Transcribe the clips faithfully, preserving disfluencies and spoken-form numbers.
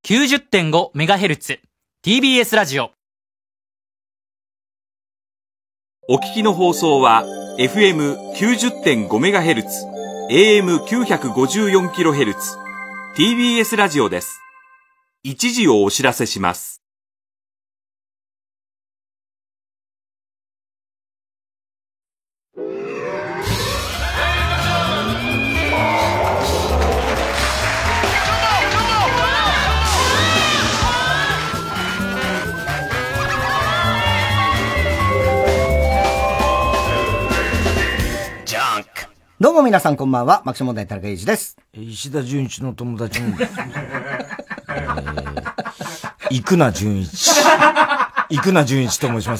きゅうじゅってんごメガヘルツ ティービーエス ラジオ。 お聞きの放送は エフエムきゅうじゅってんごメガヘルツ、エーエムきゅうひゃくごじゅうよんキロヘルツ、ティービーエス ラジオです。一時をお知らせします。 どうも皆さんこんばんは、爆笑問題田中裕二です。 石田純一の友達に、えー、生名純一。生名純一と申します。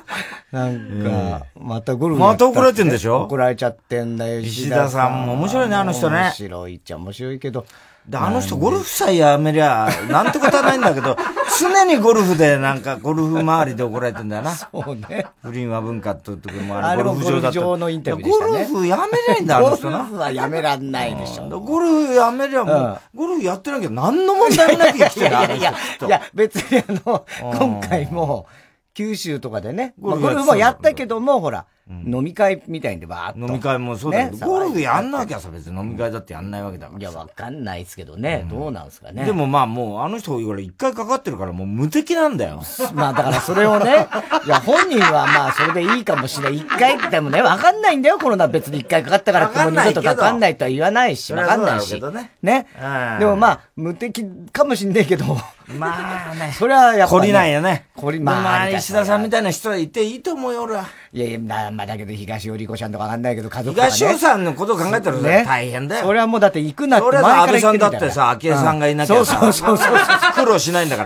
なんか、えー、またゴルフまた怒られてんでしょ？ 怒られちゃってんだよ、 石田さんも面白いね、あの人ね。 面白いっちゃ面白いけど。 で、あの人ゴルフさえやめりゃ、なんてことはないんだけど、常にゴルフで、なんか、ゴルフ周りで怒られてんだよな。 そうね。 不倫は文化ってところもある、ゴルフ場だった。ゴルフ場のインタビューでしたね。 ゴルフやめりゃいいんだ、あの人な。 ゴルフはやめらんないでしょ。 ゴルフやめりゃもう、うん、ゴルフやってなきゃ何の問題もなきゃ生きてる。いやいや、いや、別にあの、今回も、九州とかでね、ゴルフもやったけども、ほら、うん、飲み会みたいんでバーッと。 飲み会もそうだけど、ね、ゴルフやんなきゃさ、別に飲み会だってやんないわけだから。 いや、わかんないですけどね、うん、どうなんですかね。 でもまあもう、あの人、俺一回かかってるからもう無敵なんだよ。 まあだからそれをね、いや、本人はまあそれでいいかもしれない。一回でもね、わかんないんだよ、コロナ別に一回かかったからってもう二度とかかんないとは言わないし、わかんないし。ね。ね。でもまあ、無敵かもしんないけど、 まあね。 それはやっぱり、ね。 懲りないよね。 懲り、 まあ、まあ、石田さんみたいな人はいていいと思うよ、俺は。 いやいや、まあだけど東尾理子ちゃんとかわかんないけど、家族とか、ね。 東尾さんのことを考えたらね、大変だよ。 それはもうだって行くなって前から言ってる。それは安倍さんだってさ、昭恵さんがいなきゃさ、 そうそうそうそう。 苦労しないんだから。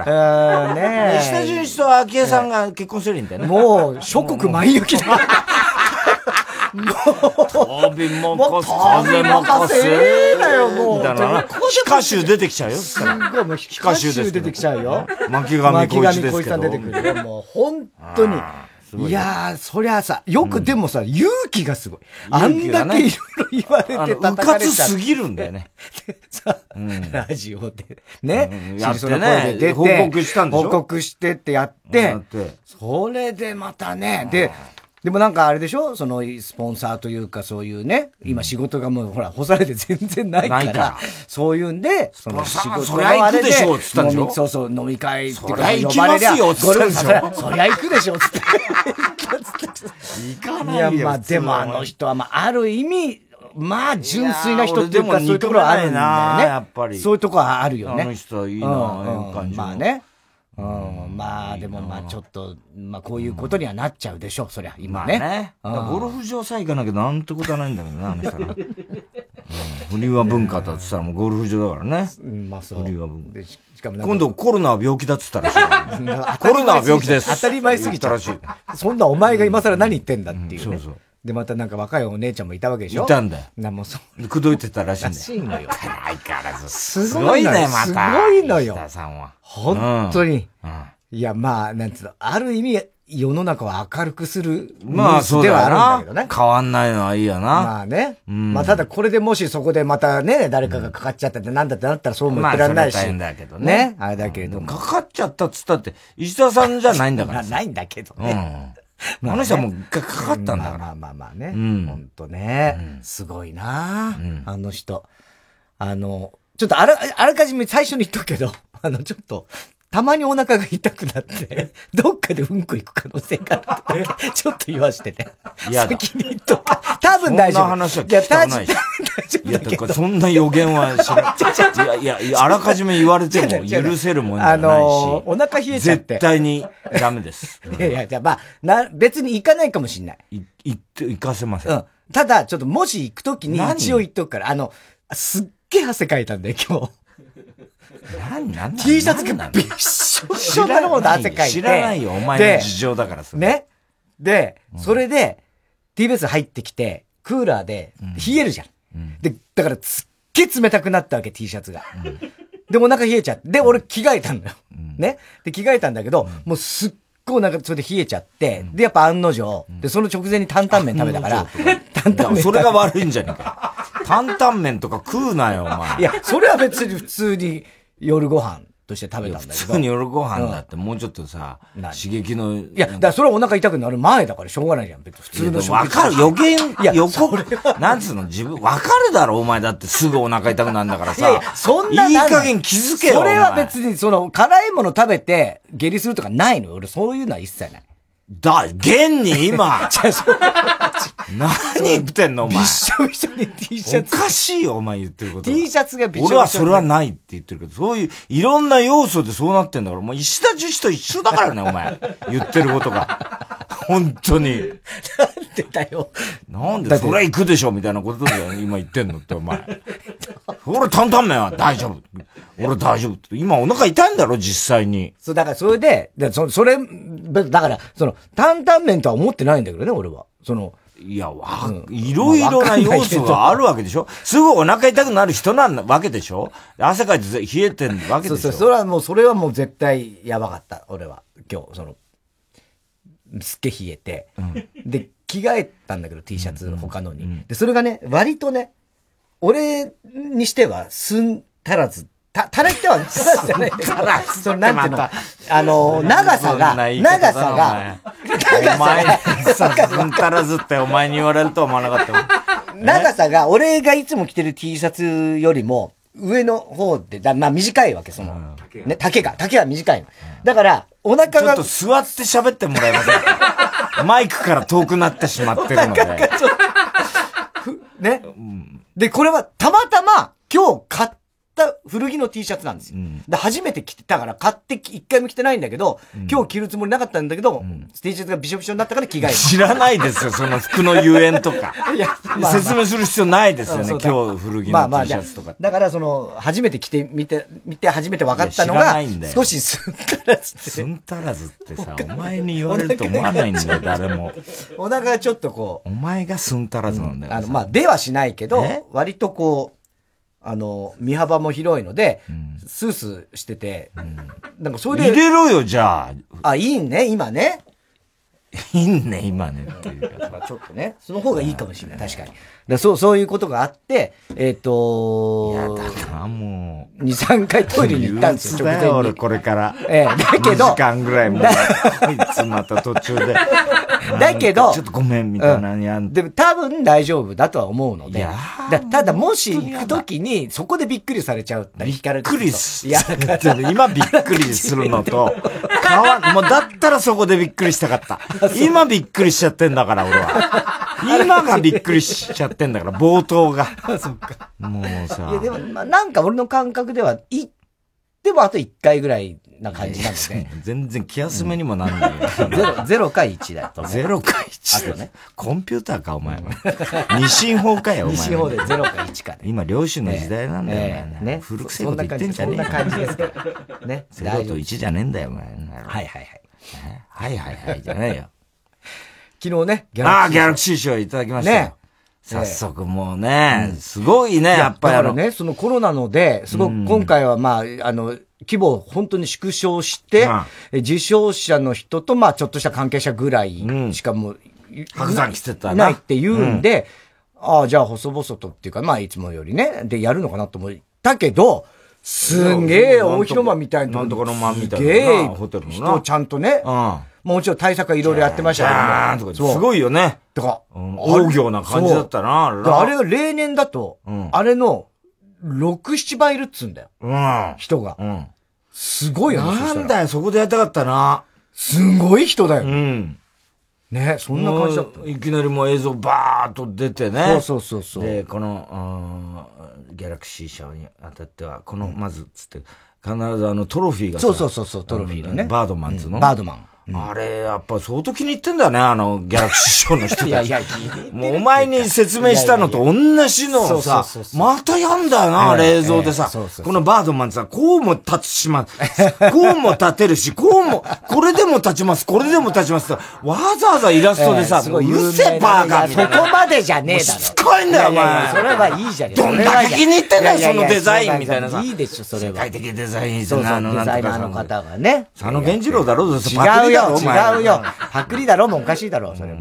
うん、ね石田純一と昭恵さんが結婚するんだよね。 もう、諸国前行きだ。 もう、飛び任せ、風任せだよ、もう。 みたいな。皮下臭出てきちゃうよ。 すごい、もう皮下臭出てきちゃうよ。 巻上浩一ですけど。 巻上浩一さん出てくるよ。もう、本当に。いやー、そりゃさ、よくでもさ、うん、勇気がすごい。あんだけいろいろ言われて叩かれた。 うかつすぎるんだよね。 さ、うん、ラジオで、ね。 うん、やってね。で、報告したんでしょ？ 報告してってやって、それでまたね、で、でもなんかあれでしょ、そのスポンサーというかそういうね、今仕事がもうほら干されて全然ないから、ないからそういうんで、 その仕事があれで、そりゃ行くでしょっつったんでしょ。 そうそう、飲み会っていうか呼ばれりゃ、そりゃ行きますよっつったんでしょ。 そりゃ行くでしょっつって。 行かないよ。 いや、まあでもあの人はまあある意味、まあ純粋な人っていうかそういうところはあるんだよね。 やっぱり。 そういうところはあるよね。 あの人はいいな、ああいう感じ。 まあね。うん、まあでもまあちょっと、まあこういうことにはなっちゃうでしょ、そりゃ、今ね。 まあね。ゴルフ場さえ行かなきゃなんてことはないんだけどね、あの人は。不倫は文化だって言ったらもうゴルフ場だからね。 うん、まあそう。 不倫は文化。しかも今度コロナは病気だって言ったらしい。コロナは病気です。 当たり前すぎたらしい。そんなお前が今更何言ってんだっていう。そうそう。で、またなんか若いお姉ちゃんもいたわけでしょ？ いたんだよ。 な、もうそう。 口説いてたらしいんだよ。 らしいのよ。 相変わらず。 すごいね、また。すごいのよ。 石田さんは。 本当に。いや、まあ、なんつうの、ある意味、世の中を明るくするニュースではあるんだけどね。 変わんないのはいいよな。 まあね。うん、まあただこれでもしそこでまたね、誰かがかかっちゃったってなんだってなったらそうも言ってらんないし。まあ、大変だけどね。 ね。あれだけれども。 かかっちゃったっつったって、石田さんじゃないんだから。 ないんだけどね。 うん。あの人はもうかかったんだから。 まあまあまあね。うん。ほんとね。うん、すごいな、うん、あの人。あの、ちょっとあら、あらかじめ最初に言っとくけど、あの、ちょっと、たまにお腹が痛くなって、どっかでうんこ行く可能性があるって、ちょっと言わしてね。いや、先に言っとく。多分大丈夫。 そんな話は聞きたくないし。いや、だからそんな予言はしない。いや、いや、あらかじめ言われても許せるもんじゃないし。あのー、 お腹冷えちゃって。 絶対にダメです。 いやいや、じゃあまあ、な、別に行かないかもしんない。 い、行って、行かせません。うん。 ただ、ちょっともし行くときに一応言っとくから、あの、すっげえ汗かいたんだよ、今日。 何何 T シャツがびっしょしょなので汗かいて。 知らないよ、お前の事情だからさ。 ね。で、うん、それで、ティービーエス 入ってきて、クーラーで冷えるじゃん。うん、で、だからすっげえ冷たくなったわけ、T シャツが。うん、で、お腹冷えちゃって。で、俺着替えたんだよ。うん、ね。で、着替えたんだけど、うん、もうすっごいなんかそれで冷えちゃって、うん、で、やっぱ案の定、で、その直前に担々麺食べたから、 担々麺。それが悪いんじゃねえか。担々麺とか食うなよ、お前。 いや、それは別に普通に夜ご飯として食べたんだけど。 普通に夜ご飯だってもうちょっとさ、うん、刺激の。 いや、だからそれはお腹痛くなる前だからしょうがないじゃん。別に普通の食事。 わかる、予言、いや、予告、なんつうの、自分、わかるだろ、お前だってすぐお腹痛くなるんだからさ。いやいや、 そんな。 いい加減気づけよ。 それは別に、その、辛いもの食べて、下痢するとかないのよ。俺、そういうのは一切ない。 だ、現に今。何言ってんのお前。 びっしょびしょに T シャツ。 おかしいよ、お前言ってること。 T シャツがびっしょびしょ。 俺はそれはないって言ってるけど、そういう、いろんな要素でそうなってんだから、もう石田樹脂と一緒だからね、お前。言ってることが。本当に。なんでだよ。 なんで、それは行くでしょ、みたいなことだよ、今言ってんのって、お前。俺、担々麺は大丈夫。俺大丈夫って。今お腹痛いんだろ、実際に。 そう、だからそれで、そそれ、だから、その、担々麺とは思ってないんだけどね、俺は。その、 いや、わ、うん、いろいろな要素があるわけでしょ、すぐお腹痛くなる人なわけでしょ汗かいて冷えてるわけでしょ。 そうそう、それはもう、それはもう絶対やばかった、俺は。今日、その、すっげえ冷えて、うん、で、着替えたんだけど、T シャツ、他のに、うん。で、それがね、割とね、俺にしては、すんたらず、た、たらっては、たらずじゃない。たらず。その、なんていうの、あの、長さが、長さが、 お前さ、すんたらずってお前に言われると思わなかったもん。 長さが、俺がいつも着てる T シャツよりも、上の方で、だまあ短いわけ、その、うん、ね、丈が、丈が短いの。だから、お腹が。ちょっと座って喋ってもらえませんかマイクから遠くなってしまってるので。 ね、うん。で、これはたまたま、今日買った古着の T シャツなんですよ。うん、で初めて着てたから買って一回も着てないんだけど、うん、今日着るつもりなかったんだけど、うん、T シャツがびしょびしょになったから着替えた。 知らないですよ、その服のゆえんとか。いや、まあまあ、説明する必要ないですよね、今日古着の T シャツとか。まあまあ、 だからその、初めて着てみて、見て初めて分かったのが、少しすんたらずって。 すんたらずってさ、お前に言われると思わないんだよ、誰も。 お腹がちょっとこう。お前がすんたらずなんだよ。 うん、あの、まあ、出はしないけど、割とこう、あの、身幅も広いので、うん、スースーしてて、うん、なんかそれで。 入れろよ、じゃあ。あ、いいね、今ね。 いいね、今ねっていうか。 ちょっとね、その方がいいかもしれない、確かに。だそう、そういうことがあって、えっ、ー、とー。いや、だからもう。に、さんかいトイレに行ったんですよ、 直前に。俺これから。 ええー、だけど。 にじかんぐらいもう、いつまた途中で。 だけど。 ちょっとごめん、みたいなにやん、 うん。でも多分大丈夫だとは思うので。いやだただもし行くときに、そこでびっくりされちゃうったらびっくりす。いや、今びっくりするのと、かわ、もうだったらそこでびっくりしたかった。今びっくりしちゃってんだから、俺は。今がびっくりしちゃってんだから、冒頭が。 そっか。 もうさ。 いや、でも、まあ、なんか俺の感覚では、い、でもあといっかいぐらいな感じなんですね。 全然気休めにもなんないよ。 ゼロ、ゼロかいちだと。 ゼロかいち。あとね。コンピューターか、お前は。二進法かよ、お前。 二進法でゼロかいちかね。 今、領主の時代なんだよね。 ね。 古くせえこと言ってんじゃねえそんな感じですから。ね。 ゼロといちじゃねえんだよ、お前。はいはいはい。 はいはいはいじゃねえよ。 昨日ね、 ギャラクシー賞。ああ、ギャラクシー賞いただきましたよ。ね。早速もうね、すごいね、やっぱり。 だからね、そのコロナので、すごく今回はまあ、あの、規模を本当に縮小して、受賞者の人とまあ、ちょっとした関係者ぐらいしかもう、 白山来てたないって言うんで、ああ、じゃあ細々とっていうか、まあ、いつもよりね、で、やるのかなと思ったけど、すんげえ大広間みたいな。 なんとかの間みたいな。 すげえ人ちゃんとね。もちろん対策はいろいろやってましたけども。すごいよね。 だから、 大行な感じだったな。 あれが例年だと、あれのろく、ななばいいるっつうんだよ。人が。すごいよね。 なんだよ、そこでやりたかったな。 すごい人だよ。ね、そんな感じだった。 いきなりもう映像バーっと出てね。 そうそうそうそう。 で、この、ギャラクシー賞にあたっては、この、まず、つって、必ずあの、トロフィーが。 そうそうそうそう、トロフィーのね。 バードマンズの。 バードマン。 あれ、やっぱ相当気に入ってんだよね、あの、ギャラクシー賞の人たち。いやいや、もうお前に説明したのと同じのをさ、またやんだよな、あれ映像でさ、このバードマンさ、こうも立つします。こうも立てるし、こうも、これでも立ちます、これでも立ちますと、わざわざイラストでさ、うるせえバーガーみたいな。 そこまでじゃねえだろ。 しつこいんだよ、お前。 それはいいじゃねえ。 どんだけ気に入ってんだよ、そのデザインみたいなさ。 いいでしょ、それは。 世界的デザインそうそう、デザイナーの方がね。 佐野源次郎だろ、 違うよ、違うよ。パクリだろもおかしいだろ、それも。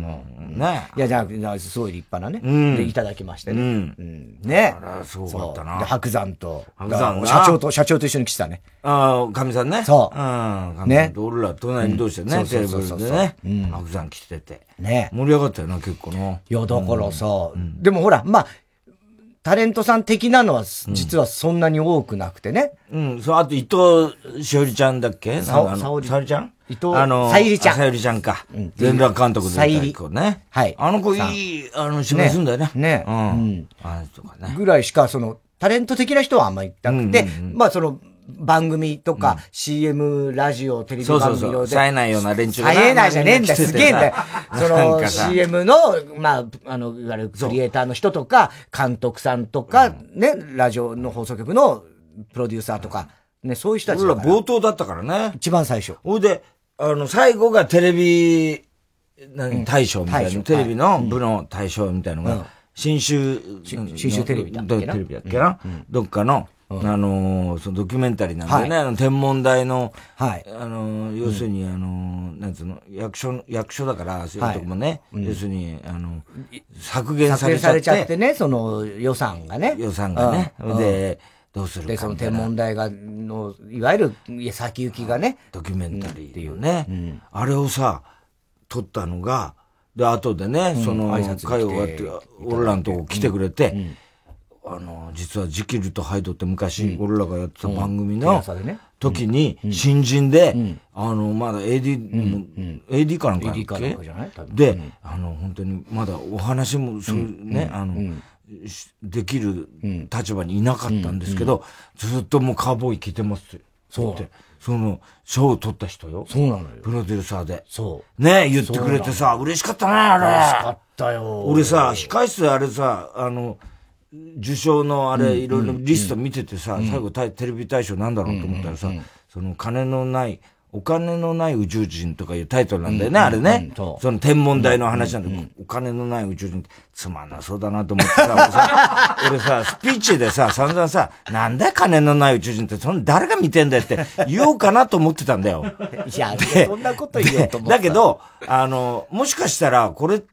ね。 いや、じゃあ、すごい立派なね。 うん、 で、いただきましてね。 うん。 うん、ね。 あら、すごかったな。 で、白山と、 白山社長と、社長と一緒に来てたね。 ああ、神さんね。 そう。 うん。神さんと俺ら隣にどうしてね、テーブルでね。白山来てて。 ね。 盛り上がったよな、結構な。 いや、だからさ、でもほら、まあ、タレントさん的なのは、実はそんなに多くなくてね。 うん、そう、あと伊藤しおりちゃんだっけさおり。 さおりちゃん伊藤、 あの、 さゆりちゃん。 さゆりちゃんか。全裸監督でさゆり。 ね。 はい。 あの子いい、あの、芝居すんだよね。 ね。 うん。あの人かね。 ぐらいしか、その、タレント的な人はあんまりなくて、まあその、番組とか、シーエム、ラジオ、テレビ番組そうそうそう。冴えないような連中が。冴えないじゃねえんだよ。すげえんだよ。その、シーエム の、まあ、あの、いわゆるクリエイターの人とか、監督さんとか、ね、ラジオの放送局のプロデューサーとか、ね、そういう人たち。 俺ら冒頭だったからね。 一番最初。 ほいで、あの、最後がテレビ、何、大賞みたいな、テレビの部の大賞みたいなのが、新州、 新州テレビだっけな。 テレビだっけな。どっかの、あのー、そのドキュメンタリーなんでね、はい、あの、天文台の、はい、あのー、要するに、あのー、なんつうの、役所、役所だから、そういうとこもね、はい、要するに、あの、削減されちゃって。削減されちゃってね、その予算がね。 予算がね。うん、で、どうするかで、その天文台が、の、いわゆる、先行きがね。 ドキュメンタリーっていうね。うん、あれをさ、撮ったのが、で、後でね、うん、その、会をやって、俺らのとこ来てくれて、うんうんあの、実はジキルとハイドって昔、俺らがやってた番組の時に、新人で、あの、まだ エーディー、エーディー かなんかやっけエーディー かなんかじゃないで、あの、本当にまだお話も、そうね、あの、できる立場にいなかったんですけど、ずっともうカーボーイ着てますって。そう。その、賞を取った人よ。 そうなのよ。 プロデューサーで。 そう。ね言ってくれてさ、嬉しかったね、あれ。 嬉しかったよ。 俺さ、控室であれさ、あの、受賞のあれ、いろいろリスト見ててさ、最後テレビ大賞なんだろうと思ったらさ、その金のない、お金のない宇宙人とかいうタイトルなんだよね、あれね。その天文台の話なんで、お金のない宇宙人ってつまんなそうだなと思ってさ、俺さ、スピーチでさ、散々さ、なんだよ金のない宇宙人って、その誰が見てんだよって言おうかなと思ってたんだよ。 いや、そんなこと言おうと思った。 だけど、あの、もしかしたら、これって、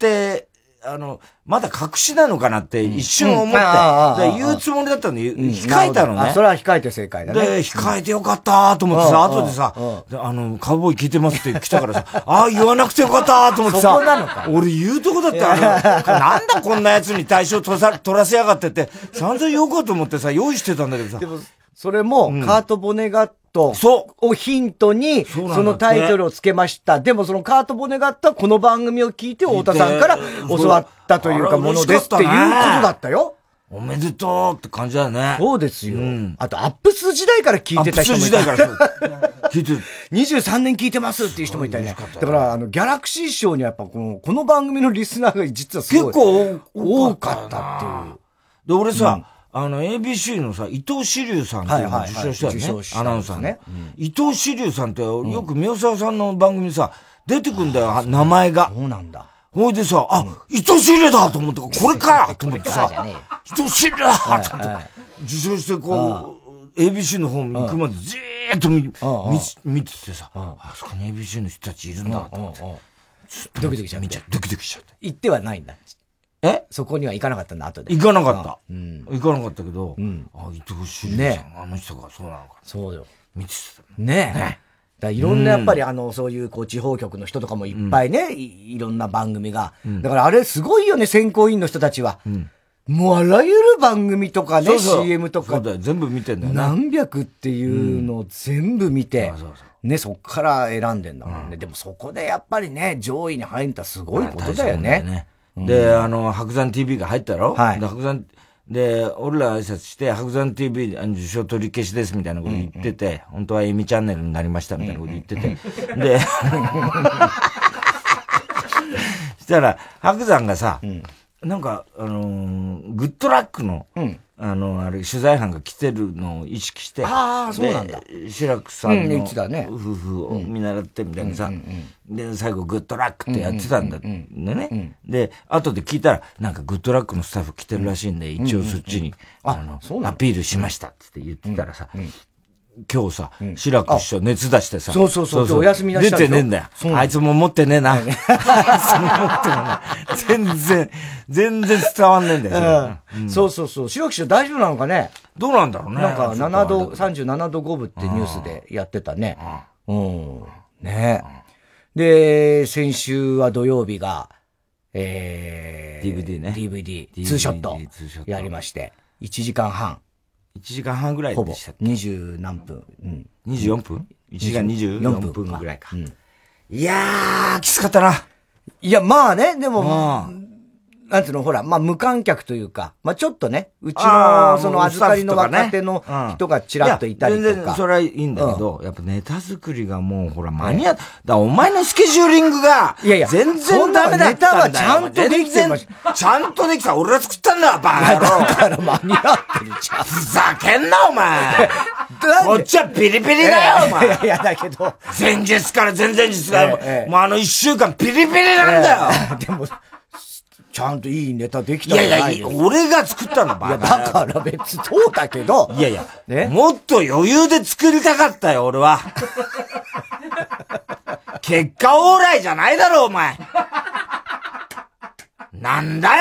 あの、まだ隠しなのかなって一瞬思って、言うつもりだったのに、控えたのね。 それは控えて正解だね。 で、控えてよかったと思ってさ、後でさ、あの、カウボーイ聞いてますって来たからさ、ああ、言わなくてよかったと思ってさ、俺言うとこだって、あの、なんだこんな奴に対象取らせやがってって、散々言おうかと思ってさ、用意してたんだけどさ。 でも、それも、カート・ボネガットをヒントに、そのタイトルをつけました。でもそのカート・ボネガットはこの番組を聞いて太田さんから教わったというかものですっていうことだったよ。 おめでとうって感じだよね。 そうですよ。あと、アップス時代から聞いてた人もいた。 アップス時代から聞いてる。 にじゅうさんねん聞いてますっていう人もいたね。だから、あの、ギャラクシー賞にやっぱこの、この番組のリスナーが実はすごい。 結構多かったっていう。 で、俺さ、あの、エービーシー のさ、伊藤志龍さんっていうのを受賞したよね。アナウンサーね。伊藤志龍さんってよく宮沢さんの番組さ、出てくんだよ、名前が。 そうなんだ。 ほいでさ、あ、伊藤志龍だと思って、これかと思ってさ、伊藤志龍だと思って、受賞してこう、エービーシー の方に行くまでじーっと見、見ててさ、あそこに エービーシー の人たちいるんだと思って。 ドキドキしちゃって。 ドキドキしちゃって。 行ってはないんだ。 えそこには行かなかったんだ、後で。 行かなかった。うん、行かなかったけど、うん、あ、伊藤修理さん、あの人がそうなのか。 そうよ。 見てた。 ねえ。ねだいろんなやっぱりあの、そういうこう地方局の人とかもいっぱいね、うん、い, いろんな番組が、うん。だからあれすごいよね、選考委員の人たちは。うん、もうあらゆる番組とかね、そうそう シーエム とか。 そうだよ、全部見てんだよね。 何百っていうのを全部見て、うん、そうそうそうね、そっから選んでんだもんね、うん。でもそこでやっぱりね、上位に入ったすごいことだよね。 で、あの、白山 ティービー が入ったろはい。で、白山、で、俺ら挨拶して、白山 ティービー あの受賞取り消しですみたいなこと言ってて、うんうん、本当はエミチャンネルになりましたみたいなこと言ってて、うんうん、で、したら、白山がさ、うん、なんか、あのー、グッドラックの、うんあの、あれ、取材班が来てるのを意識して、 ああ、そうなんだ。 志らくさんの夫婦を見習ってみたいなさ、で、最後グッドラックってやってたんだってね。で、後で聞いたら、なんかグッドラックのスタッフ来てるらしいんで、一応そっちに、あの、アピールしましたって言ってたらさ、 今日さ、志らく師匠熱出してさ。 そうそうそう、お休みなし出てねえんだよ。あいつも持ってねえな。あいつも持ってねえな。全然、全然伝わんねえんだよ。 そうそうそう。志らく師匠大丈夫なのかね？ どうなんだろうね。 なんかななど、さんじゅうななどごぶってニュースでやってたね。うん。ねで、先週は土曜日が、えー、 ディーブイディー ね。 ディーブイディー、ツーショット。やりまして。いちじかんはん。 いちじかんはんぐらいでしたっけ？ にじゅうなんぷん。うん。 にじゅうよんぷん ?いち 時間にじゅうよんぷんぐらいか。うん。いやー、きつかったな。 いや、まあね、でも、なんていうの、ほら、まあ無観客というか、まあちょっとね、うちの、その預かりの若手の人がちらっといたりとか。 全然それはいいんだけど、やっぱネタ作りがもう、ほら、間に合った。だお前のスケジューリングが、 いやいや、 全然ダメだったんだよ。 ネタはちゃんとできてました。ちゃんとできた。俺が作ったんだ、バカ野郎。 だから間に合ってるじゃん。 ふざけんな、お前。こっちはピリピリだよ、お前。 いやいや、だけど。 前日から前々日だよ。もうあの一週間ピリピリなんだよ。 でも、ちゃんといいネタできたじゃないよ。 いやいや、俺が作ったの、バカ。 いや、だから別にそうだけど。 いやいや、ね、もっと余裕で作りたかったよ、俺は。結果オーライじゃないだろ、お前。なんだよ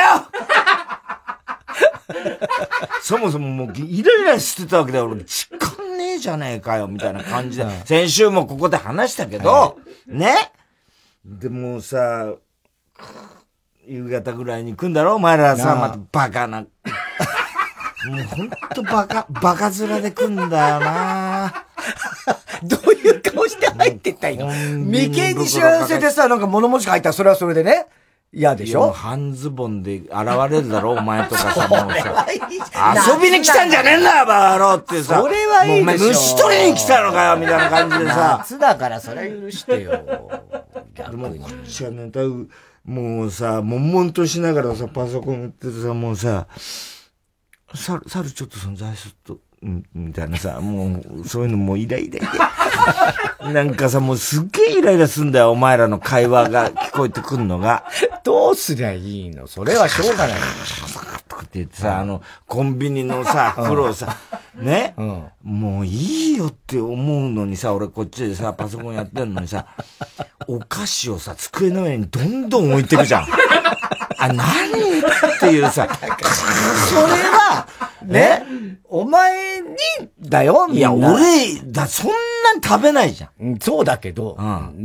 そもそももうイライラしてたわけだよ。俺、時間ねえじゃねえかよ、みたいな感じで。先週もここで話したけど、はい、ね。でもさ、夕方ぐらいに来んだろお前らさ、またバカな。もうほんとバカ、バカ面で来んだよなどういう顔して入ってったらいいの？眉間にしわせてさ、なんか物持ちが入ったらそれはそれでね。嫌でしょ？ 半ズボンで現れるだろお前とかさ、もうさ。遊びに来たんじゃねえんだよバカ野郎ってさ。 それはいいでしょ。 もう虫取りに来たのかよみたいな感じでさ。 夏だからそれ許してよ。 でもこっちはネタもうさ、悶々としながらさ、パソコン打っててさ、もうさ、猿、猿ちょっと存在すると、うん、みたいなさ、もう、そういうのもうイライライラ。なんかさ、もうすっげえイライラすんだよ、お前らの会話が聞こえてくんのが。 どうすりゃいいの？それはしょうがない。 とかって言ってさ、あの、コンビニのさ、袋をさ、ね、うん、もういいよって思うのにさ、俺こっちでさ、パソコンやってんのにさ、お菓子をさ、机の上にどんどん置いてくじゃん。あ、何っていうさ、それは、ね、お前に、だよ、みんな。 いや、俺、だ、そんなに食べないじゃん。そうだけど、うん、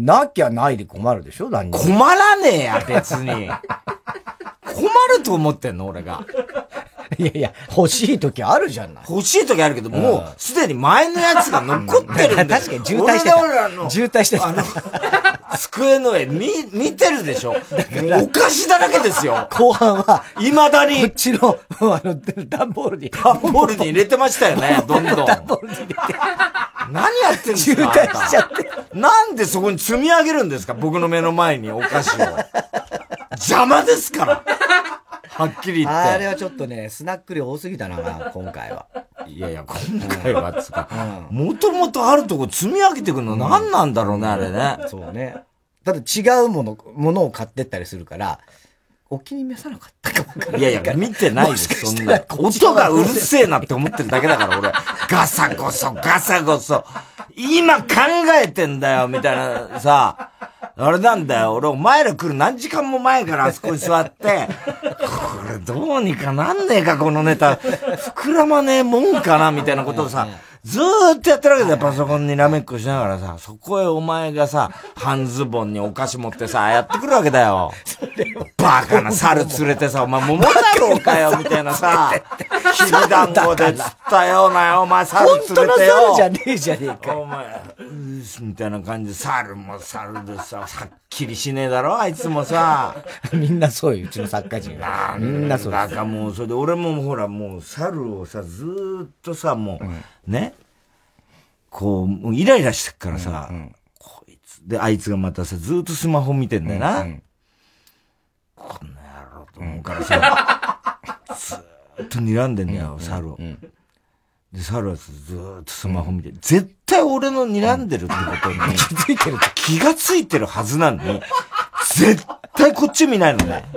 なきゃないで困るでしょ、何困らねえや、別に。困ると思ってんの、俺が。 いやいや、欲しい時あるじゃない。 欲しい時あるけど、もう、すでに前のやつが残ってるんだよ。 確かに渋滞してた。 俺らの渋滞してた。あの、 机の上、み、見てるでしょ。お菓子だらけですよ。 後半は、 未だに。 こっちの、あの、段ボールに。 段ボールに入れてましたよね、どんどん。 段ボールに入れて。 何やってんですか？ 渋滞しちゃって。 なんでそこに積み上げるんですか？僕の目の前にお菓子を。邪魔ですから。はっきり言って。 あれはちょっとね、スナック量多すぎたな、今回は。 いやいや、今回はつか、もともとあるとこ積み上げてくるの何なんだろうね、あれね。 そうね。ただ違うもの、ものを買ってったりするから、お気に召さなかったかも。 いやいや、見てないです、そんな。音がうるせえなって思ってるだけだから、俺。ガサゴソ、ガサゴソ。今考えてんだよ、みたいなさ。あれなんだよ、俺お前ら来る何時間も前からあそこに座って、これどうにかなんねえか、このネタ。膨らまねえもんかな、みたいなことをさ、ずーっとやってるわけだよ、パソコンにらめっこしながらさ、そこへお前がさ、半ズボンにお菓子持ってさ、やってくるわけだよ。バカな猿連れてさ、お前桃太郎かよ、みたいなさ、きびだんごで釣ったようなよ、お前猿連れてよ。 本当の猿じゃねえじゃねえか。 お前、みたいな感じで、猿も猿でさ、はっきりしねえだろ、あいつもさ。 みんなそうよ、うちの作家陣は。みんなそうだからもう、それで俺もほら、もう猿をさ、ずーっとさ、もう、うん、ね。こう、もうイライラしてっからさ、うんうん、こいつ、で、あいつがまたさ、ずーっとスマホ見てんだよな。うんうん、こんな野郎と思うからさ、ずーっと睨んでんだよ、うん、猿を。うんで、猿はずーっとスマホ見て、うん、絶対俺の睨んでるってことに、 気づいてる気がついてるはずなのに、絶対こっち見ないのね。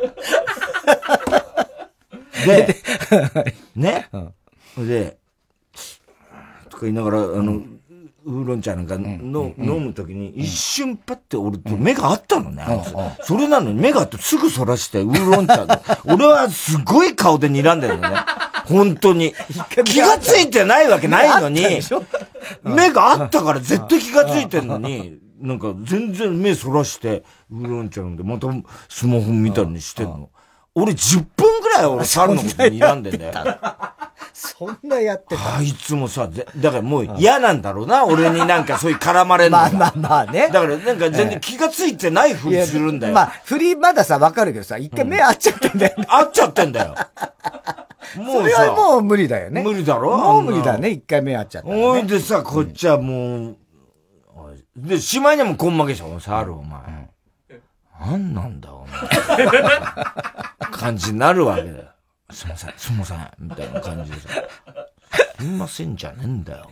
で、ね、うん、で、とか言いながら、あの、 ウーロン茶なんかの、うん、飲むときに一瞬パッて俺と目が合ったのね、あいつ、うん、それなのに目があってすぐそらしてウーロン茶で俺はすごい顔で睨んでるのね本当に気がついてないわけないのに目があったから絶対気がついてんのになんか全然目そらしてウーロン茶飲んでまたスマホ見たりにしてんの。俺じゅっぷんぐらい俺猿のこと睨んでんだよ。 そんなやってた。 あいつもさ、だからもう嫌なんだろうな、俺になんかそういう絡まれんの。 まあまあまあね。 だからなんか全然気がついてないふりするんだよ。 まあ、振りまださ、わかるけどさ、一回目合っちゃってんだよね。 合っちゃってんだよ。 もうそれはもう無理だよね。 無理だろもう無理だね、一回目合っちゃったら、ね。 おいでさ、こっちはもう、で、しまいにはもうこんまけしょ、猿お前。なんなんだ、お前。感じになるわけだよ。すいません、すいません、みたいな感じでさ。すいませんじゃねえんだよ、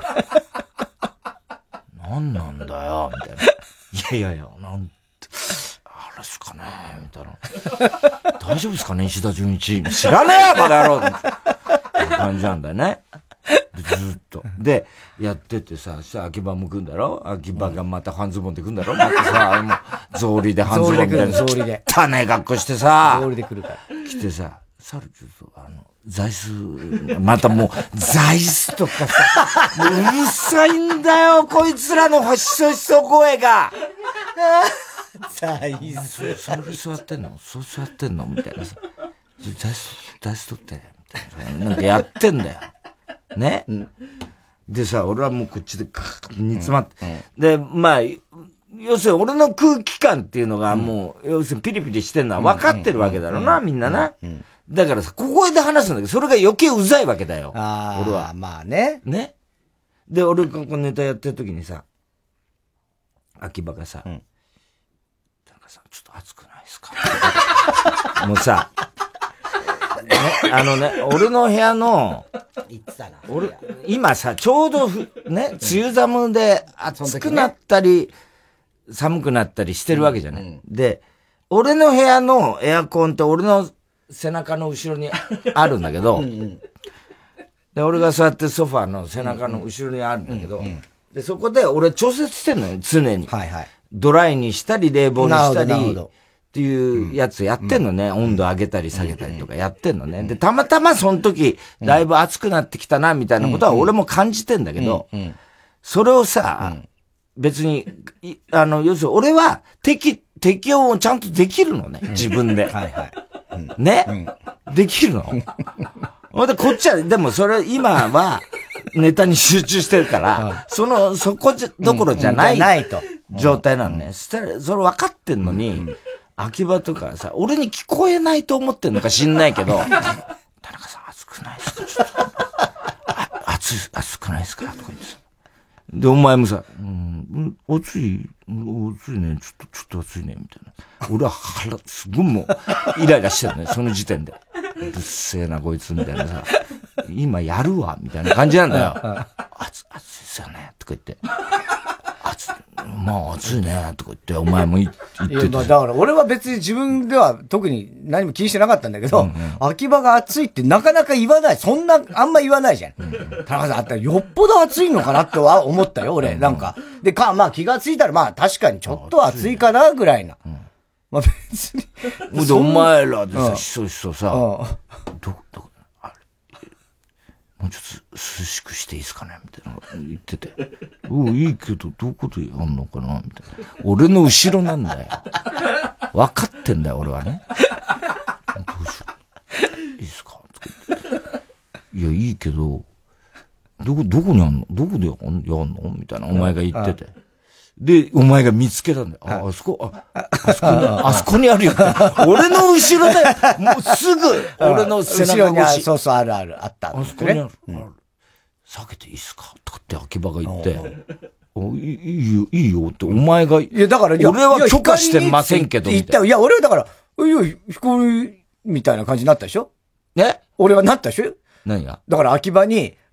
なんなんだよ、みたいな。いやいやいや、なんて、あれっすかね、みたいな。大丈夫ですかね、石田純一。知らねえよ、バカ野郎って感じなんだよね。ずっと。で、やっててさ、さ、秋葉も来んだろ秋葉がまた半ズボンで来んだろまたさ、もう、草履で半ズボンみたいな。 草履で。 種格好してさ、 草履で来るから。 来てさ、猿ちょっと、あの、座椅子、またもう、座椅子とかさ、もううるさいんだよ、こいつらのひそひそ声が。 座椅子。 それ座ってんのそう座ってんのみたいなさ。座椅子、座椅子取って、みたいな。なんかやってんだよ。ね、うん、でさ、俺はもうこっちでカーッと煮詰まって、うんうん、で、まあ、要するに俺の空気感っていうのがもう、うん、要するにピリピリしてんのは分かってるわけだろうな、みんなな、うんうん。だからさ、ここで話すんだけど、それが余計うざいわけだよ。 あ俺は。 まあね。 ね。で、俺ここネタやってる時にさ、秋葉がさ、うん、なんかさ、ちょっと熱くないですかもうさ、ね、あのね、俺の部屋の、 言ってたな。 俺、今さ、ちょうどふ、ね、梅雨寒で暑くなったり、寒くなったりしてるわけじゃない、うんうん、で、俺の部屋のエアコンって俺の背中の後ろにあるんだけど、うんうん、で、俺がそうやってソファーの背中の後ろにあるんだけど、うんうん、で、そこで俺調節してんのよ、常に。はいはい。ドライにしたり、冷房にしたり、っていうやつやってんのね、うん、温度上げたり下げたりとかやってんのね、うん、でたまたまその時だいぶ暑くなってきたなみたいなことは俺も感じてんだけど、うんうん、それをさ、うん、別にあの要するに俺は適適応をちゃんとできるのね、自分で、はいはい、うん、ね、うん、できるのほんでこっちはでもそれ今はネタに集中してるから、うん、そのそこじゃどころじゃない、うん、ないと状態なのね、うん、そしたらそれ分かってんのに、うん、秋葉とかさ、俺に聞こえないと思ってんのか知んないけど、田中さん暑くないですかちょっと。あ、暑い、暑くないですかとか言ってさ。で、お前もさ、うん、暑い、暑いね、ちょっと、ちょっと暑いね、みたいな。俺は腹、すごいもう、イライラしてるね、その時点で。うっせえな、こいつ、みたいなさ。今やるわ、みたいな感じなんだよ。暑、暑いですよね、とか言って。暑い。まあ暑いね、とか言って、お前も言ってて。いや、まあだから俺は別に自分では特に何も気にしてなかったんだけど、うんうん、秋葉が暑いってなかなか言わない。そんな、あんま言わないじゃん。うんうん、田中さんあったらよっぽど暑いのかなっては思ったよ、俺。うんうん、なんか。で、か、まあ気がついたらまあ確かにちょっと暑いかな、ぐらいな。うん、まあ別に。 で、お前らでさ、ひそひそさ、ど、ど、もうちょっと涼しくしていいですかねみたいな言ってて。うん、いいけど、どこでやんのかなみたいな。俺の後ろなんだよ。分かってんだよ、俺はね。どうしよう。いいですかとか言って。いや、いいけど、どこ、どこにあんのどこでやんのみたいな、お前が言ってて。で、お前が見つけたんだよ。あ、あそこ、あ、あそこに、あそこにあるよって。俺の後ろで、もうすぐ、俺の背中越し。 そうそう、あるある、あった。 あそこにある。うん、下げていいっすかとかって秋葉が言って、いいよ、いいよって、お前が、いや、だから、俺は許可してませんけど、 言ったよ。いや、俺はだから、いや、光みたいな感じになったでしょね俺はなったでしょ何がだから秋葉に、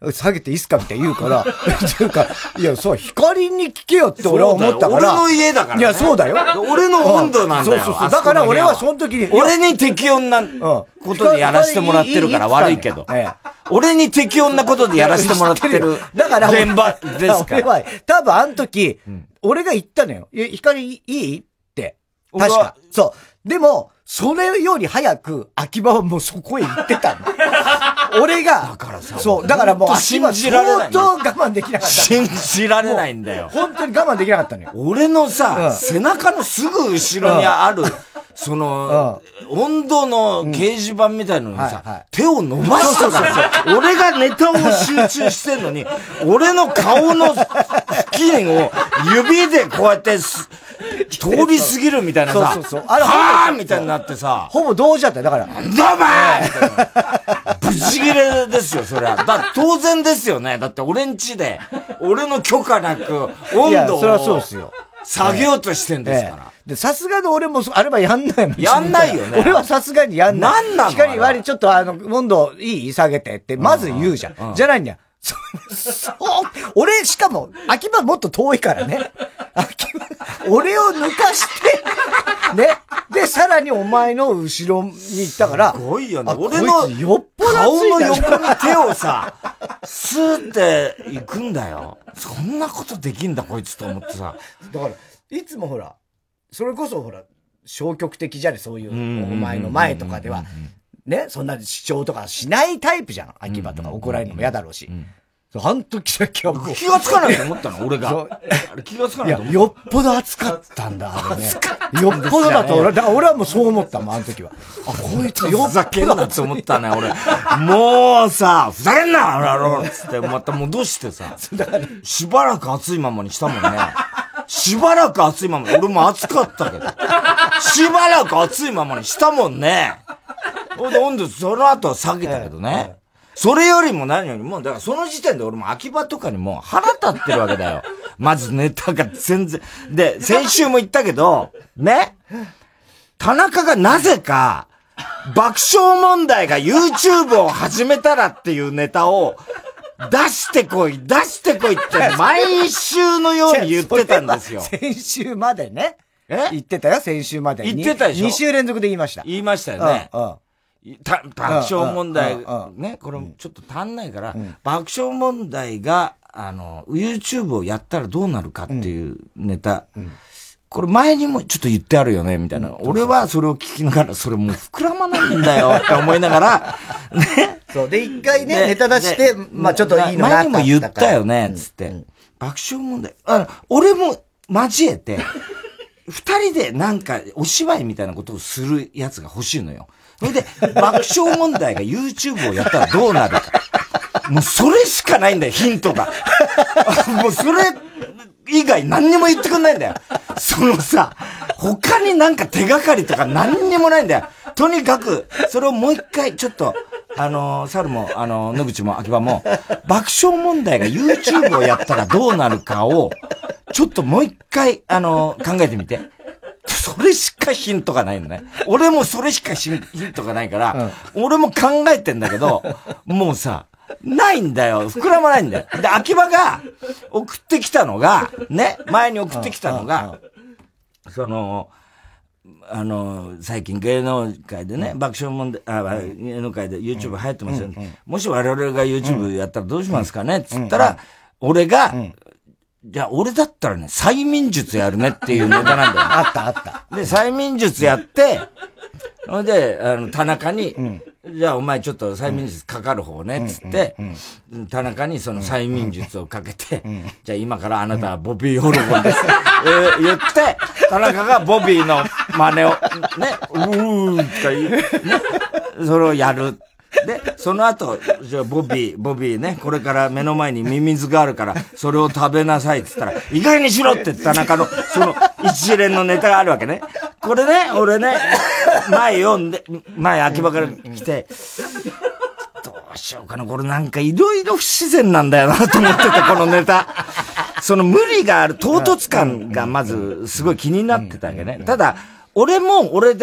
下げていいっすかみたいに言うから、っていうか、いや、そう、光に聞けよって俺は思ったから。 俺の家だから、ね。 いや、そうだよ。 俺の温度なんだよ。 そうそうそう。だから俺はその時に。 俺に適温なことでやらせてもらってるから悪いけど。俺に適温なことでやらせてもらってる。 だから、 現場ですから。 俺は、多分あの時、俺が言ったのよ。光いいって。確か。そう。でも、それより早く、秋葉はもうそこへ行ってたんだ。俺が、 だからさ、 そう、だからもう秋葉相当我慢できなかった。 信じられないんだよ。 本当に我慢できなかったのよ。 俺のさ、背中のすぐ後ろにある、その、温度の掲示板みたいなのにさ、手を伸ばしたからさ、俺がネタを集中してんのに、俺の顔の付近を指でこうやって通り過ぎるみたいなさ、 そうそうそう。あれ、 はぁみたいになってさ、 ほぼ同時だったよ。だから、 なんだお前ブチギレですよ、そりゃ。だ当然ですよね。だって俺んちで、俺の許可なく温度を下げようとしてんですから。 で、さすがの俺も、あればやんないもん。 やんないよね。 俺はさすがにやんない。 なんなの光割りちょっとあの、温度いい下げてって、まず言うじゃん。うんうん、じゃないんだよ。そう、そう、俺、しかも、秋葉もっと遠いからね。秋葉、俺を抜かして、ね。で、さらにお前の後ろに行ったから。 すごいよね。俺のよっぽど顔の横に手をさ、スーって行くんだよ。そんなことできんだ、こいつと思ってさ。 だから、いつもほら、それこそほら、消極的じゃね、そういう、お前の前とかでは。ね、そんな主張とかしないタイプじゃん。秋葉とか怒られるのも嫌だろうし。あん時だけはもう。 気がつかないと思ったの俺が。あれ気がつかないと思った。 いや、よっぽど暑かったんだ、あれね。よっぽどだと俺、だから俺はもうそう思ったもん、あの時は。あ、こいつよっぽど。 ふざけんなって思ったね、俺。もうさ、ふざけんなあらつって、また戻してさ、しばらく暑いままにしたもんね。しばらく暑いまま、俺も暑かったけど。しばらく暑いままにしたもんね。ほんで、温度、その後は下げたけどね。それよりも何よりも、だからその時点で俺も秋葉とかにも腹立ってるわけだよ。まずネタが全然。で、先週も言ったけど、ね。田中がなぜか、爆笑問題が YouTube を始めたらっていうネタを、出してこい、出してこいって毎週のように言ってたんですよ。 先週までね。 え言ってたよ、先週まで。 言ってたでしょ。 に週連続で言いました。 言いましたよね。うん。うんた爆笑問題、ね、これちょっと足んないから、うん、爆笑問題が、あの、YouTube をやったらどうなるかっていうネタ、うん、これ前にもちょっと言ってあるよね、みたいな。うん、俺はそれを聞きながら、それもう膨らまないんだよって思いながら、ね。 そう。で、一回ね、ネタ出して、まあちょっといいのがあった前にも言ったよね、つって。うん、爆笑問題。あの、俺も交えて、二人でなんかお芝居みたいなことをするやつが欲しいのよ。それで、爆笑問題が YouTube をやったらどうなるか。もうそれしかないんだよ、ヒントが。もうそれ以外何にも言ってくんないんだよ。そのさ、他になんか手がかりとか何にもないんだよ。とにかく、それをもう一回ちょっと、あのー、猿も、あのー、野口も秋葉も、爆笑問題が YouTube をやったらどうなるかを、ちょっともう一回、あのー、考えてみて。それしかヒントがないのね。俺もそれしかヒントがないから、うん、俺も考えてんだけど、もうさ、ないんだよ。膨らまないんだよ。で、秋葉が送ってきたのが、ね、前に送ってきたのが、その、あの、最近芸能界でね、うん、爆笑問題、あ、芸能界で YouTube 流行ってますよね。うんうん、もし我々が YouTube やったらどうしますかねって言ったら、俺が、うんじゃあ、俺だったらね、催眠術やるねっていうネタなんだよ、ね。 あったあった。 で、催眠術やって、ほんで、あの、田中に、うん、じゃあお前ちょっっと催眠術かかる方ね、つって、うんうんうん、田中にその催眠術をかけて、うん、じゃあ今からあなたはボビー・ホルモンです。えー、言って、田中がボビーの真似を、ね、うーんとか言う、ね、それをやる。で、その後、じゃあボビー、ボビーね、これから目の前にミミズがあるから、それを食べなさいって言ったら、意外にしろって田中の、その一連のネタがあるわけね。これね、俺ね、前読んで、前秋葉から来て、どうしようかな、これなんかいろいろ不自然なんだよなと思ってた、このネタ。その無理がある、唐突感がまずすごい気になってたわけね。ただ、俺も俺で、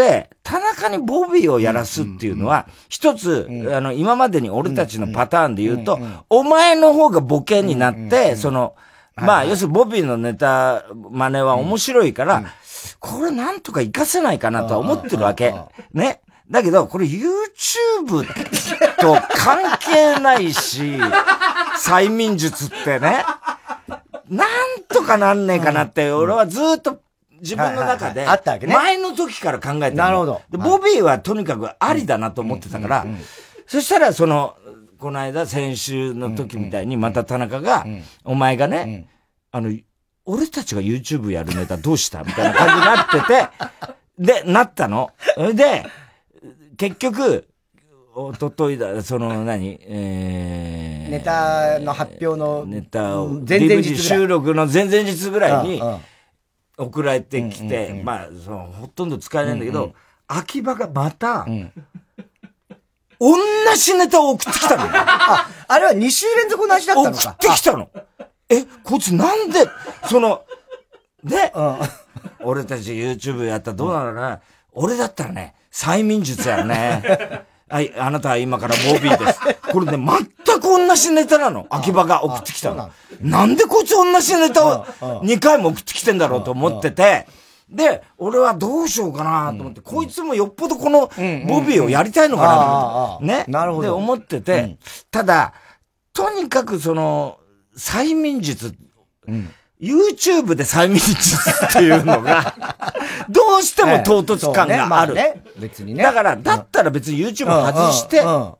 田中にボビーをやらすっていうのは、一つ、あの、今までに俺たちのパターンで言うと、お前の方がボケになって、その、まあ、要するにボビーのネタ真似は面白いから、これなんとか活かせないかなとは思ってるわけ。ね。だけど、これ YouTube と関係ないし、催眠術ってね、なんとかなんねえかなって、俺はずっと自分の中で、前の時から考えてる。 なるほど。 で、ボビーはとにかくありだなと思ってたから、そしたらその、この間先週の時みたいにまた田中が、お前がね、あの、俺たちが YouTube やるネタどうしたみたいな感じになってて、で、なったの。で、結局、おとといだ、その何、えー、ネタの発表の、 ネタを、 前々日ぐらいディーブイディー 収録の前々日ぐらいに、送られてきて、うんうんうん、まあ、その、ほとんど使えないんだけど、うんうん、秋葉がまた、うん、同じネタを送ってきたのよ。 あ、あれはに週連続同じだったのか。 送ってきたの。え、こいつなんで、その、で、うん、俺たち YouTube やったらどうなるかな、うん、俺だったらね、催眠術やね。はい、あなたは今からボビーです。これね、全く同じネタなの。秋葉が送ってきたの。なんでこいつ同じネタをにかいも送ってきてんだろうと思ってて、で、俺はどうしようかなと思って、こいつもよっぽどこのボビーをやりたいのかなと思って、ね。 なるほど。 で、思ってて、ただ、とにかくその、催眠術、YouTube で催眠術っていうのが、どうしても唐突感がある。 ね、別にね。 だから、だったら別に YouTube 外して、あ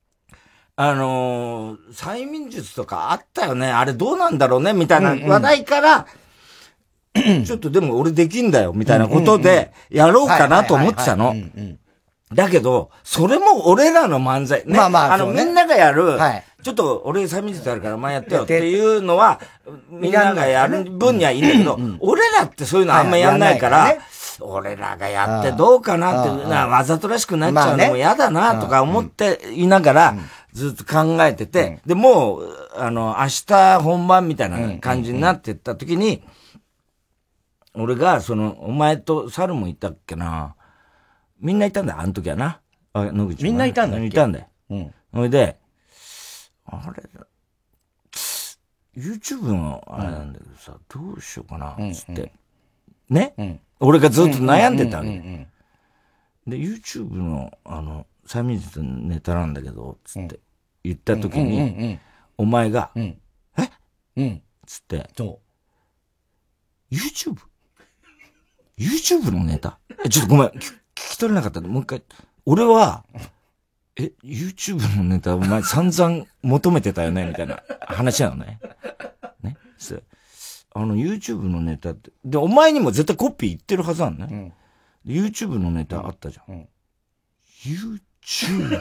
のー、催眠術とかあったよね。あれどうなんだろうねみたいな話題から、ちょっとでも俺できんだよみたいなことで、やろうかなと思ってたの。だけど、それも俺らの漫才。ね、まあまあ、あの、みんながやる、ちょっと俺催眠術あるから前やってよっていうのは、みんながやる分にはいいんだけど、俺らってそういうのあんまやんないから、俺らがやってどうかなって、わざとらしくなっちゃうのも嫌だなとか思っていながら、ずっと考えてて、で、もう、あの、明日本番みたいな感じになってった時に、俺が、その、お前と猿もいたっけな。みんないたんだよ、あの時はな。あ、野口。 みんないたんだっけ？ いたんだよ。うん。それで、あれだ、YouTube のあれなんだけどさ、どうしようかな、つって。ね、うん、俺がずっと悩んでたわけ。で、YouTube の、あの、催眠術のネタなんだけど、つって言った時に、お前が、うん、えうん。つって、YouTube?YouTube YouTube のネタえ、ちょっとごめん、聞き取れなかったんで、もう一回。俺は、え、YouTube のネタお前散々求めてたよねみたいな話なのね。ね。あの YouTube のネタって。で、お前にも絶対コピー言ってるはずなのね。うん、YouTube のネタあったじゃん。うん、YouTube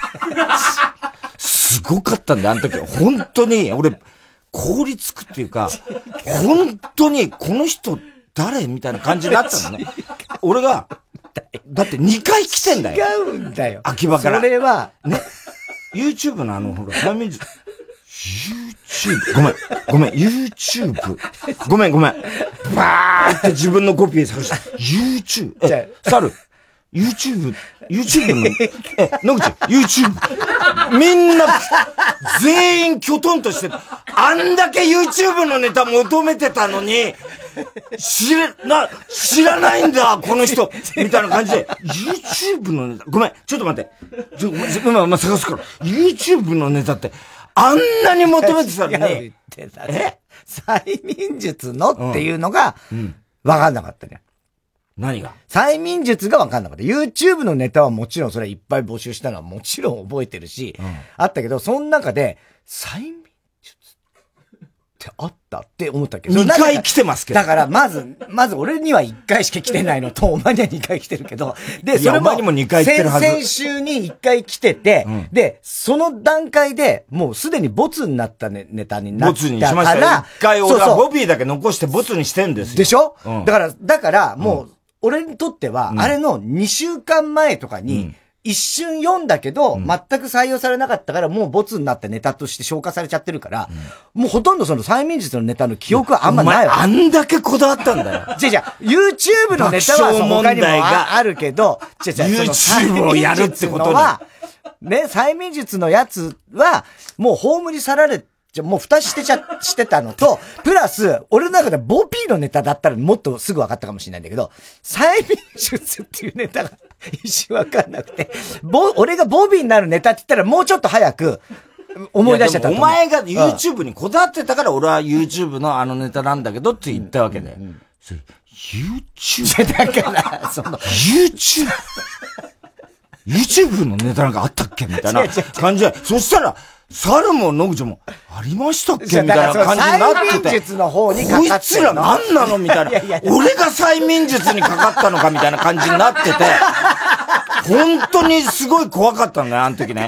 すごかったんだよ、あの時。本当に、俺、凍りつくっていうか、本当に、この人誰みたいな感じになったのね。俺が、だってにかい来てんだよ。 違うんだよ。 秋葉から。 それは、 ね。YouTube のあの、ほら、催眠術。YouTube。ごめん。ごめん。YouTube。ごめん、ごめん。バーって自分のコピー探した。YouTube。え、猿。YouTube。YouTube の、え、野口。YouTube。みんな、全員キョトンとして、あんだけ YouTube のネタ求めてたのに、知ら、な、知らないんだ、この人みたいな感じで、YouTube のネタ、ごめん、ちょっと待って。ちょ、今、今探すから。YouTube のネタって、あんなに求めてたのに。え催眠術のっていうのが、わかんなかったね。 何が催眠術がわかんなかった。YouTube のネタはもちろんそれいっぱい募集したのはもちろん覚えてるし、うん、あったけど、その中で、催眠術ってあったって思ったけど。 にかい来てますけど。 だから、まず、まず俺にはいっかいしか来てないのと、お前にはにかい来てるけど、で、それも、 にもにかい来てるはず。 先週にいっかい来てて、うん、で、その段階で、もうすでにボツになったネタになったから。ボツにしましたよ。 一回俺はボビーだけ残してボツにしてんですよ。 でしょ、うん、だから、だから、もう、うん、俺にとっては、うん、あれのにしゅうかんまえとかに、 一瞬読んだけど、うん、全く採用されなかったから、もうボツになったネタとして消化されちゃってるから、うん、もうほとんどその催眠術のネタの記憶はあんまないわ。 あんだけこだわったんだよ。 じゃじゃ YouTube のネタは他にも あ, あるけど、じゃじゃ YouTube をやるってことは、 ね、催眠術のやつは、もう葬り去られじゃ、もう蓋してちゃ、してたのと、プラス、俺の中でボビーのネタだったらもっとすぐ分かったかもしれないんだけど、催眠術っていうネタが一瞬分かんなくて、ボ、俺がボビーになるネタって言ったらもうちょっと早く思い出しちゃったと思う。 お前が YouTube にこだわってたから俺は YouTube のあのネタなんだけどって言ったわけで。うんうんうん、それ YouTube? だから、その、 YouTube? YouTube のネタなんかあったっけみたいな感じで。そしたら、猿も野口も、ありましたっけみたいな感じになってて。 催眠術の方にかかってるの。 こいつら何なのみたいな。いやいや俺が催眠術にかかったのかみたいな感じになってて。本当にすごい怖かったんだよ、あの時ね。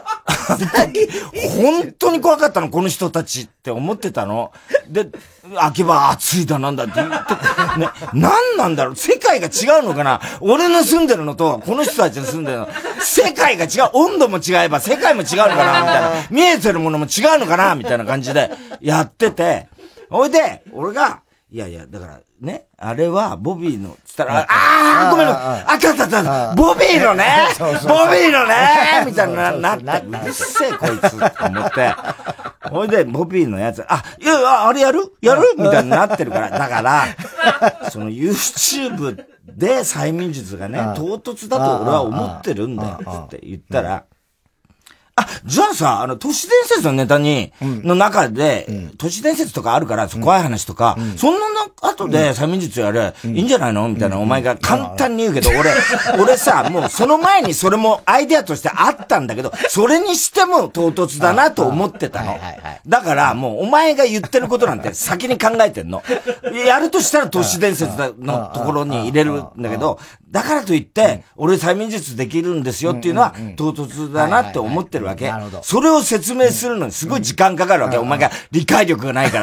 本当に怖かったの、この人たちって思ってたの。で、秋葉暑いだなんだって言って、ね、何なんだろう、世界が違うのかな、俺の住んでるのと、この人たちの住んでるの、世界が違う、温度も違えば世界も違うのかな、みたいな、見えてるものも違うのかな、みたいな感じでやってて、ほいで、俺が、いやいや、だから、ね、あれは、ボビーの、つったら、あー、ごめん、あ、あったあった、ボビーのね、ボビーのね、みたいな、なって、うるせえ、こいつ、って思って。ほいで、ボビーのやつ、あ、いや、あれやるやるみたいになってるから。だから、その YouTube で催眠術がね、唐突だと俺は思ってるんだよ、って言ったら、あ、じゃあさ、あの、都市伝説のネタに、うん、の中で、うん、都市伝説とかあるから、怖い話とか、うん、そんな後で催眠術やれ、うん、いいんじゃないのみたいな、お前が簡単に言うけど、俺、俺さ、もうその前にそれもアイデアとしてあったんだけど、それにしても唐突だなと思ってたの。だから、もうお前が言ってることなんて先に考えてんの。やるとしたら都市伝説のところに入れるんだけど、だからといって、俺催眠術できるんですよっていうのは、唐突だなって思ってるわけ。それを説明するのにすごい時間かかるわけ。お前が理解力がないから。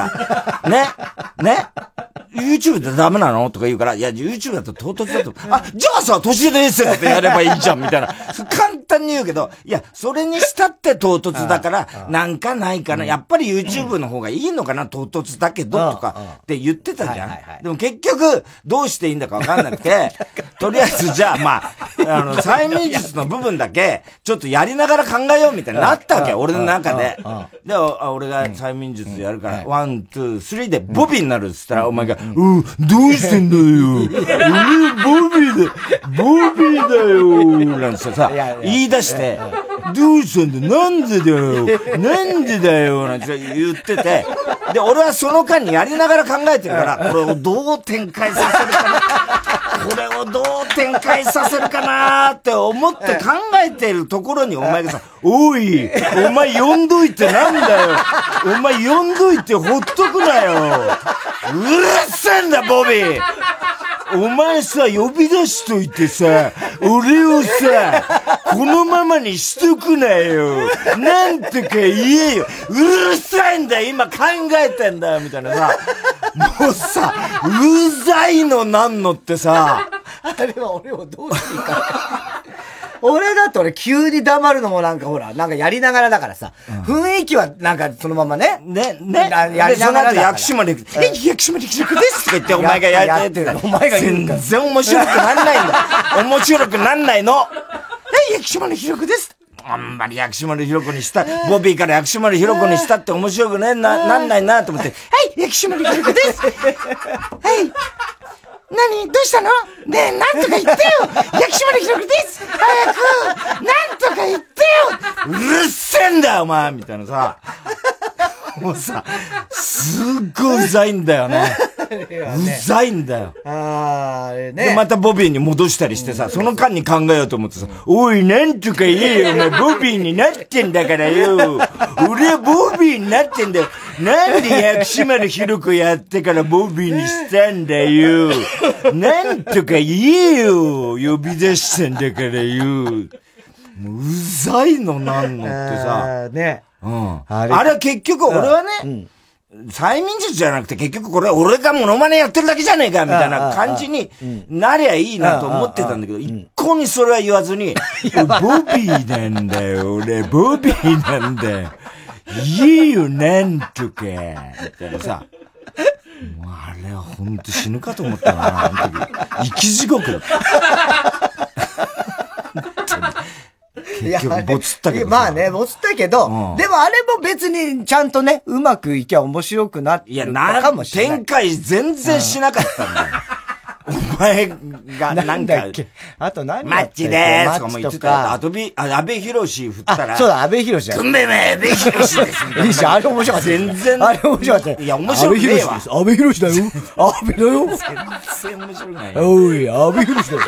ねね YouTube でダメなのとか言うから、いや、YouTube だと唐突だと。あ、じゃあさ、都市伝説ってやればいいじゃん、みたいな。簡単に言うけど、いや、それにしたって唐突だから、なんかないかな。やっぱり YouTube の方がいいのかな、唐突だけど、とかって言ってたじゃん。でも結局、どうしていいんだかわかんなくて、とりあえずじゃあ、まあ、あの、催眠術の部分だけ、ちょっとやりながら考えようみたいになったわけ、俺の中で。で、俺が催眠術やるから、ワン、ツー、スリーでボビーになるっつったら、お前が、うん、どうしてんだよ。俺、ボビーだ、ボビーだよ。なんてさ、言い出して、どうしたんだよ、なんでだよ、なんでだよ、なんて言ってて、で、俺はその間にやりながら考えてるから、これをどう展開させるかな、これをどう展開させるかなって思って考えてるところにお前がさ、おい、お前呼んどいてなんだよ、お前呼んどいてほっとくなよ。うるせえんだ、ボビー。お前さ、呼び出しといてさ、俺をさ、このままにしとくなよ。なんとか言えよ。うるさいんだよ、今考えてんだよ、みたいなさ。もうさ、うざいのなんのってさ。 あれは俺をどうしていいか。俺だと俺急に黙るのもなんかほら、なんかやりながらだからさ、うん、雰囲気はなんかそのままね。 ね、ね。やりながらだから。で、その後薬師丸、え、薬師丸記録ですとか言ってお前がやってる。 お前が言うから。 全然面白くなんないんだ。面白くなんないの。え、薬師丸記録です。あんまり薬師丸ひろ子にした、ボビーから薬師丸ひろ子にしたって面白くね、な、なんないなと思って、はい、薬師丸ひろ子です。はい。何どうしたのねえ、なんとか言ってよ薬師丸ひろ子です早くなんとか言ってようるせえんだよお前みたいなさ。もうさ、すっごいうざいんだよね。うざいんだよ。 あー、ね。 で、またボビーに戻したりしてさ、その間に考えようと思ってさ、おい、なんとか言えよ、お前、ボビーになってんだからよ。俺はボビーになってんだよ。なんで薬師丸ひろ子やってからボビーにしたんだよ。なんとか言えよ。呼び出してんだからよ。もううざいのなんのってさ。 ね。 うん。あれ、あれは結局俺はね、うん、 催眠術じゃなくて結局これ俺がモノマネやってるだけじゃねえかみたいな感じになりゃいいなと思ってたんだけど、一向にそれは言わずに、ボビーなんだよ、俺、ボビーなんだよ。いいよ、なんとか。みたいなさ。もうあれはほんと死ぬかと思ったな、あの時。生き地獄だった。結局、ボツったけど。 まあね、ボツったけど、うん、でもあれも別にちゃんとね、うまくいきゃ面白くなってるかもしれない。 いや、展開全然しなかったんだよ。うん、お前がなんか、 なんだっけあと何マッチでーすとかも言ってた。あとび、あ、安倍博士振ったら。 そうだ、安倍博士だ。 くんべめ、安倍博士です。 いいし、あれ面白かった。 全然。 あれ面白かった。 いや、面白くねえわ。 安倍博士だよ。安倍だよ。 全然面白くない。 おい、安倍博士だよ。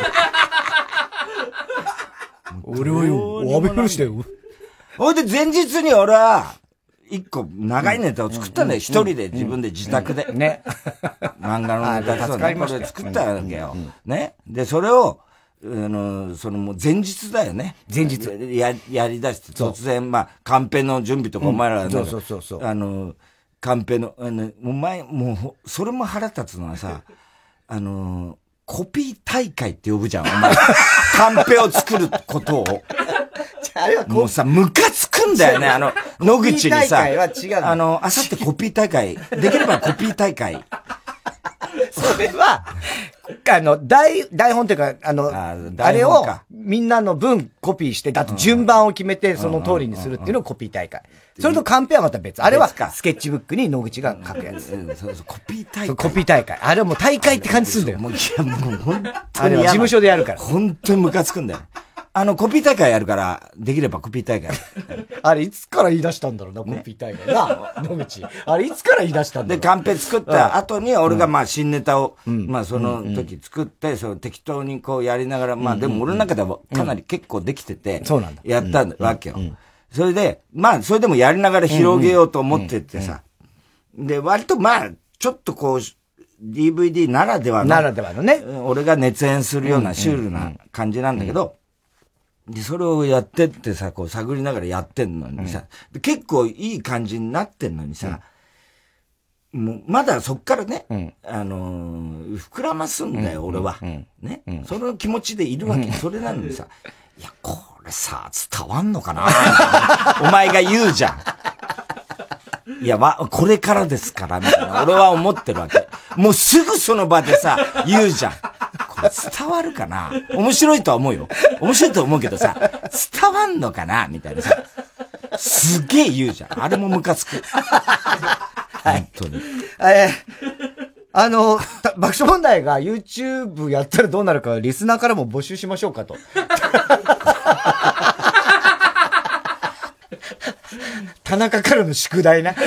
俺はよ、安倍博士だよ。 ほいで前日に俺は、一個長いネタを作ったんだよ。一人で自分で自宅で。ね。漫画のネタとかこれ作ったわけよ。ね。で、それを、あの、そのもう前日だよね。 前日。 や、やり出して、突然、まあ、カンペの準備とかお前ら、 そうそうそうそう。 あの、カンペの、あの、お前、もう、それも腹立つのはさ、あの、コピー大会って呼ぶじゃん、お前。カンペを作ることを。もうさ、ムカつくんだよね、あの、野口にさ、あの、あさってコピー大会、できればコピー大会。 それは、あの、台、台本っていうか、あの、あ, あれをみんなの分コピーして、あと順番を決めてその通りにするっていうのをコピー大会。それとカンペはまた別。あれはスケッチブックに野口が書くやつ。 そうそう、コピー大会。 コピー大会。あれはもう大会って感じするんだよ。 もういや、もう本当に。 あれは事務所でやるから。 本当にムカつくんだよ。あの、コピー大会やるから、できればコピー大会。 あれ、いつから言い出したんだろうな、コピー大会な。野口。あれ、いつから言い出したんだろう。 で、カンペ作った後に、俺がまあ、新ネタを、まあ、その時作って、その適当にこうやりながら、まあ、でも俺の中ではかなり結構できてて、 そうなんだ。 やったわけよ。それで、まあ、それでもやりながら広げようと思っててさ。で、割とまあ、ちょっとこう、ディーブイディー ならではの。 ならではのね。 俺が熱演するようなシュールな感じなんだけど、で、それをやってってさ、こう探りながらやってんのにさ、で結構いい感じになってんのにさ、もう、まだそっからね、あのー、膨らますんだよ、俺は。ね。その気持ちでいるわけ。それなのにさ、いや、これさ、伝わんのかなお前が言うじゃん。いや、わ、これからですから、みたいな。俺は思ってるわけ。もうすぐその場でさ、言うじゃん。これ伝わるかな面白いとは思うよ。面白いと思うけどさ、伝わんのかなみたいなさ。すげえ言うじゃん。あれもムカつく。本当に。 えー、あの、爆笑問題が YouTube やったらどうなるか、リスナーからも募集しましょうかと。田中からの宿題な。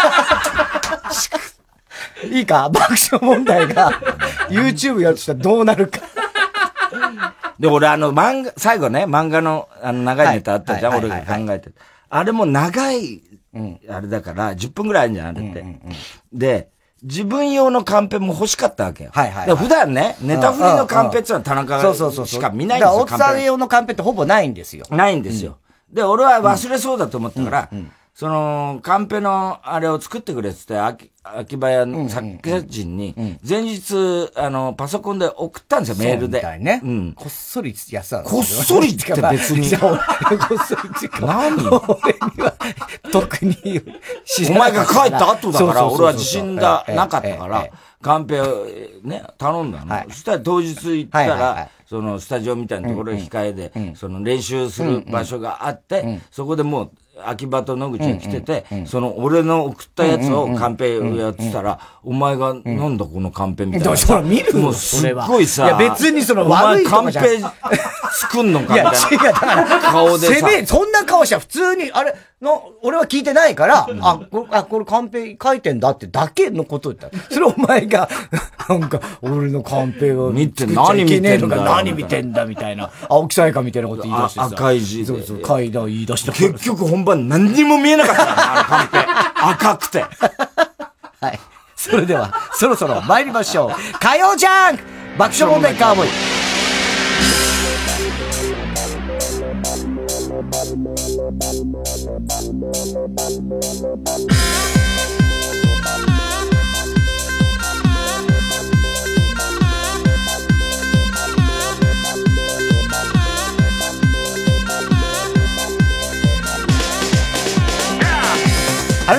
いいか爆笑問題が YouTube やるとしたらどうなるか。 で、俺あの漫画、最後ね、漫画のあの長いネタあったじゃん、はい、俺が考えてる。あれも長い、うん、あれだから、じゅっぷんぐらいあるんじゃん、あれって。うんうんうん、で、自分用のカンペも欲しかったわけよ。はいはい、はい。普段ね、ネタ振りのカンペってのは田中しか見ないんですよ。 大津さん用のカンペってほぼないんですよ。 ないんですよ。うん、で、俺は忘れそうだと思ったから、うんうんうん、その、カンペのあれを作ってくれって言って、秋、秋葉屋の作家陣に、前日、あの、パソコンで送ったんですよ、メールで。 そうみたいね。うん。こっそりやってたんですよ。こっそりって別に。 こっそりってか。 何俺には、特にお前が帰った後だから、俺は自信がなかったから、カンペをね、頼んだの。そしたら当日行ったら、そのスタジオみたいなところに控えで、その練習する場所があって、そこでもう、秋葉と野口が来てて、うんうんうん、その俺の送ったやつをカンペをやってたら、お前がなんだこのカンペみたいな。 そら見るもうすっごいさ、 いや別にその悪いとかじゃん。 お前カンペ作んのかみたいな。 いや違う、だから顔でさ。攻め、そんな顔したら普通に、あれ、の、俺は聞いてないから、うん、あ、これ、あ、これカンペ書いてんだってだけのこと言った。それお前が、なんか、俺のカンペを見て、何見てんだ何見てんだみたいな。青木さやかみたいなこと言い出してさ。 赤い字で。 そうそう、書いた言い出した。 結局本番何にも見えなかったな、あのカンペ。赤くて。 はい。それでは、そろそろ参りましょう。火曜ジャンク爆笑問題カーボーイ。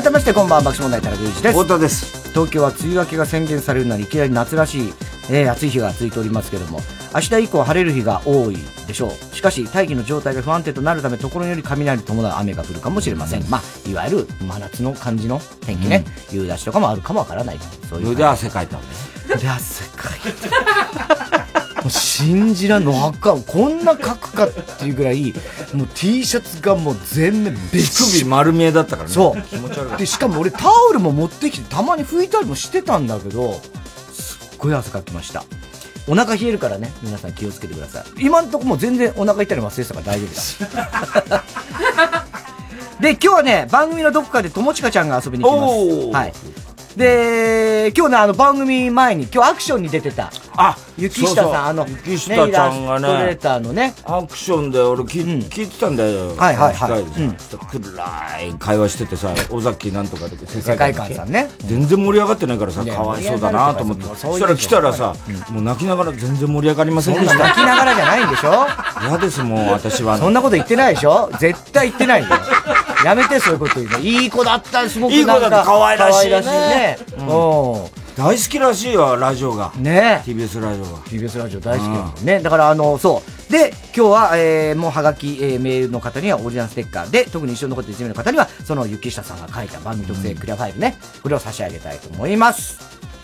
めましてこんばんは、爆笑問題田中裕二です。 太田です。 東京は梅雨明けが宣言されるなりいきなり夏らしい、えー、暑い日が続いておりますけども、明日以降晴れる日が多いでしょう。しかし大気の状態が不安定となるため、ところにより雷伴う雨が降るかもしれません。まあいわゆる真夏の感じの天気ね、うん、夕立とかもあるかもわからない。 そういうで汗かいたんだね。で汗かいた。もう信じらんの、赤こんなかくかっていうぐらい、もう T シャツがもう全面べっ首丸見えだったからね。 そう気持ち悪い。 でしかも俺タオルも持ってきてたまに拭いたりもしてたんだけど、すっごい汗かきました。お腹冷えるからね、皆さん気をつけてください。今んとこもう全然お腹痛いの忘れてたから大丈夫だ。で今日はね、番組のどこかで友近ちゃんが遊びに来ます。はい。で今日ね、あの番組前に今日アクションに出てたあ雪下さん、そうそう、あの雪下ちゃんがね、 ストレーターのねアクションで俺聞、うん、聞いてたんだよ。 はいはいはい。 うん、暗い会話しててさ、尾崎なんとかで世界観さんね、 全然盛り上がってないからさ、かわいそうだなと思って、そしたら来たらさ、うん、もう泣きながら全然盛り上がりませんでした。 泣きながらじゃないんでしょ。 嫌ですもん私は。 そんなこと言ってないでしょ。絶対言ってないよ。やめてそういうこと言うの。いい子だった、すごくなんかいい子だった、可愛らしいね。 ね、うん、 大好きらしいよラジオがね。 ティービーエス ラジオがティービーエス ラジオ大好きなんだよね。だからあのそうで今日は、えー、もうはがき、えー、メールの方にはオリジナルステッカーで、特に一緒に残っているいち名の方にはその雪下さんが書いた番組特製クリアファイルね、これを差し上げたいと思います。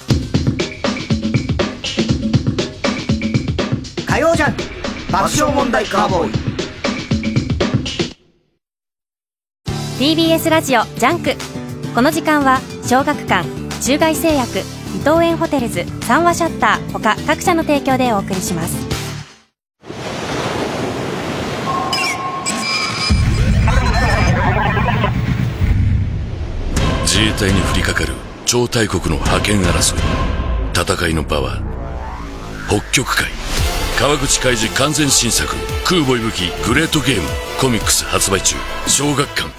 火曜ジャンク爆笑問題カーボーイ。 ティービーエス ラジオジャンク。この時間は小学館、中外製薬、伊藤園ホテルズ、三話シャッター他各社の提供でお送りします。 自衛隊に降りかかる超大国の覇権争い。戦いの場は北極海。川口海事完全新作空母息吹グレートゲームコミックス発売中。小学館。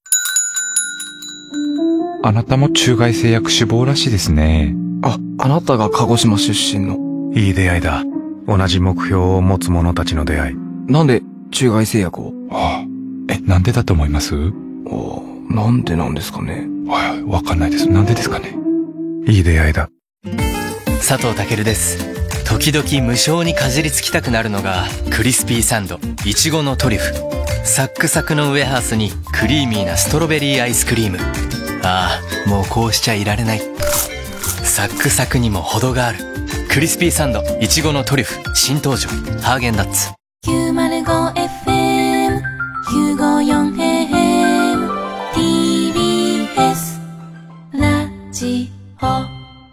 あなたも中外製薬志望らしいですね。 あ、あなたが鹿児島出身の。 いい出会いだ。同じ目標を持つ者たちの出会い。 なんで中外製薬を？ はあ、え、なんでだと思います？ああ、なんでなんですかね。 はい、わかんないです。なんでですかね。いい出会いだ。 佐藤健です。時々無性にかじりつきたくなるのがクリスピーサンドいちごのトリュフ。サックサクのウエハースにクリーミーなストロベリーアイスクリーム。ああ、もうこうしちゃいられない。サックサクにも程がある。クリスピーサンドいちごのトリュフ新登場。ハーゲンダッツ。 きゅうまるごエフエム きゅうごよんエーエム ティービーエス ラジオ。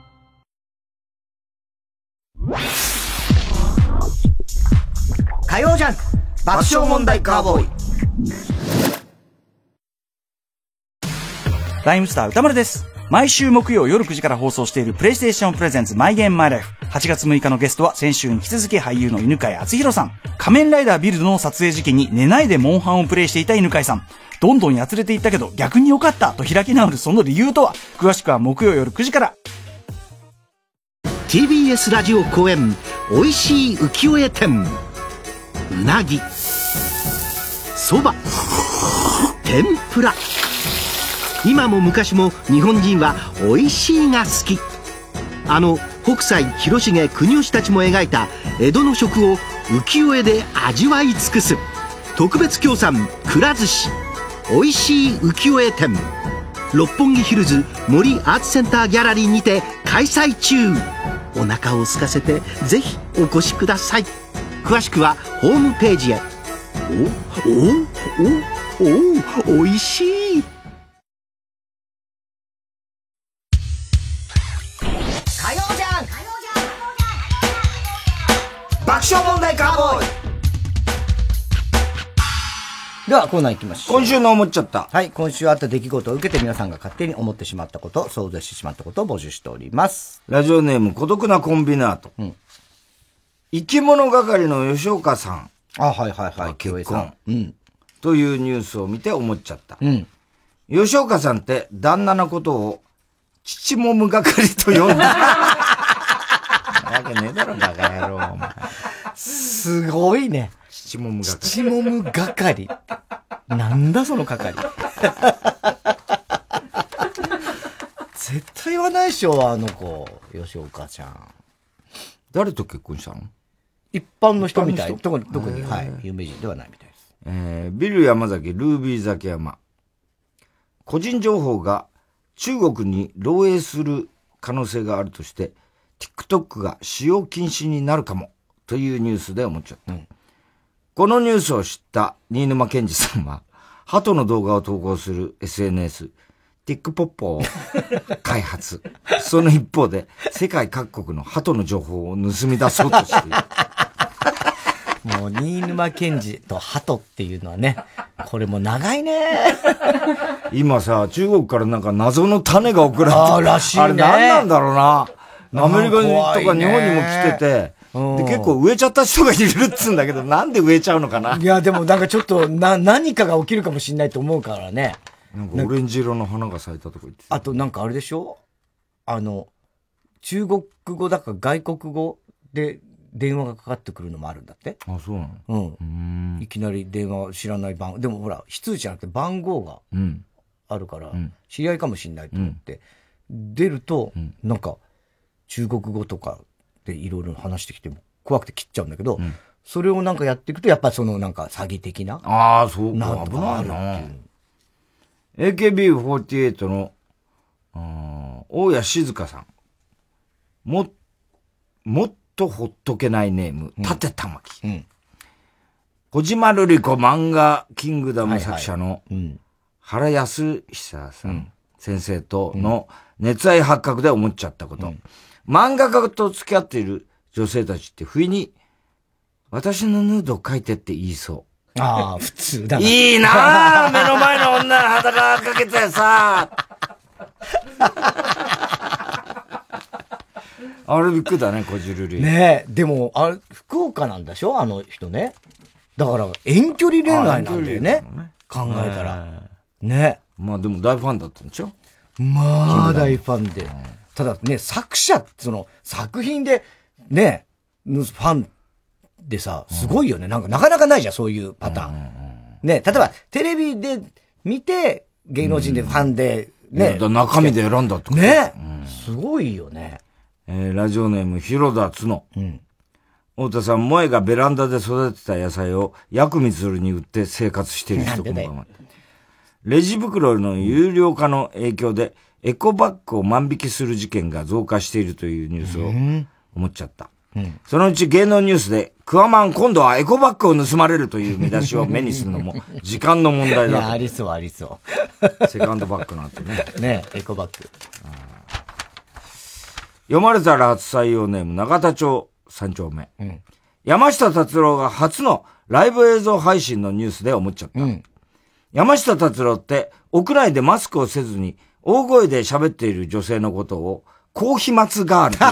火曜ジャンク爆笑問題カーボーイ。 ライムスター歌丸です。毎週木曜夜くじから放送しているプレイステーションプレゼンツマイゲームマイライフ。はちがつむいかのゲストは先週に引き続き俳優の犬飼敦弘さん。仮面ライダービルドの撮影時期に寝ないでモンハンをプレイしていた犬飼さん。どんどんやつれていったけど逆に良かったと開き直るその理由とは。詳しくは木曜夜くじから。 ティービーエス ラジオ公演おいしい浮世絵展。うなぎ、そば、天ぷら。今も昔も日本人はおいしいが好き。あの北斎、広重、国吉たちも描いた江戸の食を浮世絵で味わい尽くす特別協賛くら寿司おいしい浮世絵展。六本木ヒルズ森アーツセンターギャラリーにて開催中。お腹を空かせてぜひお越しください。詳しくはホームページへ。おおおおおいしい。 火曜ジャンク爆笑問題カーボーイ。ではコーナー行きましょう。 今週の思っちゃった。 はい、今週あった出来事を受けて皆さんが勝手に思ってしまったこと、想像してしまったことを募集しております。 ラジオネーム孤独なコンビナート。うん。生き物係の吉岡さん。 あ、はいはいはい。 結婚。 うん。 というニュースを見て思っちゃった。 うん。 吉岡さんって旦那のことを父もむ係と呼んだ。なわけねえだろ、バカ野郎。お前すごいね。 父もむ係。 父もむ係。なんだその係。 絶対言わないでしょ、あの子。吉岡ちゃん。 誰と結婚したの？ 一般の人みたい。特に、特に、はい。有名人ではないみたいです。 えー、ビル山崎、ルービー崎山。個人情報が中国に漏洩する可能性があるとして、TikTok が使用禁止になるかもというニュースで思っちゃった。うん、このニュースを知った新沼謙治さんは、鳩の動画を投稿する エスエヌエス、TikPop を開発。その一方で、世界各国の鳩の情報を盗み出そうとしている。 もう、新沼謙治と鳩っていうのはね、これも長いね。 今さ、中国からなんか謎の種が送られてあらしいね。 あれ何なんだろうな。アメリカとか日本にも来てて、で結構植えちゃった人がいるっつうんだけど、なんで植えちゃうのかな。 いや、でもなんかちょっと、な、何かが起きるかもしれないと思うからね。 なんかオレンジ色の花が咲いたとか言ってあとなんかあれでしょ？あの、中国語だか外国語で電話がかかってくるのもあるんだって。 あ、そうなの？ うん。いきなり電話知らない番号。でもほら、非通知じゃなくて番号があるから、うん、知り合いかもしれないと思って、うん、出ると、うん、なんか中国語とかでいろいろ話してきても怖くて切っちゃうんだけど、うん、それをなんかやっていくと、やっぱそのなんか詐欺的な。 ああ、そうか。危ないな。エーケービーフォーティーエイト の、大谷静香さん。も、もっとほっとけないネーム、立玉木。うん。小島瑠璃子漫画キングダム作者の原康久さん、先生との熱愛発覚で思っちゃったこと。うん、漫画家と付き合っている女性たちって不意に私のヌードを描いてって言いそう。 ああ、普通だな。いいなぁ目の前の女に裸かけてさあれびっくりだね、こじるり。 ねえ、でも、あれ、福岡なんでしょあの人ね。だから、遠距離恋愛なんだよね。ね考えたら。ね。 まあでも大ファンだったんでしょ？ まあ、大ファンで。ただね、作者、その、作品で、ね、ファンでさ、すごいよね。なんか、なかなかないじゃん、そういうパターン。ね、例えば、テレビで見て、芸能人でファンで、ね。 中身で選んだってことね。すごいよね。 えー、ラジオネーム、広田つの。うん。太田さん、萌えがベランダで育てた野菜を薬味するに売って生活している人もレジ袋の有料化の影響で、エコバッグを万引きする事件が増加しているというニュースを思っちゃった。うん、そのうち芸能ニュースで、クワマン今度はエコバッグを盗まれるという見出しを目にするのも時間の問題だと。いや、 ありそうありそう。 セカンドバッグなんてね。 ねエコバッグ。 読まれたら初採用ネーム、永田町三丁目。うん、山下達郎が初のライブ映像配信のニュースで思っちゃった。うん、山下達郎って屋内でマスクをせずに大声で喋っている女性のことを高飛沫ガールという。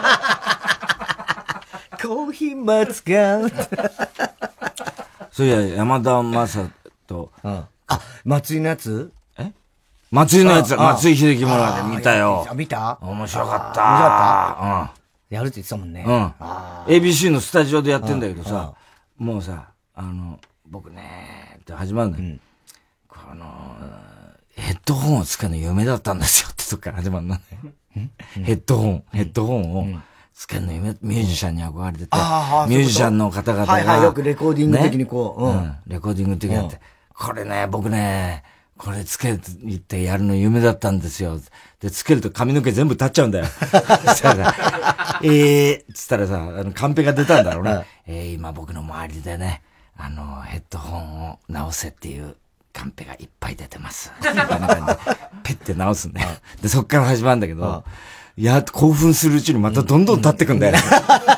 高飛沫ガール。 そういや、山田正と、うん、 あ、松井のやつえ松井のやつ、松井秀喜もらで見たよ。 見た面白かった。面白かったうん。やるって言ってたもんね。 うん。エービーシー のスタジオでやってんだけどさ、もうさ、あの、僕ね、って始まるんだよ。うん、この、ヘッドホンを使うの夢だったんですよってとこから始まるのね。ヘッドホン、ヘッドホンをつけるの夢、ミュージシャンに憧れてて、ミュージシャンの方々が、 はいはい、よくレコーディング的にこう、 うん、レコーディング的にやって、これね、僕ね、これつけてやるの夢だったんですよ。で、つけると髪の毛全部立っちゃうんだよ。そしたらさ、えー、つったらさ、あの、カンペが出たんだろうね。えー、今僕の周りでね、あの、ヘッドホンを直せっていう、カンペがいっぱい出てます。みたいな感じで、ペッて直すんだよ。で、そっから始まるんだけど、いや、興奮するうちにまたどんどん立ってくんだよね。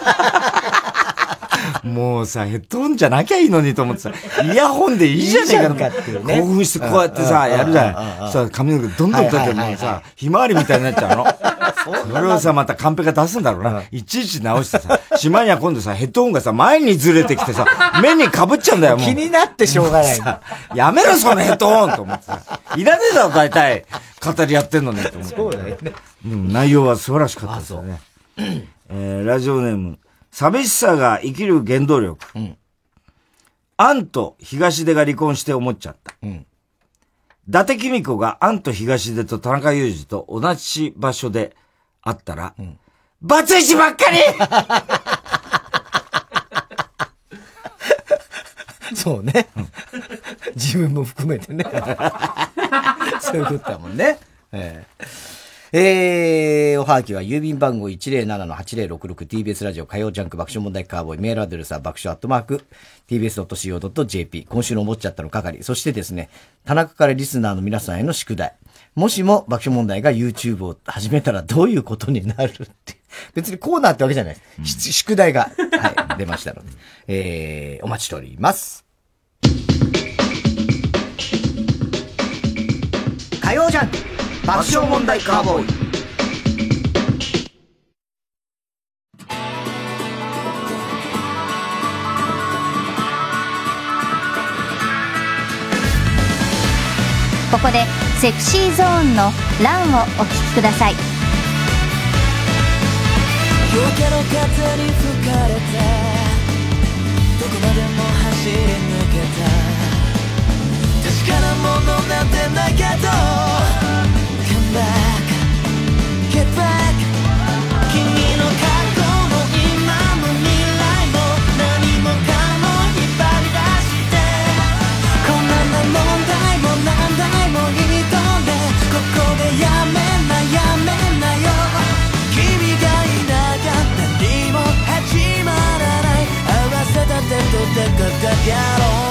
もうさ、ヘッドホンじゃなきゃいいのにと思ってさ、イヤホンでいいじゃねえかと。興奮してこうやってさ、やるじゃん。さ、髪の毛どんどん立ってもうさ、ひまわりみたいになっちゃうの。それをさ、またカンペが出すんだろうな。いちいち直してさ、しまいには今度さ、ヘッドホンがさ、前にずれてきてさ、目に被っちゃうんだよ、もう。 気になってしょうがない。 やめろ、そのヘッドホンと思ってさ。いらねえだろ、大体。語りやってんのに、と思って。 そうだよね。 うん、内容は素晴らしかったですよね。えー、ラジオネーム、寂しさが生きる原動力。うん。アンと東出が離婚して思っちゃった。うん。 伊達公子がアンと東出と田中裕二と同じ場所で会ったら、うん、バツイチばっかりそうね。自分も含めてね。そういうことだもんね。えー、えー、おはがきは郵便番号 いちゼロななのはちゼロろくろく ティービーエス ラジオ火曜ジャンク爆笑問題カーボーイメールアドレスは爆笑アットマーク ティービーエスドットシーオードットジェーピー 今週の思っちゃったの係。そしてですね、田中からリスナーの皆さんへの宿題。もしも爆笑問題が YouTube を始めたらどういうことになるって。別にコーナーってわけじゃないです。うん、宿題が、はい、出ましたので。えー、お待ちしております。火曜ジャンク爆笑問題カーボーイ。 ここでセクシーゾーンのランをお聴きください。 夜明けの風に吹かれてどこまでも走り抜けた確かなものなんてないけど Come back Get back 君の過去も今も未来も何もかも引っ張り出してこんな問題も何台も挑んでここでやめなやめなよ君がいなかった何も始まらない合わせた手と手がかけろ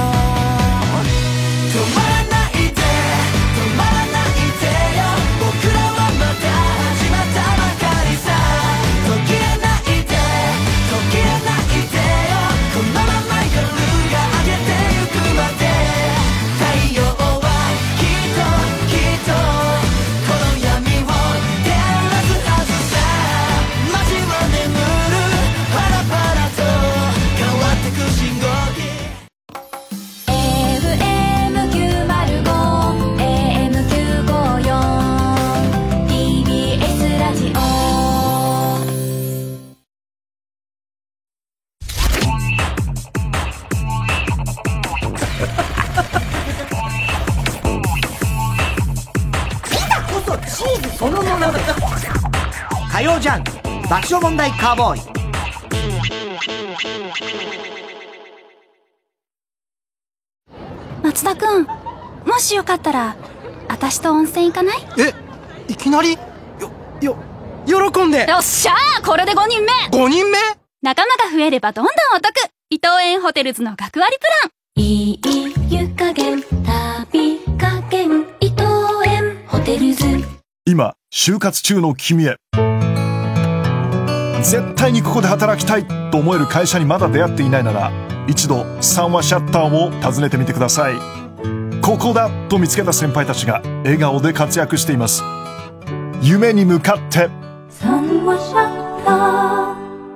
止まらないで止まらないでよ僕らはまだ始まったばかりさ途切れないで途切れないでよこのまま夜が明けてゆくまで太陽はきっときっとこの闇を照らすはずさ街は眠るパラパラと変わってく信号機そのものだ。火曜ジャンク爆笑問題カーボーイ。 松田くん、もしよかったら私と温泉行かない？ え、いきなり？よ、よ、喜んで。 よっしゃー、これでごにんめ。 ごにんめ？ 仲間が増えればどんどんお得。伊藤園ホテルズの学割プラン。いい湯加減、旅加減、伊藤園ホテルズ。 今就活中の君へ、絶対にここで働きたいと思える会社にまだ出会っていないなら一度三話シャッターを訪ねてみてください。ここだと見つけた先輩たちが笑顔で活躍しています。夢に向かって三話シャッター。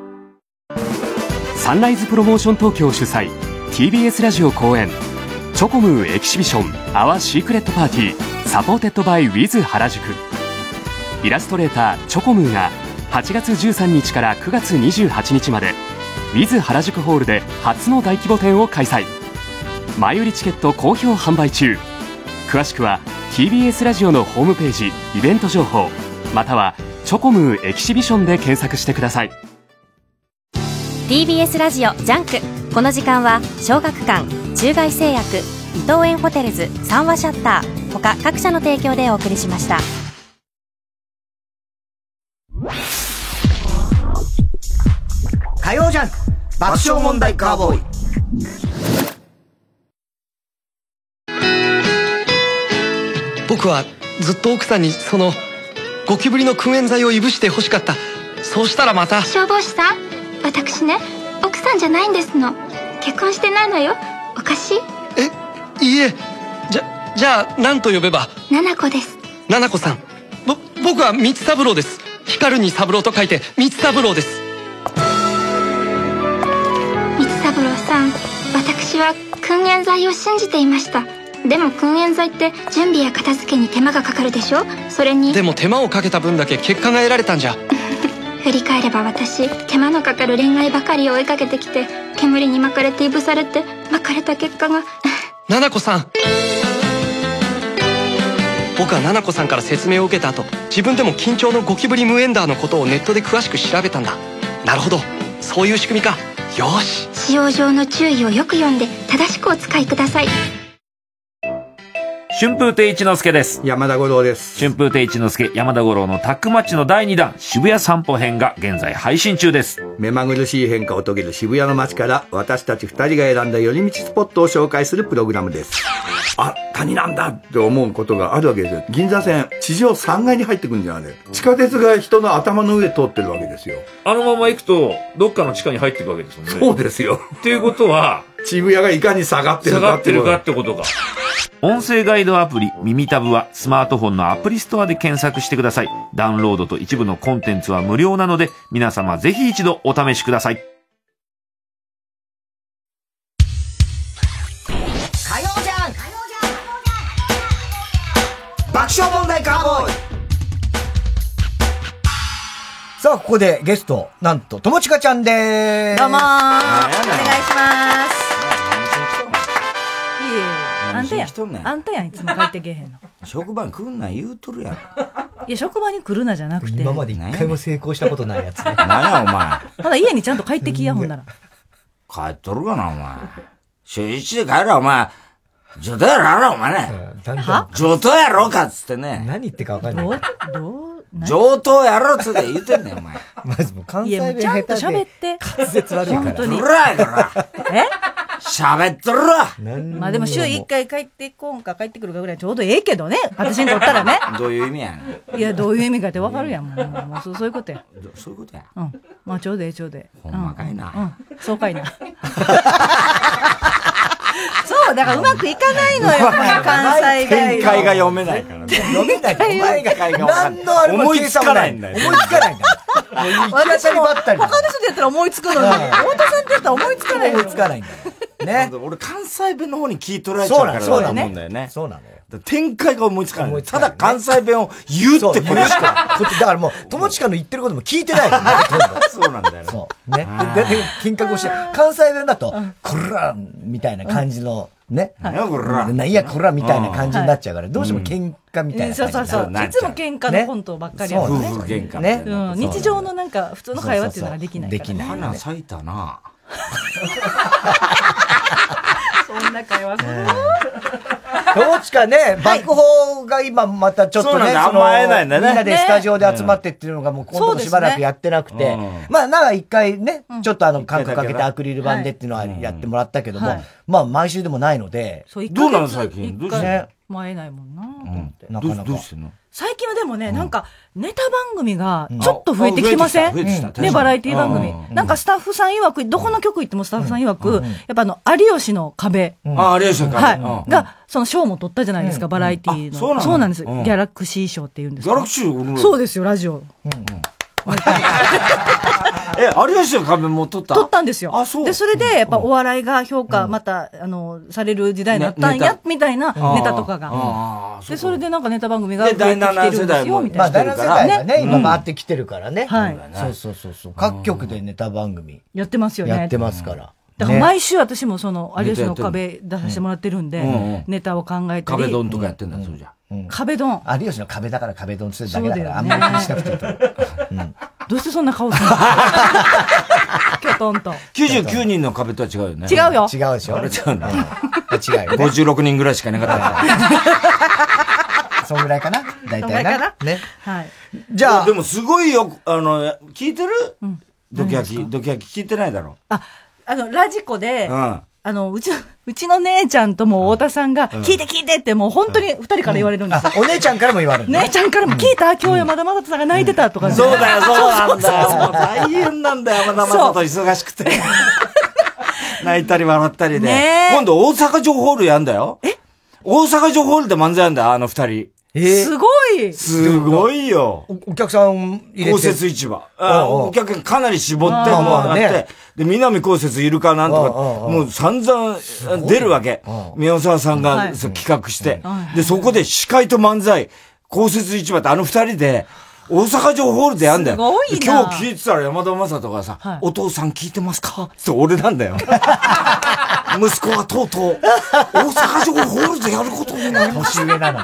サンライズプロモーション東京主催 ティービーエス ラジオ公演チョコムーエキシビションアワーシークレットパーティーサポーテッドバイウィズ原宿。イラストレーターチョコムーがはちがつじゅうさんにちからくがつにじゅうはちにちまでウィズ原宿ホールで初の大規模展を開催。前売りチケット好評販売中。詳しくは ティービーエス ラジオのホームページイベント情報またはチョコムーエキシビションで検索してください。 ティービーエス ラジオジャンク。この時間は小学館、中外製薬、伊藤園ホテルズ、三話シャッター他各社の提供でお送りしました。 火曜ジャンク爆笑問題カーボーイ。 僕はずっと奥さんにそのゴキブリの燻煙剤をいぶして欲しかった。そうしたらまた。 消防士さん、私ね、奥さんじゃないんですの。結婚してないのよ。おかしい？ え、いいえ。じゃ、じゃあ何と呼べば？ 七子です。 七子さん。ぼ、僕は三三郎です。光に三郎と書いて三三郎です。 三三郎さん、私は燻煙剤を信じていました。でも燻煙剤って準備や片付けに手間がかかるでしょ。それに。 でも手間をかけた分だけ結果が得られたんじゃ。 振り返れば私、手間のかかる恋愛ばかりを追いかけてきて、煙に巻かれていぶされて巻かれた結果が。 七子さん、 僕は七子さんから説明を受けた後、自分でも緊張のゴキブリムエンダーのことをネットで詳しく調べたんだ。なるほど、そういう仕組みか。よし。 使用上の注意をよく読んで正しくお使いください。 春風亭一之輔です。 山田五郎です。 春風亭一之輔、山田五郎のタッグマッチのだいにだん、渋谷散歩編が現在配信中です。 目まぐるしい変化を遂げる渋谷の街から私たち二人が選んだ寄り道スポットを紹介するプログラムです。あ、谷なんだって思うことがあるわけですよ。銀座線、地上さんがいに入ってくるんじゃない。地下鉄が人の頭の上通ってるわけですよ。 あのまま行くと、どっかの地下に入っていくわけですもんね。 そうですよ。 っていうことは、 渋谷がいかに下がってるか下がってるかってことか。音声ガイドアプリ耳タブはスマートフォンのアプリストアで検索してください。ダウンロードと一部のコンテンツは無料なので、皆様ぜひ一度お試しください。 火曜じゃん爆笑問題カーボーイ。さあ、ここでゲスト、なんと、友近ちゃんでーす。 どうもー。お願いします。いえいえ、あんたやん。あんたやん、いつも帰ってけえへんの。 職場に来んな言うとるやん。 いや、職場に来るなじゃなくて。 今まで一回も成功したことないやつね。 何やお前。 ほな、家にちゃんと帰ってきや、ほんなら。 帰っとるかな、お前。週一で帰ら、お前。上等やろ、あら、お前ね。 は上等やろかっつってね。 何言ってか分かんない。 どう、どう、 上等やろっつって言ってんねん、お前。 まずもう関西弁下手で。いや、ちゃんと喋って。 滑舌悪いから。 本当に。 うらやから。 え喋っとるわ。 まあでも週一回帰ってこんか帰ってくるかぐらいちょうどええけどね。私にとったらね。 どういう意味やねん。いや、どういう意味かってわかるやん。もう、もうそう、そういうことや。 そういうことや。 うん。まあちょうどええ、ちょうどええ。 ほんまかいな。 うん。そうかいな。そう、だからうまくいかないのよ、関西弁。 展開が読めないからね。 読めない。お前が何のあれも思いつかないんだよ。 思いつかないんだ。 私も、他の人でやったら思いつくのに、太田さんってやったら思いつかない。 思いつかないんだよ。ね。 俺関西弁の方に聞い取られちゃうからそうだと思うんだよね。 そうなのよ。 展開が思いつかない。ただ関西弁を言うってことしか。 だからもう、友近の言ってることも聞いてない。 そうなんだよね。 そう。ね。で、金額をして、関西弁だと、こらみたいな感じの、ね。 何やこら。 何やこらみたいな感じになっちゃうから、どうしても喧嘩みたいな感じ。 そうそうそう。いつも喧嘩のコントばっかりやもんね。 夫婦喧嘩。 ね。 日常のなんか、普通の会話っていうのができない。 できない。 花咲いたな。 そんな会話する。 友近ね、爆砲が今またちょっとね、 あんま会えないんだね。 みんなでスタジオで集まってっていうのがもう今度しばらくやってなくて、まあなんか一回ね、ちょっとあの、間隔かけてアクリル板でっていうのはやってもらったけども、まあ毎週でもないので、 どうなの最近どうして会えないもんな。 なかなか。 どうしてんの最近はでもね、なんか、ネタ番組がちょっと増えてきてませんね、バラエティ番組。なんかスタッフさん曰く、どこの局行ってもスタッフさん曰く、やっぱあの、有吉の壁。 あ、有吉の壁。 はい。が、その賞も取ったじゃないですか、バラエティの。そうなんです。ギャラクシー賞って言うんです。 ギャラクシーそうですよ、ラジオ。 え、有吉の壁も取った取ったんですよ。 あ、そう。 で、それで、やっぱお笑いが評価、また、あの、される時代になったんや、みたいなネタとかが。で、それでなんかネタ番組が増えてきてるんですよ、みたいな。 まあ、だいなな世代がね、今回ってきてるからね。 はい。 そうそうそうそう。各局でネタ番組。 やってますよね。 やってますから。 だから毎週私もその、有吉の壁出させてもらってるんで、ネタを考えて。 壁ドンとかやってんだ、そうじゃ。 壁ドン。 有吉の壁だから壁ドンするだけだから、あんまり気にしなくていいと。 どうしてそんな顔するのきょとんと。 きゅうじゅうきゅうにんの壁とは違うよね。 違うよ。 違うでしょ。 あれ違うんだ。 違うよ。 ごじゅうろくにんぐらいしかいなかったから。 そんぐらいかな大体な。ね。 はい。 じゃあ。でもすごいよ、あの、聞いてるドキ焼き、ドキ焼き聞いてないだろ。 あ、あの、ラジコで、あの、うちの、うちの姉ちゃんとも太田さんが、聞いて聞いてってもう本当に二人から言われるんですよ。 お姉ちゃんからも言われる。 姉ちゃんからも聞いた今日山田正人さんが泣いてたとか。 そうだよ、そうなんだよ。もう大変なんだよ、山田正人忙しくて。泣いたり笑ったりで。今度大阪城ホールやんだよ。え大阪城ホールで漫才やんだよ、あの二人。 すごいすごいよ。 お客さん入れて。 公設市場。お客さんかなり絞ってもらって、で、南公設いるかなんとか、もう散々出るわけ。宮沢さんが企画して。で、そこで司会と漫才、公設市場ってあの二人で、大阪城ホールでやんだよ。 すごいな。 今日聞いてたら山田正人がさ、お父さん聞いてますかって俺なんだよ。息子はとうとう、大阪城ホールでやることになりました。 年上なのに。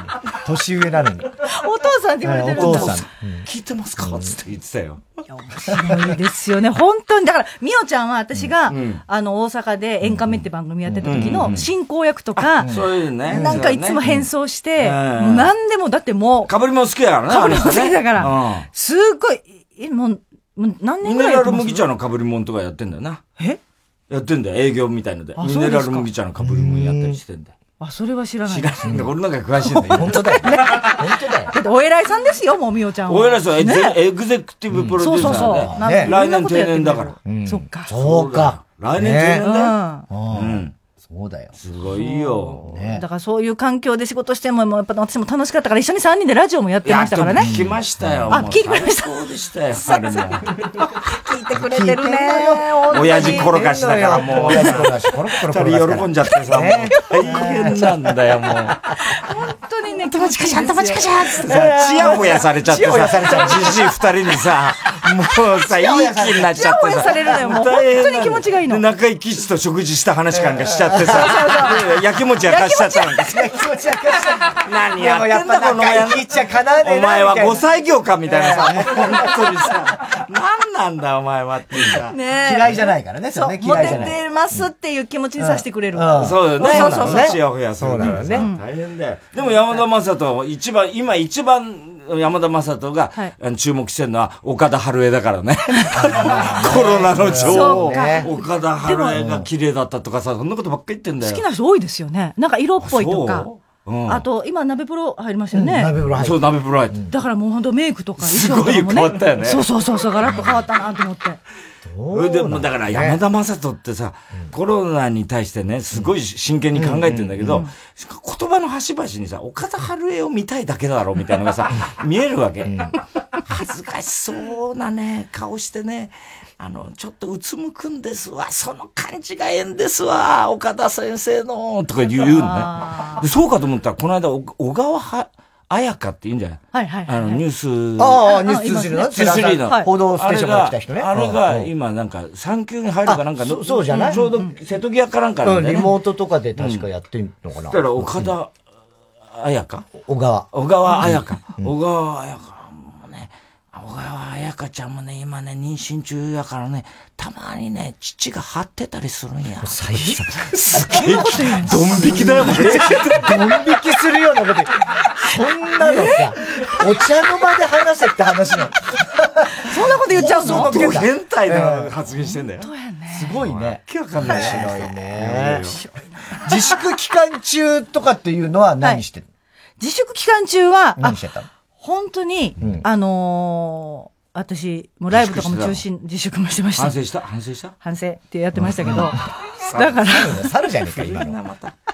年上なのに。 お父さんって言われてるんだ。 お父さん。 聞いてますかつって言ってたよ。 面白いですよね。本当に。だから、みおちゃんは私が、うん、あの、大阪でエンカメって番組やってた時の進行役とか、 そういうね。 なんかいつも変装して、もう何でも、だってもう、 かぶりも好きだからね。 かぶりも好きだから、すっごい、え、もう、もう何年ぐらいやってます？ミネラル麦茶のかぶりもんとかやってんだよな。 えやってんだよ、営業みたいので。ミネラル麦茶のかぶりもんやったりしてんだよ。 あ、それは知らない。 知らないんだ。俺なんか詳しいんだよ。 本当だよ。本当だよ。 だってお偉いさんですよ、もうみおちゃんは。 お偉いさん、エグゼクティブプロデューサーで。そうそうそう。来年定年だから。 そっか。 そうか。 来年定年だよ。うん。 そうだよ。 すごいよ。 だからそういう環境で仕事しても、やっぱ私も楽しかったから、一緒にさんにんでラジオもやってましたからね。 聞きましたよ。 あ、聞いてくれました。 そうでしたよ、あれも。 聞いてくれてるね。 親父転がしだからもう。 親父転がし、コロコロ二人喜んじゃってさ、もう大変なんだよ、もう。 本当にね、気持ちかしゃんとまちかしゃんってさ、チヤホヤされちゃってさ、じじい二人にさ、もうさ、いい気になっちゃってさ。 チヤホヤされるのよ、もう本当に気持ちがいいの。 中井貴一と食事した話なんかしちゃってさ、焼き餅焼かしちゃったんです。 焼き餅焼かしちゃった。 何やってんだこの親聞いちゃかなねえな。 お前はごさい業かみたいなさ、本当にさ、何なんだお前はっていうさ。 嫌いじゃないからね、 そう、モテてますっていう気持ちにさせてくれる。 そうよね。 そうそうそう。 チヤホヤするからね。大変だよ。でも山田正人、一番、今一番、山田正人が、はい、注目してるのは岡田春江だからね。コロナの女王。岡田春江が綺麗だったとかさ、そんなことばっかり言ってんだよ。 好きな人多いですよね。なんか色っぽいとか。うん、あと、今、鍋プロ入りましたよね。うん、 鍋プロ入そう、鍋プロ入って。 だからもう本当メイクとか衣装とかもね。すごい変わったよね。 そうそうそう、ガラッと変わったなと思って。 それでも、だから山田正人ってさ、うん、コロナに対してね、すごい真剣に考えてるんだけど、うんうんうん、言葉の端々にさ、岡田春江を見たいだけだろうみたいなのがさ、見えるわけ。うん、恥ずかしそうなね、顔してね、あの、ちょっとうつむくんですわ。その感じがええんですわ。岡田先生の、とか言うのね。でそうかと思ったら、この間、小川は、彩香って言うんじゃない？ はいはいはい。 あの、ニュース。 ああ、ニュースにじゅうのにじゅうさんの。 報道ステーションから来た人ね。 あれが、今なんか、産休に入るかなんかの、 そうじゃないちょうど、瀬戸際かなんかなんだよね。 リモートとかで確かやってんのかな。 だから、岡田彩香？ 小川。 小川彩香。小川彩香。小川彩香ちゃんもね、今ね、妊娠中やからね、たまにね、乳が張ってたりするんや。 最悪。 すげえ、ドン引きだよ、もう。 ドン引きするようなこと。そんなのさ、お茶の間で話せって話なの。 そんなこと言っちゃうの？ 変態な発言してんだよ。 すごいね。 わかんない。 面白いね。自粛期間中とかっていうのは何してる？ 自粛期間中は、 何してたの？ 本当に、うん、あのー、私、もうライブとかも中止、自粛もしてました。 反省した反省した反省ってやってましたけど。だから。 猿じゃねえか、今の。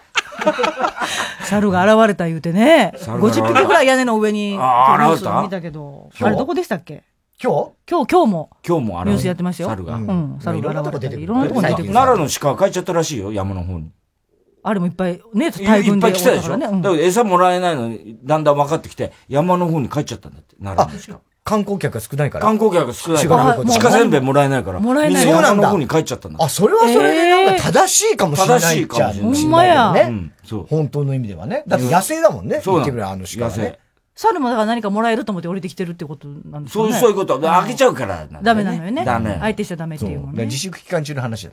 猿が現れた言うてね。ごじゅっぴきぐらい屋根の上に、ニュースを見たけど。あれどこでしたっけ？ 今日今日、今日も。 今日もあれ。 ニュースやってますよ。 猿が。 うん。猿が現れたり。いろんなとこに出てくる。 奈良の鹿帰っちゃったらしいよ、山の方に。 あれもいっぱい、ね、大群で。 いっぱい来たでしょ。だから餌もらえないのに、だんだん分かってきて、山の方に帰っちゃったんだって、奈良の鹿。 観光客が少ないから。 観光客が少ないから。鹿せんべいもらえないから。 もらえない。 みんな山の方に帰っちゃったんだ。 あ、それはそれでなんか正しいかもしれない。 正しいかもしれない。 ほんまや。 ね。本当の意味ではね。だって野生だもんね。 そう言ってくれ、あの鹿はね。 猿もだから何かもらえると思って降りてきてるってことなんですかね。 そう、そういうこと。開けちゃうから。 ダメなのよね。 ダメ。 相手しちゃダメっていうもんね。 自粛期間中の話だ。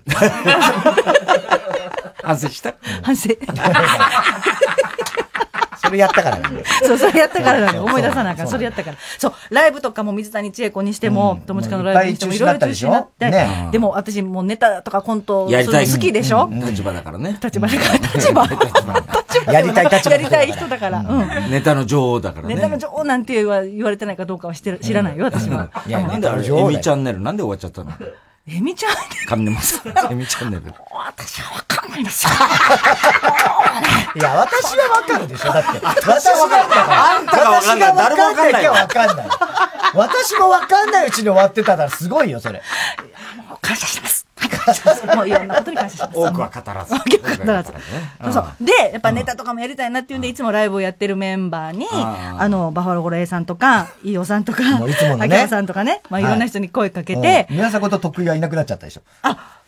反省した反省。 それやったからなんだよ。 そう、それやったからなんだよ。思い出さなあかん。それやったから。そう、ライブとかも水谷千恵子にしても、友近のライブにしてもいろいろ中止になって。でも私もうネタとかコントやりたい好きでしょ？ 立場だからね。 立場だから。立場やりたい立場。 やりたい人だから。うん。 ネタの女王だからね。 ネタの女王なんて言われてないかどうかは知らないよ、私は。 なんであれ、エミチャンネルなんで終わっちゃったの？ エミチャンネル上沼さん。エミチャンネル。 私はわかんないですよ。 いや、私はわかるでしょ。だって。私はわかんない。あんたがわかんない。誰もわかんない。 わかんない。私もわかんないうちに終わってたらすごいよ、それ。 感謝します。もういろんなことに感謝します。 多くは語らず。 多くは語らず。そうそう。で、やっぱネタとかもやりたいなっていうんで、いつもライブをやってるメンバーに、あの、バファローゴロ A さんとか、飯尾さんとか、秋山さんとかね、まあいろんな人に声かけて。 宮迫と徳井はいなくなっちゃったでしょ。 あ、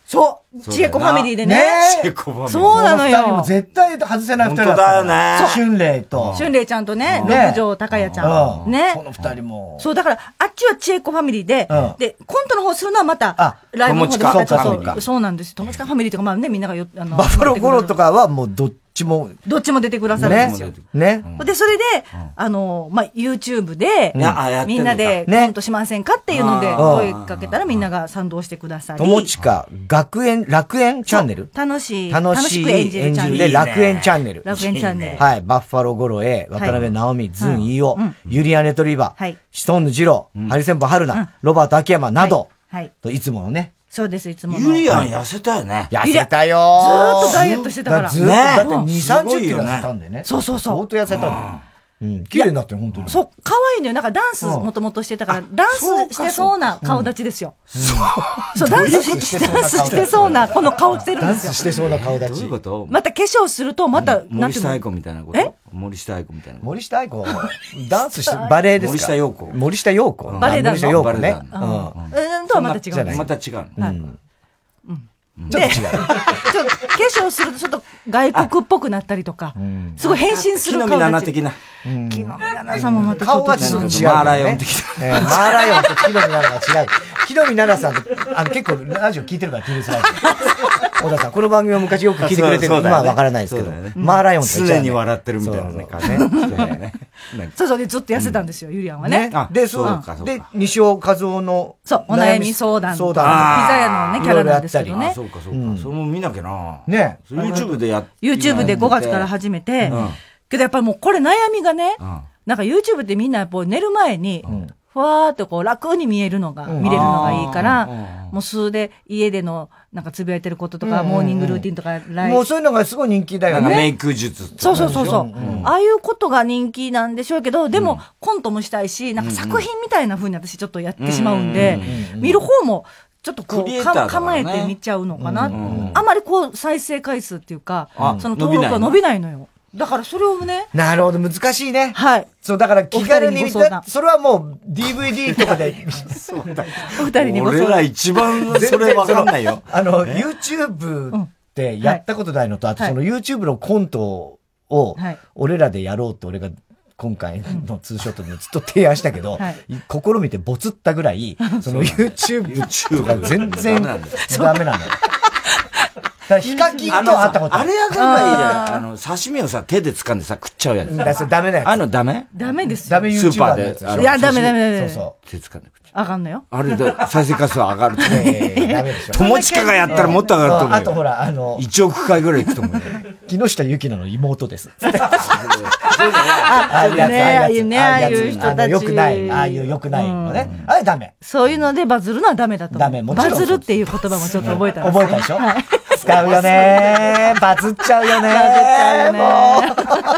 そう。ちえこファミリーでね。 ちえこファミリー。 そうなのよ。 この二人も絶対外せない二人だった。 本当だよね。 春麗と。 春麗ちゃんとね、六条高也ちゃん。ね。 この二人も。 そう、だから、あっちはちえこファミリーで、で、コントの方するのはまた、ライブの方で。 そうか、そうか。 そうなんです。友近ファミリーとか、まあね、みんながよ、あの、 バッファローゴロとかはもうどっちも。 どっちも出てくださるんですよ。 ね。 で、それで、あの、まあ、YouTube で、みんなでコントしませんかっていうので、声かけたらみんなが賛同してくださり。 友近、学園、楽園チャンネル楽しい。 楽しい演じるチャンネル。で、楽園チャンネル。 楽園チャンネル。 はい。バッファローゴロエ、渡辺直美、ズン飯尾、ユリアネトリバー、シトンヌジロー、ハリセンボ春菜、ロバート秋山など、いつものね。 そうです、いつもの。ユリアン痩せたよね。 痩せたよずーっとダイエットしてたから。 ずーっと、だってに、さんじゅっキロ痩せたんだよね。 そうそうそう。 相当痩せたんだよ。うん。綺麗になってる、本当に。 そう、可愛いのよ。なんかダンスもともとしてたから、ダンスしてそうな顔立ちですよ。そう。そう、ダンスしてそうな、この顔してるんですよ。 ダンスしてそうな顔立ち。 どういうこと？ また化粧すると、また、 森下愛子みたいなことえ森下愛子みたいな。 森下愛子ダンスして、バレエですか？ 森下陽子。 森下陽子。 バレエだ。 森下陽子ね。 うん。とはまた違う。 また違う。 うん。 ちょっと違う。 ちょっと化粧するとちょっと外国っぽくなったりとか、すごい変身する顔立ち。 木の実奈々的な。 木の実奈々さんもまた顔がちょっと違う。 マーライオン的な。マーライオンと木の実奈々が違う。木の実奈々さんって、あの結構ラジオ聞いてるから ティービーエス ラジオ。小田さん、この番組を昔よく聞いてくれてる。今はわからないですけど。マーライオンって常に笑ってるみたいなね。 そうそう、でずっと痩せたんですよ、ゆりやんはね。 で、そう。で、西尾和夫の。 そう、お悩み相談。相談。ピザ屋のね、キャラなんですけどね。 そうか、そうか。それも見なきゃな。 ね。 YouTube でやっ YouTube でごがつから始めて、けどやっぱりもうこれ悩みがね、なんか YouTube ってみんなやっぱ寝る前に、ふわーっとこう楽に見えるのが、見れるのがいいから、もう数で家でのなんかつぶやいてることとか、モーニングルーティンとか、 ライブ。もうそういうのがすごい人気だよね。 メイク術。 そうそうそうそう。ああいうことが人気なんでしょうけど、でもコントもしたいし、なんか作品みたいな風に私ちょっとやってしまうんで、見る方も、ちょっとこう、か構えて見ちゃうのかな。あまりこう、再生回数っていうか、その登録が伸びないのよ。だからそれをね。 なるほど、難しいね。 はい。 そう、だから気軽に見た、それはもう ディーブイディー とかで。 そうだ。 お二人にご相談。 俺ら一番それわかんないよ。 あの、YouTube ってやったことないのと、あとその YouTube のコントを、俺らでやろうって俺が、今回のツーショットでずっと提案したけど、はい、試みてボツったぐらい、その YouTube が全然ダメなんだよ。ヒカキンと会ったことあれやったらいいじゃん。あの、刺身をさ、手で掴んでさ、食っちゃうやつ。 だそれダメなやつ。 あのダメダメですよ。ダメ YouTuber スーパーで。 いや、ダメダメダメ。 そうそう。 手掴んで食っちゃう。あかんのよ。 あれで再生回数は上がるって。 ダメでしょ。 友近がやったらもっと上がると思う。 あとほら、あの、 いちおくかいぐらい行くと思う。 木下ゆきなの妹です。 ああいうね、ああいうね、ああいう人たち。 よくない。ああいうよくないのね。あれダメ。 そういうのでバズるのはダメだと思う。 ダメ、もちろん。 バズるっていう言葉もちょっと覚えたんです覚えたでしょはい。使うよねバズっちゃうよねバズっちゃうよね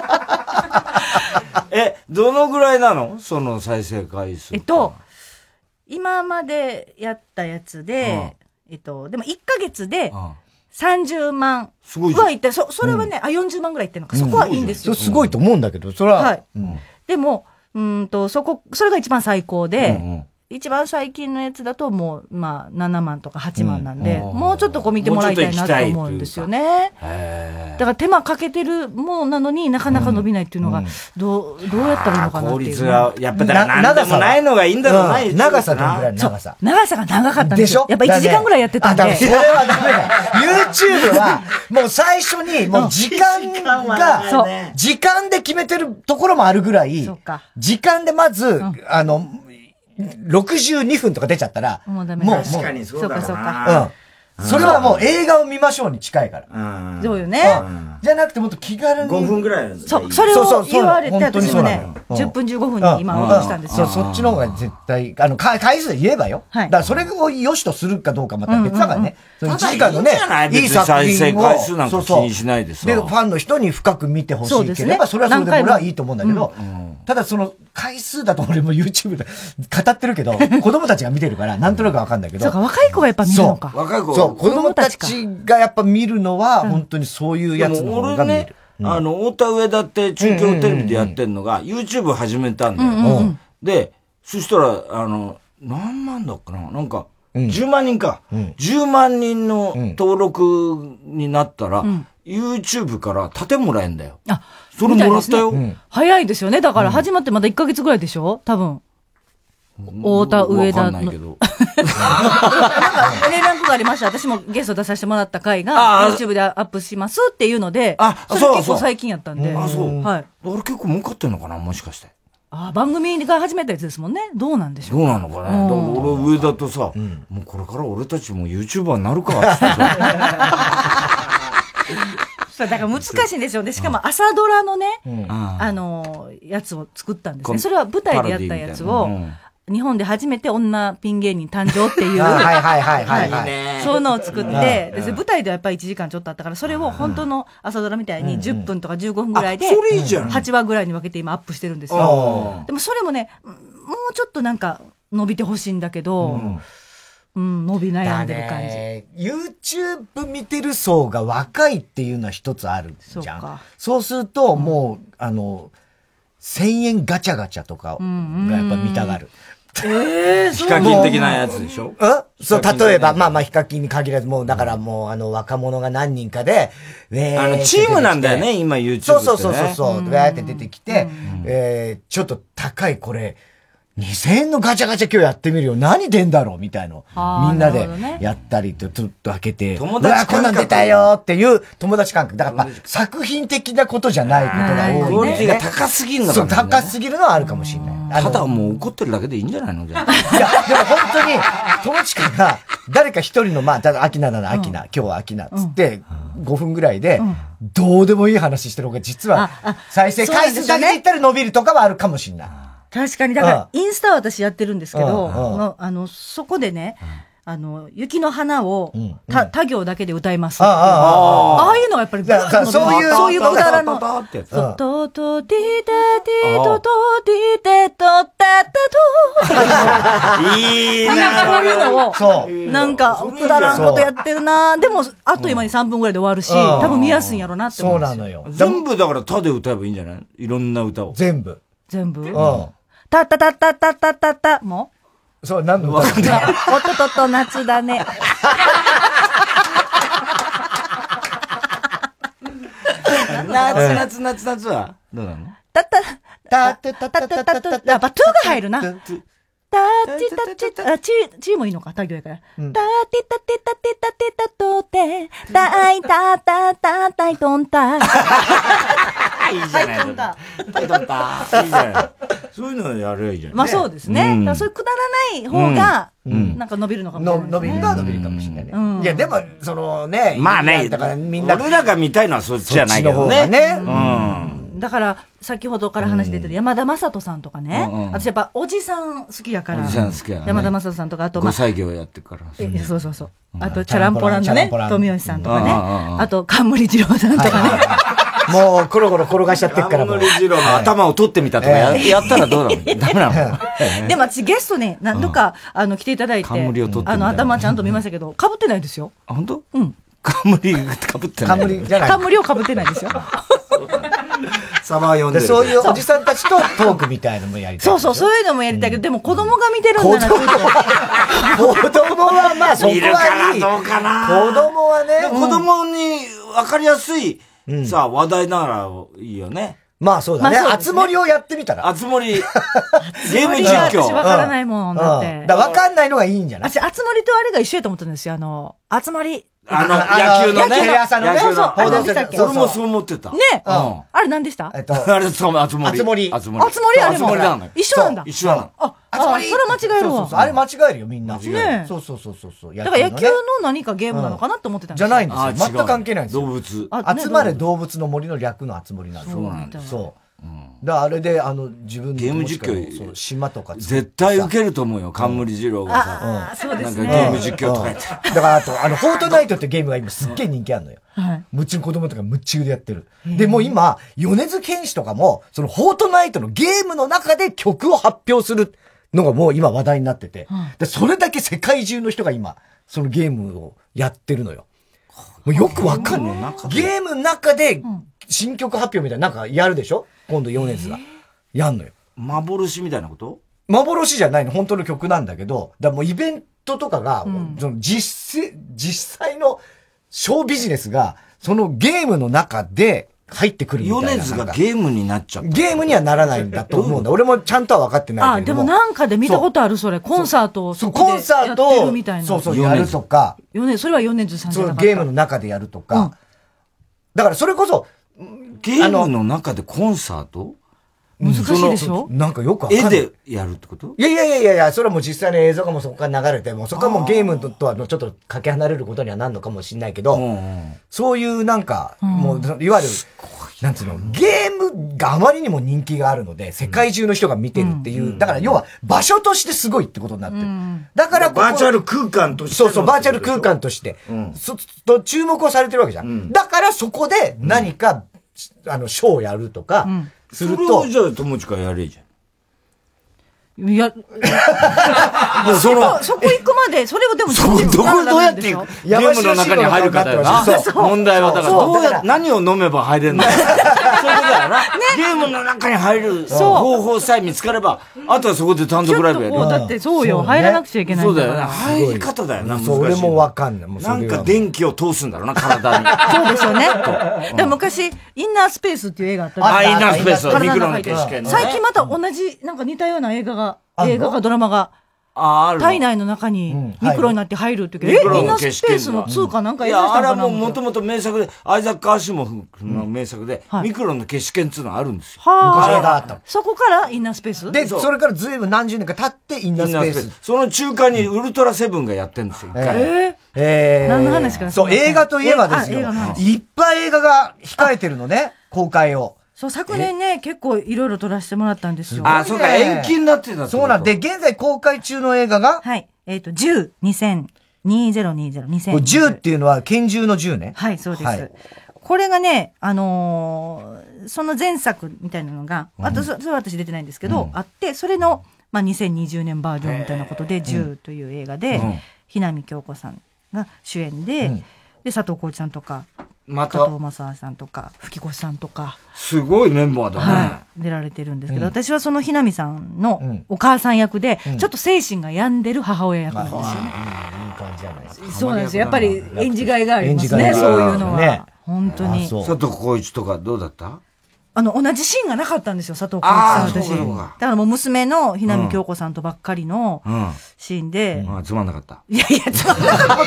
え、どのぐらいなのその再生回数。 えっと、今までやったやつで、えっと、でもいっかげつでさんじゅうまんはいって、そ、それはね、あ、よんじゅうまんぐらいいってるのか、そこはいいんですよ。 すごいと思うんだけど、それは。 はい。でも、うんと、そこ、それが一番最高で、一番最近のやつだともう、まあ、ななまんとかはちまんなんで、うん、もうちょっとこう見てもらいたいなと思うんですよね。だから手間かけてるものなのになかなか伸びないっていうのが、どう、どうやったらいいのかなっていう。 効率は、やっぱだなんでもないのがいいんだろうな、 うん、長さどのぐらい長さ。 長さが長かったんですよ。でしょやっぱいちじかんぐらいやってたんで。 それはダメだよ。YouTube は、もう最初に、もう時間が、そう時間で決めてるところもあるぐらい、時間でまず、うん、あの、ろくじゅうにふんとか出ちゃったら、 もうダメもう、 確かにそうだな。 そうかそうか。 うん。それはもう映画を見ましょうに近いから。 うん。そうよね。 じゃなくてもっと気軽に。 ごふんぐらいそう、それを言われて、私もね、じゅっぷんじゅうごふんに今落としたんですよ。 そう、そっちの方が絶対、あの、回数で言えばよ。はい。だからそれを良しとするかどうかまた別だからね。 いちじかんのね、いい作品を。再生回数なんか気にしないでさ。 で、ファンの人に深く見てほしいければ、それはそれで俺はいいと思うんだけど、ただその回数だと俺も YouTube で語ってるけど、子供たちが見てるからなんとなくわかんないけど。 そうか、若い子がやっぱ見るのか。 若い子そう、子供たちがやっぱ見るのは、本当にそういうやつの方が見る。 あの、太田上田って中京テレビでやってんのが、YouTube 始めたんだよ。で、そしたら、あの、何万だっかななんか、 じゅうまんにんか。じゅうまんにんの登録になったら、YouTube から盾もらえんだよ。 あ、 それもらったよ。 早いですよね。だから始まってまだいっかげつぐらいでしょ多分。太田上田の。わかんないけど。なんか、連絡がありました。私もゲスト出させてもらった回が、YouTube でアップしますっていうので、 あ、 それ結構最近やったんで。 あ、そう。 はい。 俺結構儲かってんのかなもしかして。 あ、番組が始めたやつですもんね。どうなんでしょう。 どうなのかね。だから俺上田とさ、もうこれから俺たちも YouTuber になるかってそう、だから難しいんですよね。しかも朝ドラのね、あの、やつを作ったんですね。それは舞台でやったやつを、日本で初めて女ピン芸人誕生っていう。 はいはいはいはいはい。 そういうのを作って、で舞台ではやっぱりいちじかんちょっとあったから、それを本当の朝ドラみたいにじゅっぷんとかじゅうごふんぐらいで、はちわぐらいに分けて今アップしてるんですよ。でもそれもね、もうちょっとなんか伸びてほしいんだけど、うん、伸び悩んでる感じ。YouTube 見てる層が若いっていうのは一つあるじゃん。そうそうすると、もう、あの、せんえんガチャガチャとかがやっぱ見たがる。 ええ、 ヒカキン的なやつでしょ？ うんそう、例えば、まあまあ、ヒカキンに限らず、もう、だからもう、あの、若者が何人かで、 ねあの、チームなんだよね、今 YouTube って、ね。 そうそうそうそう、ウェーって出てきて、えー、ちょっと高いこれ、にせんえんのガチャガチャ今日やってみるよ。何出んだろうみたいの。みんなでやったりと、ちょっと開けて、 友達こんなん出たよっていう友達感覚。だからまあ、作品的なことじゃないことが多い、ね。 クオリティが高すぎるのかそう、高すぎるのはあるかもしれない。 ただもう怒ってるだけでいいんじゃないのじゃあ。いや、でも本当に、友近が、誰か一人の、まあ、ただ、アキナならアキナ、今日はアキナっつって、ごふんぐらいで、どうでもいい話してる方が実は、再生回数だけで言ったら伸びるとかはあるかもしれない。 確かに、だから、インスタは私やってるんですけど、あの、そこでね、あの、雪の花を、た、他行だけで歌います。ああいうのがやっぱり、 そういう、 そういうくだらの、と、と、と、ティタティトト、ティテト、タタト。いいなそういうのを、そう。なんか、くだらんことやってるなでも、あっという間にさんぷんぐらいで終わるし、多分見やすいんやろなって思う。 そうなのよ。 全部だから、たで歌えばいいんじゃないいろんな歌を。 全部。 全部うん。たたたたたたたた、もうそう、何の歌だおととと夏だね。 夏夏夏夏はどうなのたた、たたたたたたた、やっぱトゥが入るな。たちたちた、ち、ちもいいのか、た行やから。たてたてたてたてたとて、たいたたたたいとんた。 いいじゃないの。たいとんた。いいじゃない。そういうのやればいいじゃん。 まあそうですね。そういうくだらない方が、なんか伸びるのかもしれない。 伸びるか伸びるかもしれないね。いや、でも、そのね。 まあね、だからみんな。俺らが見たいのはそっちじゃないけどね。 ね。だから、先ほどから話出てる山田正人さんとかね。私やっぱおじさん好きやから。 おじさん好きや。 山田正人さんとか、あと、 まあ。ご歳業やってから。 そうそうそう。あと、チャランポランのね、富吉さんとかね。あと、冠二郎さんとかね。 もう、コロコロ転がしちゃってっから。 冠二郎の頭を取ってみたとかやったらどうなのダメなのでも私ゲストね、何度か、あの、来ていただいて、あの、頭ちゃんと見ましたけど、被ってないですよ。 あ、本当？ うん。 冠被ってない。 冠じゃない。 冠を被ってないですよ。 サバー呼んでる。 そういうおじさんたちとトークみたいのもやりたい。 そうそう、そういうのもやりたいけど、でも子供が見てるんだな、 子供はまあそこはいい。 どうかな。 子供はね。 子供に分かりやすい、さあ、話題ならいいよね。 まあそうだね。あつ森をやってみたら。 あつ森。ゲーム実況。 私分からないもん、だって。 だ分かんないのがいいんじゃない？ 私、あつ森とあれが一緒やと思ったんですよ。あの、あつ森。 あの、野球のね。 テレ朝のね。 そうそう。あれ何でしたっけ？ 俺もそう思ってた。 ねえ。あれ何でした？ えっと、 あれ、そう、あつ森。 あつ森。 あつ森あれも。一緒なんだ。 一緒なの。 あ、あ、それ間違えるわ。 あれ間違えるよ、みんな。 ねそうそうそうそう。 だから野球の何かゲームなのかなと思ってたんですじゃないんですよ。全く関係ないんですよ。 動物。 集まれ動物の森の略のあつ森なんですよ。 そうなんだ。 そう。だからあれで、あの、自分のゲーム実況、 島とか絶対受けると思うよ、冠二郎がさ。 あ、そうですね。 なんかゲーム実況とかやってる。だからあと、あの、フォートナイトってゲームが今すっげえ人気あるのよ。はい。むっちゃ子供とかむっちゃでやってる。で、もう今、米津玄師とかも、そのフォートナイトのゲームの中で曲を発表するのがもう今話題になってて。で、それだけ世界中の人が今、そのゲームをやってるのよ。もうよくわかんない。ゲームの中で新曲発表みたいななんかやるでしょ今度米津が。やんのよ。 幻みたいなこと？ 幻じゃないの。本当の曲なんだけど、だからもうイベントとかが、うん、その実際、実際のショービジネスが、そのゲームの中で入ってくるみたいな。 米津がゲームになっちゃった。 ゲームにはならないんだと思うんだ。俺もちゃんとは分かってないけども。 あ、でもなんかで見たことある、それ。コンサートをそこでやってるみたいな。 そうそう、やるとか。 米、それは米津さんじゃなかった。 そう、ゲームの中でやるとか。うん、だからそれこそ、 ゲームの中でコンサート難しいでしょ？ なんかよくわかんない。 絵でやるってこと？ いやいやいやいや、それはもう実際の映像がもうそこから流れて、もうそこはもうゲームとはちょっとかけ離れることにはなるのかもしれないけど、そういうなんか、もう、いわゆる、なんつうの、ゲームがあまりにも人気があるので、世界中の人が見てるっていう、だから要は場所としてすごいってことになってる。だからバーチャル空間として。 そうそう、バーチャル空間として、そと注目をされてるわけじゃん。だからそこで何か、あの、ショーをやるとか、すると。 それをじゃあ、友近やれじゃん。 いや、その、そこ行くまで、それをでも、 そこ、どこ、どうやってゲームの中に入るかだよな。問題は、だから、どうや、何を飲めば入れるのそういうことだよな。ゲームの中に入る方法さえ見つかれば、あとはそこで単独ライブやる。 だって、そうよ、入らなくちゃいけない。 そうだよね。入り方だよな、 それもわかんない。 なんか電気を通すんだろうな、体に。 そうですよね。でも昔、インナースペースっていう映画あったじゃん。あ、インナースペース、ミクロの景色。 最近また同じ、なんか似たような映画が、映画かドラマが、体内の中にミクロになって入るって言うけど、え、インナースペースの通貨なんか映画したのかな。 いや、あれはもうもともと名作で、アイザック・アシモフの名作で、ミクロの消し券っていうのがあるんですよ。 はあ。そこからインナースペースで、それからずいぶん何十年か経ってインナースペース。 その中間にウルトラセブンがやってるんですよ、一回。 ええ。何の話かな。 そう、映画といえばですよ。いっぱい映画が控えてるのね、公開を。 そう、昨年ね、結構いろいろ撮らせてもらったんですよ。 あ、そうか、延期になってた。 そうなんで、現在公開中の映画がはい。えっと、じゅう、にせん、にせんにじゅう、にせん。 じゅうっていうのは拳銃の銃ね。 はい、そうです。これがね、あのー、その前作みたいなのが、あと、それは私出てないんですけど、あって、それの、まあ、にせんにじゅうねんバージョンみたいなことで、じゅうという映画で、ひなみきょうこさんが主演で、で、佐藤浩市さんとか、 また加藤正明さんとか、吹越さんとか。 すごいメンバーだね。 はい。出られてるんですけど、私はそのひなみさんのお母さん役で、ちょっと精神が病んでる母親役なんですよね。 いい感じじゃないですか。 そうなんですよ。やっぱり演じがいがありますね、そういうのは。本当に。 佐藤浩市とかどうだった？ あの、同じシーンがなかったんですよ、佐藤浩市さん、私。だからもう娘のひなみきょうこさんとばっかりのシーンで。 あ、つまんなかった。 いやいや、つまんなかった。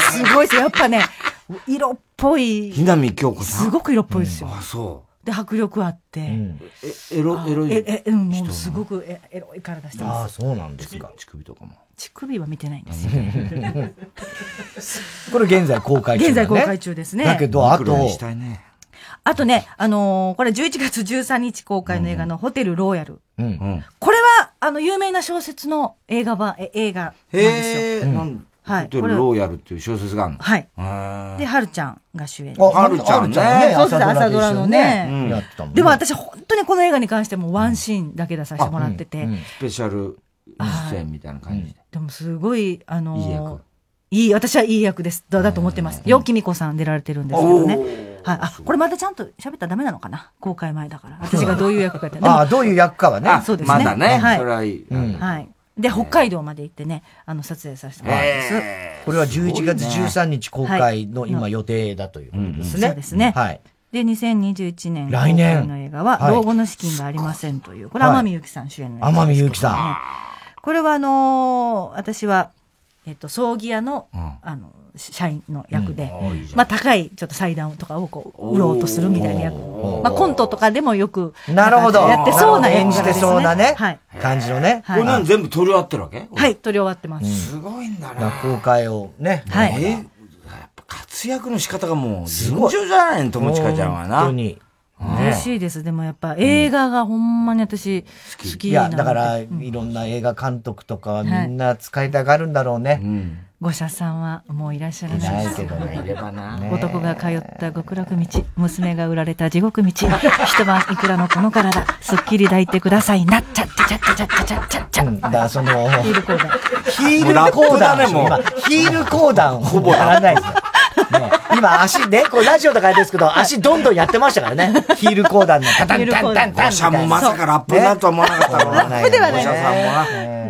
すごいですよ。やっぱね、色っぽい。 ひなみきょうこさん。すごく色っぽいですよ。 あ、そう。 で、迫力あって。 え、エロ、エロい。 え、え、もうすごくエロい体してます。 ああ、そうなんですか。 乳首とかも。 乳首は見てないんですよ。 これ現在公開中。 現在公開中ですね。 だけど、あと、 あとね、あのー、これじゅういちがつじゅうさんにち公開の映画のホテルローヤル。うんうん、これは、あの、有名な小説の映画版、え映画なんですよ。 へー。はい。ホテルローヤルっていう小説があるの。 はい。で、はるちゃんが主演。 はるちゃんね。 そうです、朝ドラのね。でも私、本当にこの映画に関してもワンシーンだけ出させてもらってて。 スペシャル出演みたいな感じで。 でもすごい、あの、いい役。いい、私はいい役です。だ、だと思ってます。よきみこさん出られてるんですけどね。はい。あ、これまたちゃんと喋ったらダメなのかな？公開前だから。私がどういう役かって。 ああ、どういう役かはね。 そうですね。 まだね。 はい。 それはいい。 はい。で、北海道まで行ってね、あの、撮影させてもらうんです。 これはじゅういちがつじゅうさんにち公開の今予定だということですね。 そうですね。 はい。 で、にせんにじゅういちねん公開の映画は、老後の資金がありませんという。これ、天海祐希さん主演の映画です。 天海祐希さん。 これはあの、私は、えっと、葬儀屋の、あの、社員の役で、まあ高いちょっと祭壇とかをこう売ろうとするみたいな役。まあコントとかでもよくなるほどやってそうな演じてそうなね感じのね。 これ何全部撮り終わってるわけ？ はい、撮り終わってます。 すごいんだね。 公開をね。 はい。 やっぱ活躍の仕方がもう尋常じゃないの、友近ちゃんはな。 本当に。 嬉しいです。でもやっぱ映画がほんまに私好き。 いや、だからいろんな映画監督とかはみんな使いたがるんだろうね。 ご社さんはもういらっしゃらないないけどね。いればな。 男が通った極楽道、娘が売られた地獄道、一晩いくらのこの体、すっきり抱いてくださいな、ちゃっちゃっちゃっちゃっちゃっちゃっちゃ。 だからその、 ヒール講談。 ヒール講談ね、もう。ヒール講談ほぼやらないですよ。ね、今足ね、こうラジオとかあれですけど、足どんどんやってましたからね。ヒール講談のタタンタンタンタン。 おしゃもまさかラップになるとは思わなかったろうな。 ラップではない。いやもう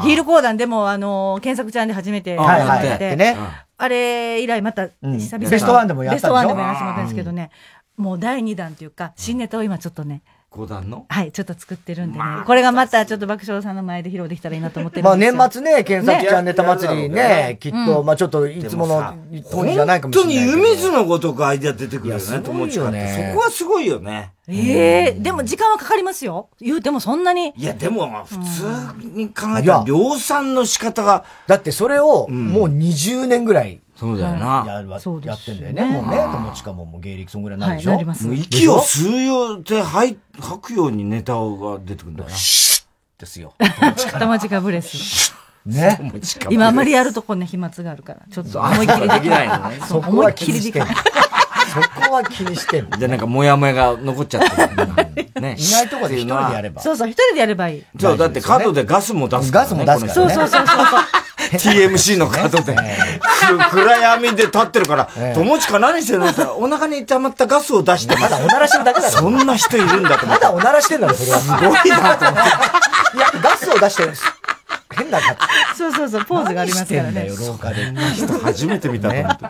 ヒール講談でも、あの、検索ちゃんで初めてやってて、ね、あれ以来また、久々に、 ベストワンでもやったんでしょ。 ベストワンでもやらせてもらったんですけどね、もうだいにだんというか、新ネタを今ちょっとね、 講談のはい、ちょっと作ってるんでね。これがまたちょっと爆笑さんの前で披露できたらいいなと思ってるんですよ。 まあ年末ね、検索ちゃんネタ祭りね、きっと、まあちょっといつもの当時じゃないかもしれない。 本当に湯水のごとくアイデア出てくるよね、友近って。そこはすごいよね。 ええ、でも時間はかかりますよ。言うてもそんなに。 いや、でも普通に考えたら量産の仕方が。 だってそれをもうにじゅうねんぐらい。 そうだよな。 やるわ、やってんだよね。もうね、友近ももう芸歴そんぐらいになるでしょ。 はい、なります。 息を吸うようで吐くようにネタが出てくるんだよな。 シュッですよ。 友近ブレス。 ね。 今あんまりやるとこね、飛沫があるから。ちょっと思いっきりできないのね。 そこは気にしてんの。そこは気にしてんの。 で、なんかもやもやが残っちゃってる。 ね。いないとこで一人でやれば。 そうそう、一人でやればいい。 そう、だって角でガスも出すから。ガスも出すから。 そうそうそうそう。 ティーエムシー の角で、暗闇で立ってるから、友近何してるのって言ったら、お腹に溜まったガスを出して、 まだおならしてるだけだろ。 そんな人いるんだと思って。 まだおならしてんだろ、それは。 すごいなと思って。いや、ガスを出してるんです。変な感じ。そうそうそう、ポーズがありますからね。 廊下で。 人初めて見たと思って。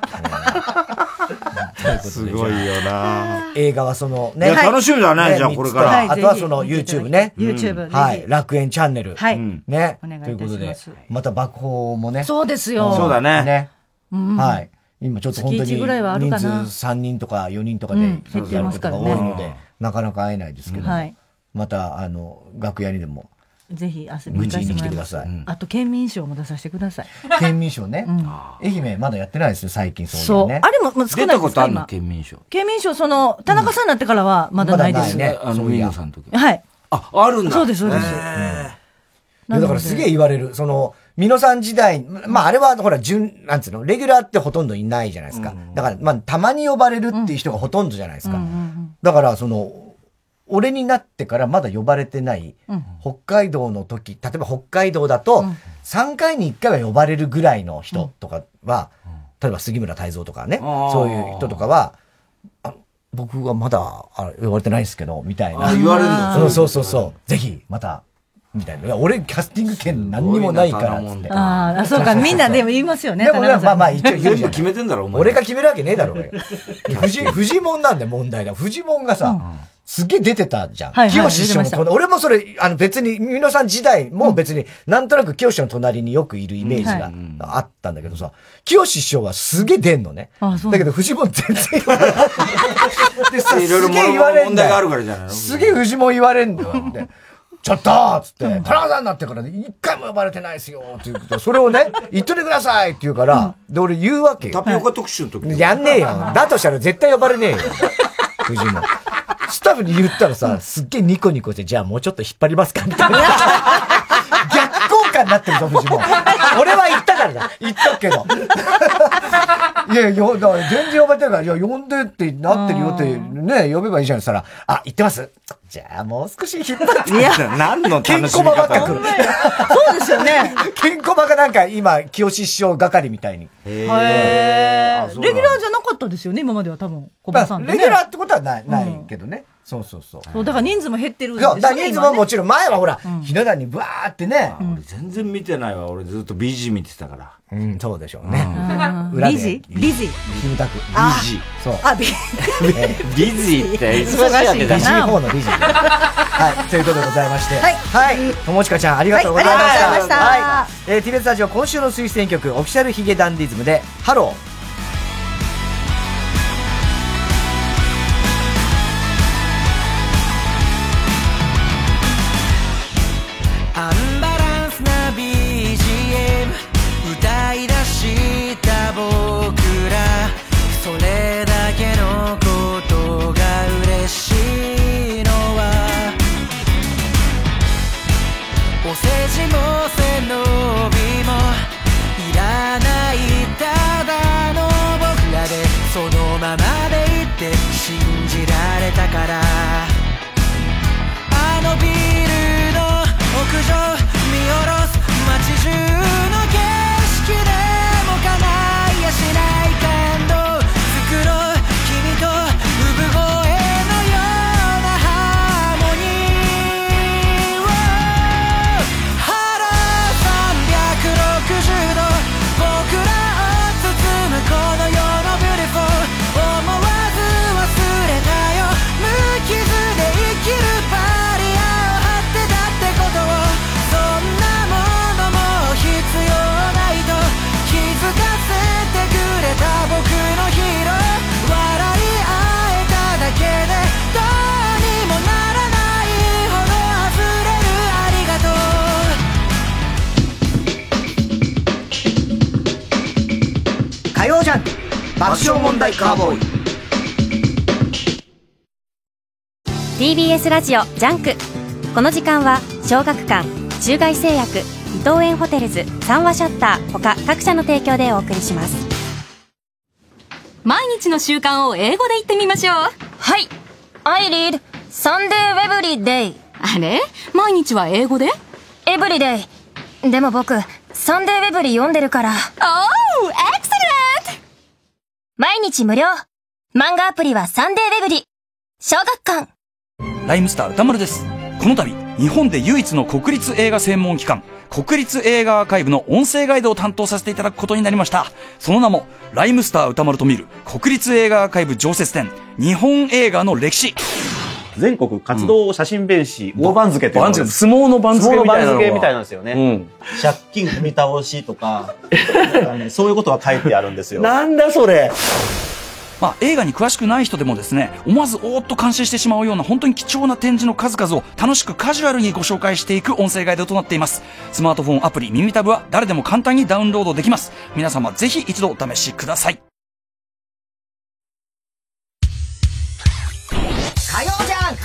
すごいよな。 映画はそのね。 楽しみだね、じゃあこれから。 あとはその YouTube ね。 YouTube。 はい。楽園チャンネル。 はい。 ね。 お願いということで、また爆砲もね。 そうですよ。 そうだね。 ね。はい。今ちょっと本当に人数さんにんとかよにんとかで減ってますからね。 多いので、なかなか会えないですけど、またあの楽屋にでも。 ぜひ遊びに来てください。あと、県民賞も出させてください。 県民賞ね。愛媛まだやってないですよ、最近そうね。あれも少ないですか？ 出たことあるの県民賞。 県民賞、その、田中さんになってからはまだないですね。 あの、皆さんの時。 はい。 あ、あるんだ。 そうです、そうです。 だからすげえ言われる。その、美濃さん時代、まああれはほら、順、なんつうの、レギュラーってほとんどいないじゃないですか。だから、まあたまに呼ばれるっていう人がほとんどじゃないですか。だから、その、俺になってからまだ呼ばれてない、うん、北海道の時、例えば北海道だと、さんかいにいっかいは呼ばれるぐらいの人とかは、うん、例えば杉村太蔵とかね、そういう人とかは、あ僕はまだあ呼ばれてないですけど、みたいな。 言われるんだ。 そうそうそうそう。ぜひ、また、みたいな。いや、俺キャスティング権何にもないから、つって。 ああ、そうか、みんなでも言いますよね。 でも、まあまあ、一応全部決めてんだろ、お前。 俺が決めるわけねえだろ、俺。フジ、フジモンなんで問題だ。フジモンがさ、うんすっげえ出てたじゃん。清志師匠の隣。俺もそれ、あの別に、美濃さん時代も別に、なんとなく清志の隣によくいるイメージがあったんだけどさ、清志師匠はすげえ出んのね。だけど、フジモン全然言われない。でさ、すげえ言われんだよ。すげえフジモン言われんだよ。ちょっとーつって、田中さんになってから一回も呼ばれてないですよって言うと、それをね、言っといてくださいって言うから、で、俺言うわけよ。 タピオカ特集の時。 やんねえよ。だとしたら絶対呼ばれねえよ。フジモン。スタッフに言ったらさ、すっげえニコニコして、じゃあもうちょっと引っ張りますかみたいな。逆効果になってるぞ、フジモン。俺は言ったからだ。言っとくけど。いやいや、だから全然呼ばれてるから、いや、呼んでってなってるよってね、呼べばいいじゃん。そしたら、あ、言ってますじゃあもう少し引っ張って。 いや、何の楽しみ方。 ケンコバばっか来る。 そうですよね。 ケンコバがなんか今、清志師匠係みたいに。 へー。レギュラーじゃなかったですよね、今までは多分。小林さんレギュラーってことはない、ないけどね。そうそうそう。 そう、だから人数も減ってるんですよね。だから人数ももちろん、前はほら、ひな壇にブワーってね。 俺全然見てないわ。俺ずっとビジ見てたから。 うん、そうでしょうね。 ビジビジキムタク。 ビジ。 そう。 あ、ビビジって忙しいわけだな。ビジの方のビジ。はい、ということでございまして。はい。はい。友近ちゃん、ありがとうございました。 ありがとうございました。 はい。えー、ティービーエス ラジオ今週の推薦曲、オフィシャルヒゲダンディズムで、ハロー。 アンバランスな ビージーエム 歌い出した僕らそれだけのことが嬉しいのはお世辞も背伸びもいらないただの僕らでそのままでいて信じられたからあのビルの屋上見下ろす街中の景色でも叶いやしない感動作ろう君と産声のようなハーモニーをハローさ火曜ジャンク爆笑問題カーボーイ。 ティービーエス ラジオジャンク。この時間は小学館、中外製薬、伊東園ホテルズ、三話シャッター他各社の提供でお送りします。 毎日の習慣を英語で言ってみましょう。はい。 I read Sunday every day。 あれ、毎日は英語で Everyday。 でも僕サンデーウェブリ読んでるから。 Oh excellent。 毎日無料漫画アプリはサンデーウェブリ。小学館。 ライムスター歌丸です。この度日本で唯一の国立映画専門機関国立映画アーカイブの音声ガイドを担当させていただくことになりました。その名もライムスター歌丸と見る国立映画アーカイブ常設展日本映画の歴史。 全国活動写真弁士大番付っていうのが、 相撲の番付みたいなのが相撲の番付みたいなんですよね、うん、借金踏み倒しとかね、そういうことが書いてあるんですよ。 なんだそれ。まあ、映画に詳しくない人でもですね、思わずおーっと感心してしまうような本当に貴重な展示の数々を楽しくカジュアルにご紹介していく音声ガイドとなっています。スマートフォンアプリ耳タブは誰でも簡単にダウンロードできます。皆様ぜひ一度お試しください。 火曜じゃん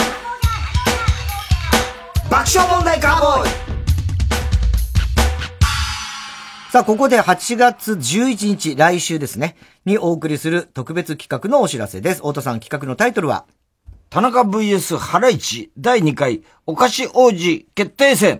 爆笑問題カーボーイ。さあ、ここではちがつじゅういちにち、来週ですね、にお送りする特別企画のお知らせです。太田さん、企画のタイトルは田中 ブイエス ハライチだいにかいお菓子王子決定戦。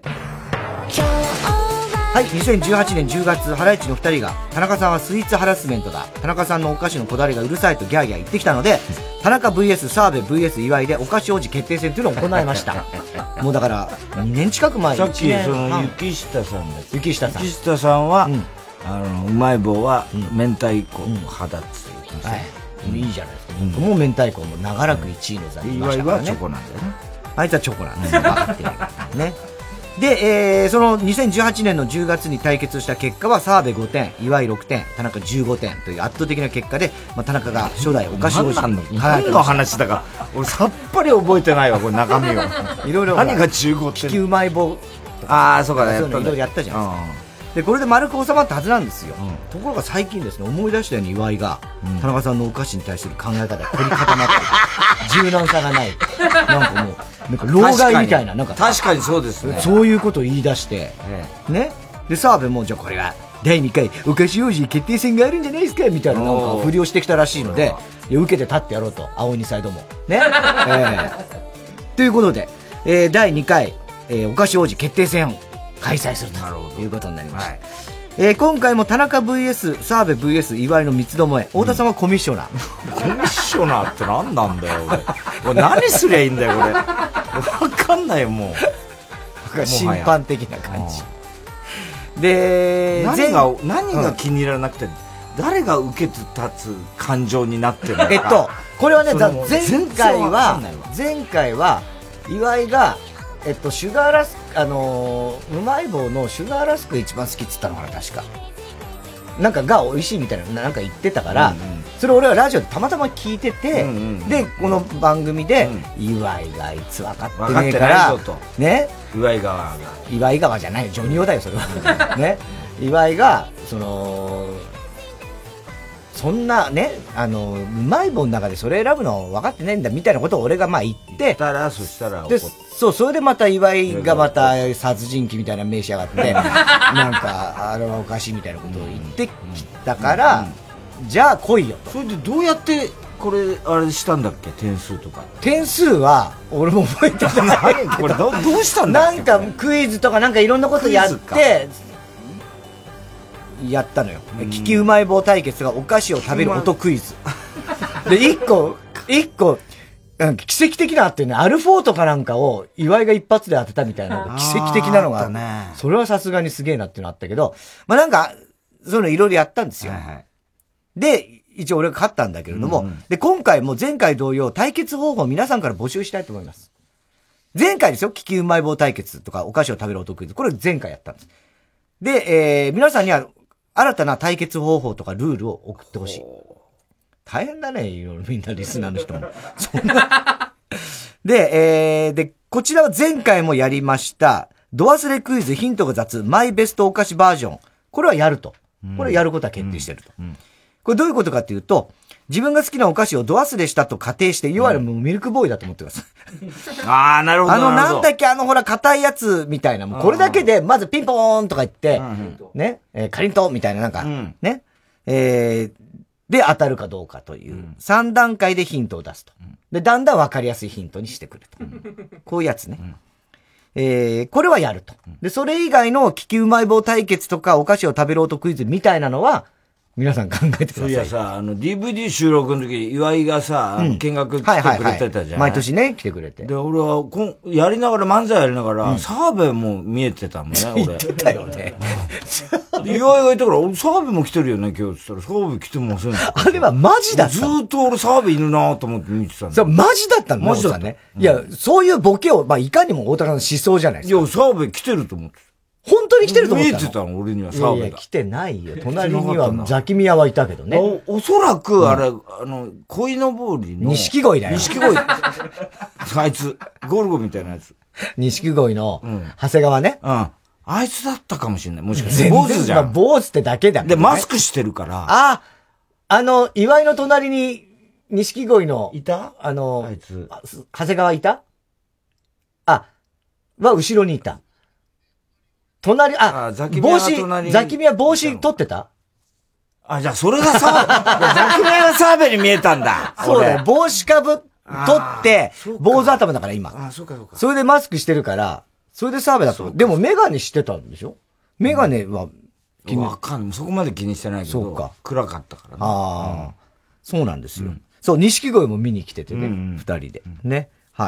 はい、にせんじゅうはちねんじゅうがつ、ハライチのふたりが、田中さんはスイーツハラスメントだ、田中さんのお菓子のこだわりがうるさいとギャーギャー言ってきたので、田中 ブイエス 澤部 ブイエス 岩井でお菓子王子決定戦というのを行いました。もうだからにねん近く前に、 さっきその雪下さんだ雪下さん雪下さんは、うん、あのうまい棒は明太子派だって言ってましたね、 うんはい、いいじゃないですか、うん、もう明太子も長らくいちいの座にいましたからね。 岩井はチョコなんだよね。 あいつはチョコなんですよ。分かってるね。で、えー、そのにせんじゅうはちねんのじゅうがつに対決した結果は澤部ごてん、岩井ろくてん、田中じゅうごてんという圧倒的な結果で、まあ、田中が初代お菓子王子に輝きました。何の話だか俺さっぱり覚えてないわ、これ中身を。 いろいろ何がじゅうごてん、 利きうまい棒とか、 ああそうかね、 そういうのいろいろやったじゃん。でこれで丸く収まったはずなんですよ、うん、ところが最近ですね、思い出したように岩井が、うん、田中さんのお菓子に対する考え方が凝り固まって柔軟さがない、なんかもうなんか老害みたいな、なんか確かにそうですね、 そういうことを言い出して、ええ、ね、で澤部もじゃあこれはだいにかいお菓子王子決定戦があるんじゃないですかみたいな、なんか振りをしてきたらしいので、いや受けて立ってやろうと、青にサイドもね、えー、ということで、えー、だいにかい、えー、お菓子王子決定戦を開催するということになりました、はい、えー、今回も田中 ブイエス 澤部 ブイエス 岩井の三つどもえ、太田さんはコミッショナー、 うん、コミッショナーって何なんだよ俺俺何すりゃいいんだよこれ分かんないよもう審判的な感じで、 何が何が気に入らなくて、うん、誰が受けて立つ感情になってるのか。 えっとこれはね、前回は前回は岩井がえっと、シュガーラスク、あのー、うまい棒のシュガーラスクが一番好きって言ったのかな、確か。なんかが美味しいみたいな、なんか言ってたから、うんうん、それ俺はラジオでたまたま聞いてて、うんうん、で、この番組で、うん、岩井があいつ分かってねえから、ね、 岩井川が。 岩井川じゃないよ、ジョニオだよ、それは。ね、岩井が、その、そんなね、あの、うまい棒の中でそれ選ぶの分かってないんだみたいなことを俺がまあ言って、 たら、そしたらで、そう、それでまた岩井がまた殺人鬼みたいな名しやがって、なんか、あれはおかしいみたいなことを言ってきたから、うん、じゃあ来いよと。 それでどうやって、これ、あれしたんだっけ、点数とか。 点数は、俺も覚えてないけど。 これど、どうしたんだっけ。 なんかクイズとかなんかいろんなことやって、やったのよ。利きうまい棒対決がお菓子を食べる音クイズ。で、一個、一個、奇跡的なっていうね、アルフォートかなんかを岩井が一発で当てたみたいな、奇跡的なのがあったね。それはさすがにすげえなっていうのあったけど、まあなんか、そういうのいろいろやったんですよ。はいはい、で、一応俺が勝ったんだけれども、うんうん、で、今回も前回同様、対決方法を皆さんから募集したいと思います。前回ですよ、利きうまい棒対決とかお菓子を食べる音クイズ。これ前回やったんです。で、えー、皆さんには、新たな対決方法とかルールを送ってほしい。大変だね、いろいろみんなリスナーの人も。そんな。で、えー、で、こちらは前回もやりました、ド忘れクイズヒントが雑、マイベストお菓子バージョン。これはやるとこれやることは決定してると。これどういうことかっていうと、自分が好きなお菓子をド忘れしたと仮定して、いわゆるもうミルクボーイだと思ってください。 ああ、なるほど。 あの、なんだっけ、あの、ほら、硬いやつみたいな、もうこれだけで、まずピンポーンとか言って、ね、えー、かりんとうみたいな、なんか、ね、えー、で当たるかどうかという、さん段階でヒントを出すと。で、だんだんわかりやすいヒントにしてくると。こういうやつね。えー、これはやると。で、それ以外の利きうまい棒対決とか、お菓子を食べろとクイズみたいなのは、皆さん考えてください。 そういやさ、あの、ディーブイディー 収録の時、岩井がさ、うん、見学来てくれてたじゃん、はいはいはい。 毎年ね、来てくれて。 で、俺はこん、やりながら、漫才やりながら、うん、澤部も見えてたもんね、俺。 言ってたよね。 岩井がいたから、澤部も来てるよね、今日。って言ったら、澤部来てません。 あれはマジだった。 ずーっと俺澤部いるなと思って見てたんだ。 そう、マジだったんだ、マジだったね。いや、そういうボケを、まあ、いかにも大高の思想じゃないですか。 いや、澤部来てると思って。 本当に来てると思ったの？ 見えてたの、俺には澤部が。 いやいや、来てないよ。隣にはザキミヤはいたけどね。 お、おそらく、あれ、うん、あの、鯉のぼりの。 錦鯉だよ。 錦鯉。あいつ、ゴルゴみたいなやつ。 錦鯉の、長谷川ね。 うん。あいつだったかもしれない。もしかして。坊主じゃん。 坊主ってだけだ、ね。 で、マスクしてるから。 ああ、あの、岩井の隣に、錦鯉の。 いたあの、 あいつ。 長谷川いたあ、は後ろにいた。隣、あ、帽子、ザキミヤ帽子取ってたあ、じゃあそれがさ、ザキミヤが澤部に見えたんだ。 そうだよ。帽子かぶ、取って、坊主頭だから今。 あ、そうかそうか。 それでマスクしてるから、それで澤部だと。でもメガネしてたんでしょメガネは気に、わかんない。そこまで気にしてないけど。そうか。暗かったからね。 ああ、そうなんですよ。そう、錦鯉も見に来ててね。二人で。ね。はい。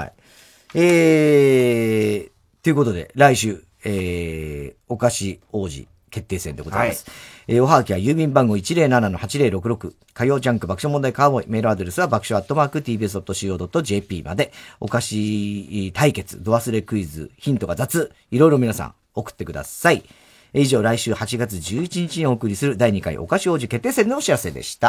えー、ということで、来週。えー、お菓子王子決定戦でございます。はい、えー、おはがきは郵便番号 いちまるななのはちまるろくろく、火曜ジャンク爆笑問題カーボーイ、メールアドレスは爆笑アットマーク ティービーエスドットシーオードットジェーピー まで、お菓子対決、ド忘れクイズ、ヒントが雑、いろいろ皆さん送ってください。以上、来週はちがつじゅういちにちにお送りするだいにかいお菓子王子決定戦のお知らせでした。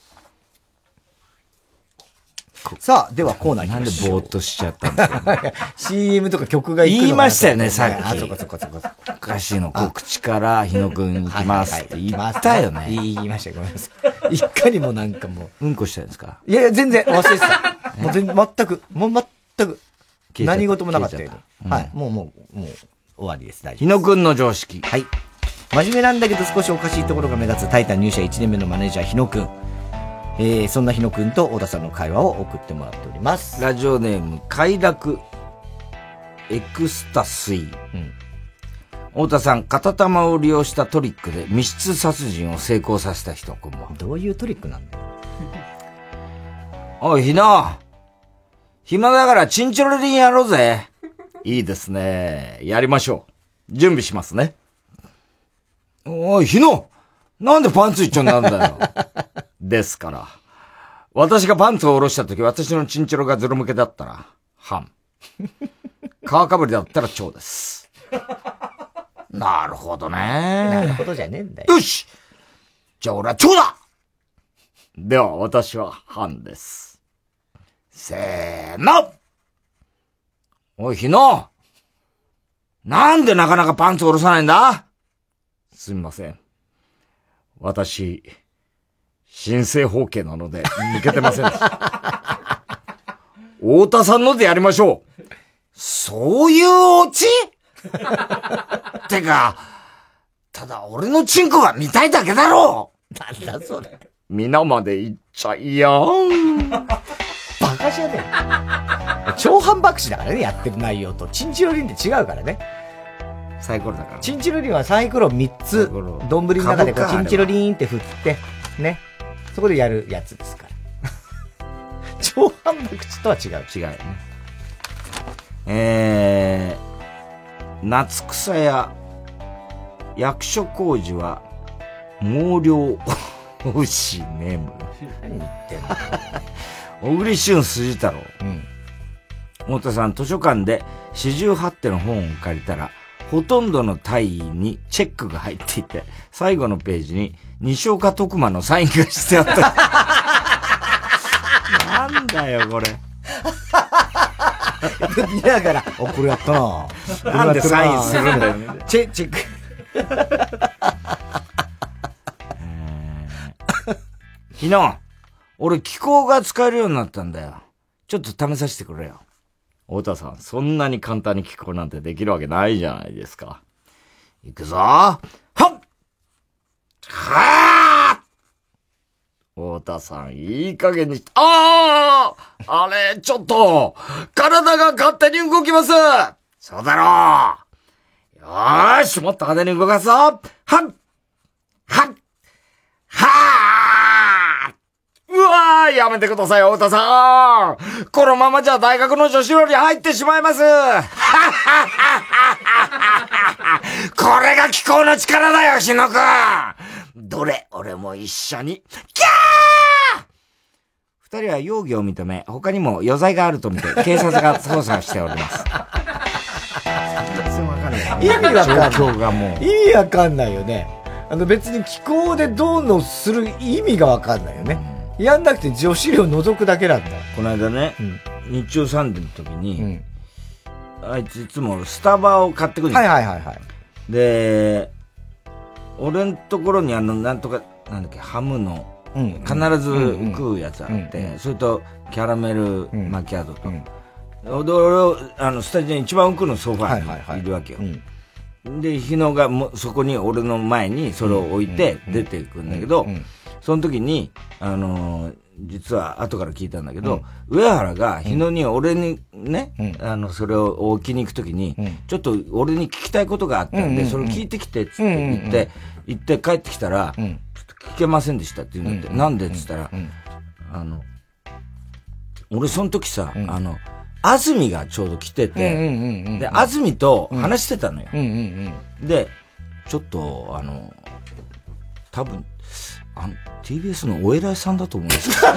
さあ、ではコーナー行きましょう。 なんでぼーっとしちゃったんだろうシーエム とか曲が行くの言いましたよね、さっき。 あ、そこそこそこ。 お菓子の告知から日野くん行きますって言ったよね。 言いました、ごめんなさい。いかにもなんかもう。うんこしたんですか？ いやいや、全然忘れてた。もう全然、全く、もう全く、何事もなかったよね。はい。もうもう、もう、終わりです。大丈夫です。 日野くんの常識。 はい。真面目なんだけど少しおかしいところが目立つタイタン入社いちねんめのマネージャー日野くん。えー、そんな日野くんと小田さんの会話を送ってもらっております。 ラジオネーム、快楽エクスタスイ。うん。太田さん、片玉を利用したトリックで密室殺人を成功させた人、こんばんは。 どういうトリックなんだよ。 おい、日野。暇だからチンチロリンやろうぜ。いいですね。やりましょう。準備しますね。おい、日野。なんでパンツ一丁になるんだよ。ですから。私がパンツを下ろしたとき、私のチンチロがズル向けだったら、半。皮かぶりだったら蝶です。なるほどね。 なるほどじゃねえんだよ。 よし！じゃあ俺は蝶だ！では私は半です。せーの！おい、日野！なんでなかなかパンツを下ろさないんだ？すみません。私、新生方形なので、抜けてませんでした。太田さんのでやりましょう。そういうオチてか、ただ俺のチンコが見たいだけだろう。 なんだそれ。 皆まで言っちゃいやん。 バカじゃねえ。超反爆死だからね、やってる内容と。チンチロリンって違うからね。 サイコロだから、ね。 チンチロリンはサイコロみっつ、丼の中でこうチンチロリンって振って、ね。そこでやるやつですから。超反爆地とは違う。 違うよね。えー、夏草や役所工事は毛量牛ネーム。 何言ってんの小栗旬筋太郎。うん。太田さん、図書館で四十八手の本を借りたら、ほとんどの単位にチェックが入っていて、最後のページに西岡徳馬のサインがしてあった。なんだよ、これ。 見ながら、お、これやったな。 なんでサインするんだよね。 チェ、チェック。 昨日、俺気功が使えるようになったんだよ。ちょっと試させてくれよ。太田さん、そんなに簡単に気功なんてできるわけないじゃないですか。いくぞー。はっはー太田さん、いい加減にして、あああれ、ちょっと、体が勝手に動きます。そうだろう。よーし、もっと派手に動かすぞ。はっはっはーうわー、やめてください、太田さん。このままじゃ大学の女子寮に入ってしまいます。これが気功の力だよ、日野くん。どれ、俺も一緒に。キャー二人は容疑を認め、他にも余罪があると見て、警察が捜査しております。全然わかんない。 意味わかんない。 状況がもう。 意味わかんないよね。あの別に気候でどうのする意味がわかんないよね。うん、やんなくて女子寮覗くだけなんだ。 この間ね、うん、日中サンデーの時に、うん、あいついつもスタバを買ってくるんですよ。 はいはいはいはい。 で、俺のところにあの、なんとか、なんだっけ、ハムの、うん、必ず食うやつあって、うんうん、それとキャラメルマキアートと。うんうん、で、俺、あの、スタジオに一番奥のソファーにいるわけよ。はいはいはいうん、で、日野がもそこに俺の前にそれを置いて出ていくんだけど、その時に、あのー、実は後から聞いたんだけど、うん、上原が日野に俺にね、うん、あの、それを置きに行く時に、うん、ちょっと俺に聞きたいことがあったんで、うん、それを聞いてきて、つって言って、行って帰ってきたら、うん、ちょっと聞けませんでしたって言うんだって、うん、なんでって言ったら、うん、あの、俺その時さ、うん、あの、安住がちょうど来てて、で、安住と話してたのよ。で、ちょっと、あの、多分、あの、ティービーエス のお偉いさんだと思うんですけど、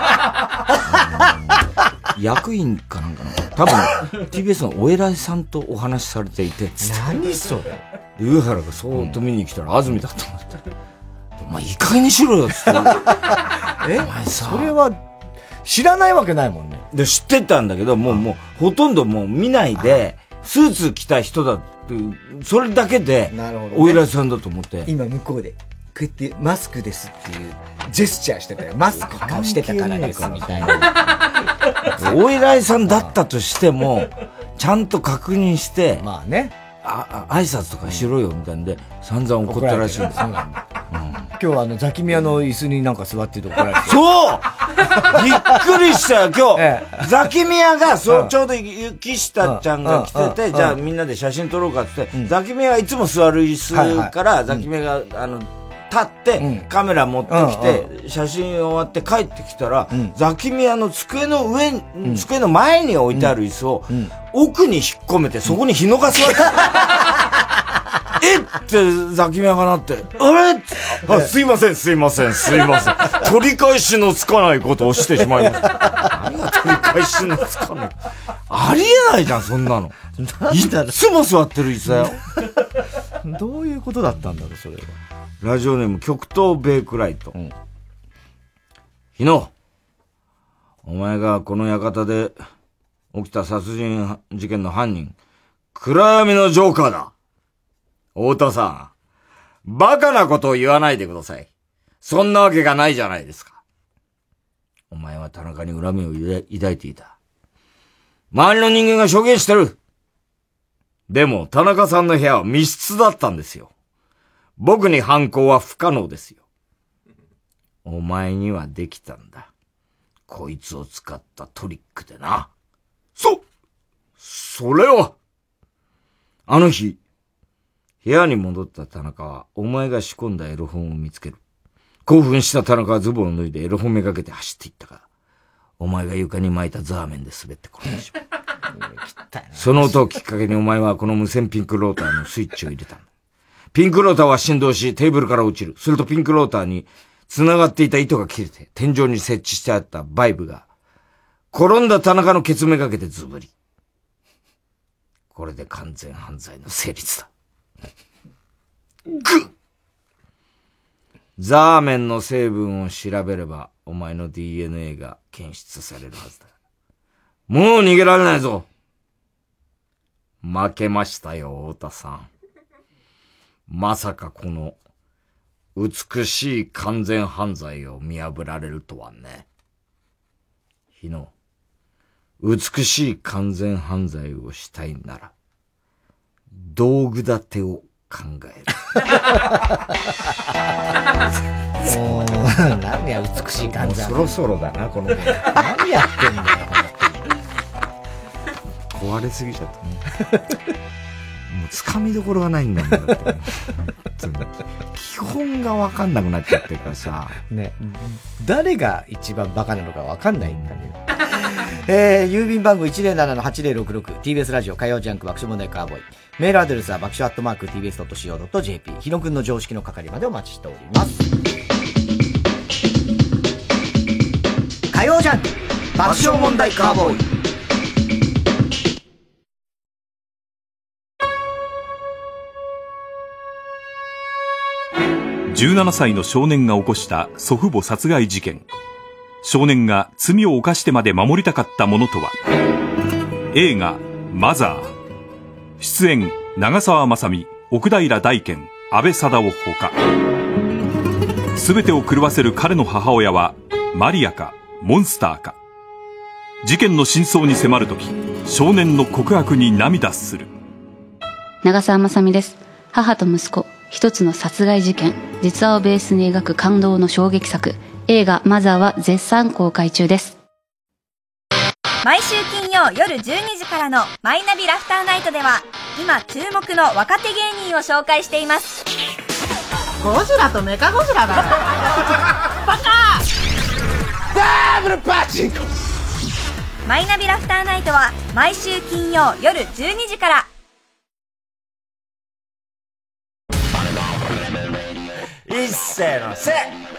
役員かなんかな。多分、ティービーエス のお偉いさんとお話しされていて、 何それで、上原がそーっと見に来たら安住だと思って。お前、いい加減にしろよ、つって。 えお前さ、それは、知らないわけないもんね。 で、知ってたんだけど、もう、もう、ほとんどもう見ないで、スーツ着た人だっていう、それだけで、お偉いさんだと思って。 今向こうで、こうやってマスクですっていうジェスチャーしてたよ。マスク顔してたからですみたいな。 お偉いさんだったとしても、ちゃんと確認して、 まあね。 あ、挨拶とかしろよみたいんで、散々怒ったらしいんですよ。 今日はあの、ザキミヤの椅子になんか座ってて怒られて。 そうびっくりしたよ、今日。ええ、ザキミヤが、そう、ちょうど雪下ちゃんが来てて、じゃあみんなで写真撮ろうかってって、うん、ザキミヤがいつも座る椅子から、はいはい、ザキミヤが、あの、立って、うん、カメラ持ってきて、うん、写真終わって帰ってきたら、うん、ザキミヤの机の上に、うん、机の前に置いてある椅子を、うん、奥に引っ込めて、そこに日野が座って、えってザキミヤがなって、あれあ、すいません、すいません、すいません。取り返しのつかないことをしてしまいました。何が取り返しのつかないありえないじゃん、そんなの。いつも座ってる椅子だよ。 どういうことだったんだろう、それは。 ラジオネーム、極東ベイクライト。うん、日野、お前がこの館で起きた殺人事件の犯人、暗闇のジョーカーだ。太田さん、バカなことを言わないでください。そんなわけがないじゃないですか。お前は田中に恨みを抱いていた。周りの人間が証言してる。でも、田中さんの部屋は密室だったんですよ。僕に犯行は不可能ですよ。お前にはできたんだ。こいつを使ったトリックでな。そ、それは、あの日、部屋に戻った田中は、お前が仕込んだエロ本を見つける。興奮した田中はズボンを脱いでエロ本めがけて走っていったが、お前が床に巻いたザーメンで滑って転んでしまう。その音をきっかけにお前はこの無線ピンクローターのスイッチを入れたんだ。ピンクローターは振動し、テーブルから落ちる。するとピンクローターに繋がっていた糸が切れて、天井に設置してあったバイブが、転んだ田中のケツめがけてズブリ。これで完全犯罪の成立だ。ぐっザーメンの成分を調べれば、お前の ディーエヌエー が検出されるはずだ。もう逃げられないぞ。負けましたよ、太田さん。まさかこの、 美しい完全犯罪を見破られるとはね。日野、美しい完全犯罪をしたいなら、道具立てを考える。もう、何や美しい完全。 そろそろだな、この子。 何やってんだよ、 壊れすぎちゃったね。もう掴みどころがないんだもんだって。基本が分かんなくなっちゃってるからさ。 ね。誰が一番バカなのか分かんないんだけど。えー、郵便番号 いちまるななのはちまるろくろく ティービーエス ラジオ火曜ジャンク爆笑問題カーボーイ。メールアドレスは爆笑アットマーク ティービーエスドットシーオードットジェーピー。日野くんの常識の係までお待ちしております。火曜ジャンク爆笑問題カーボーイ。 じゅうななさいの少年が起こした祖父母殺害事件。少年が罪を犯してまで守りたかったものとは。映画マザー。出演長澤まさみ、奥平大賢、安倍貞夫ほか。全てを狂わせる彼の母親はマリアかモンスターか。事件の真相に迫るとき、少年の告白に涙する。 長澤まさみです。母と息子一つの殺害事件、実話をベースに描く感動の衝撃作、映画マザーは絶賛公開中です。 毎週金曜夜じゅうにじからのマイナビラフターナイトでは、今注目の若手芸人を紹介しています。 ゴジラとメカゴジラだバカダブルパチンコ。マイナビラフターナイトは毎週金曜夜じゅうにじから。 一斉のせ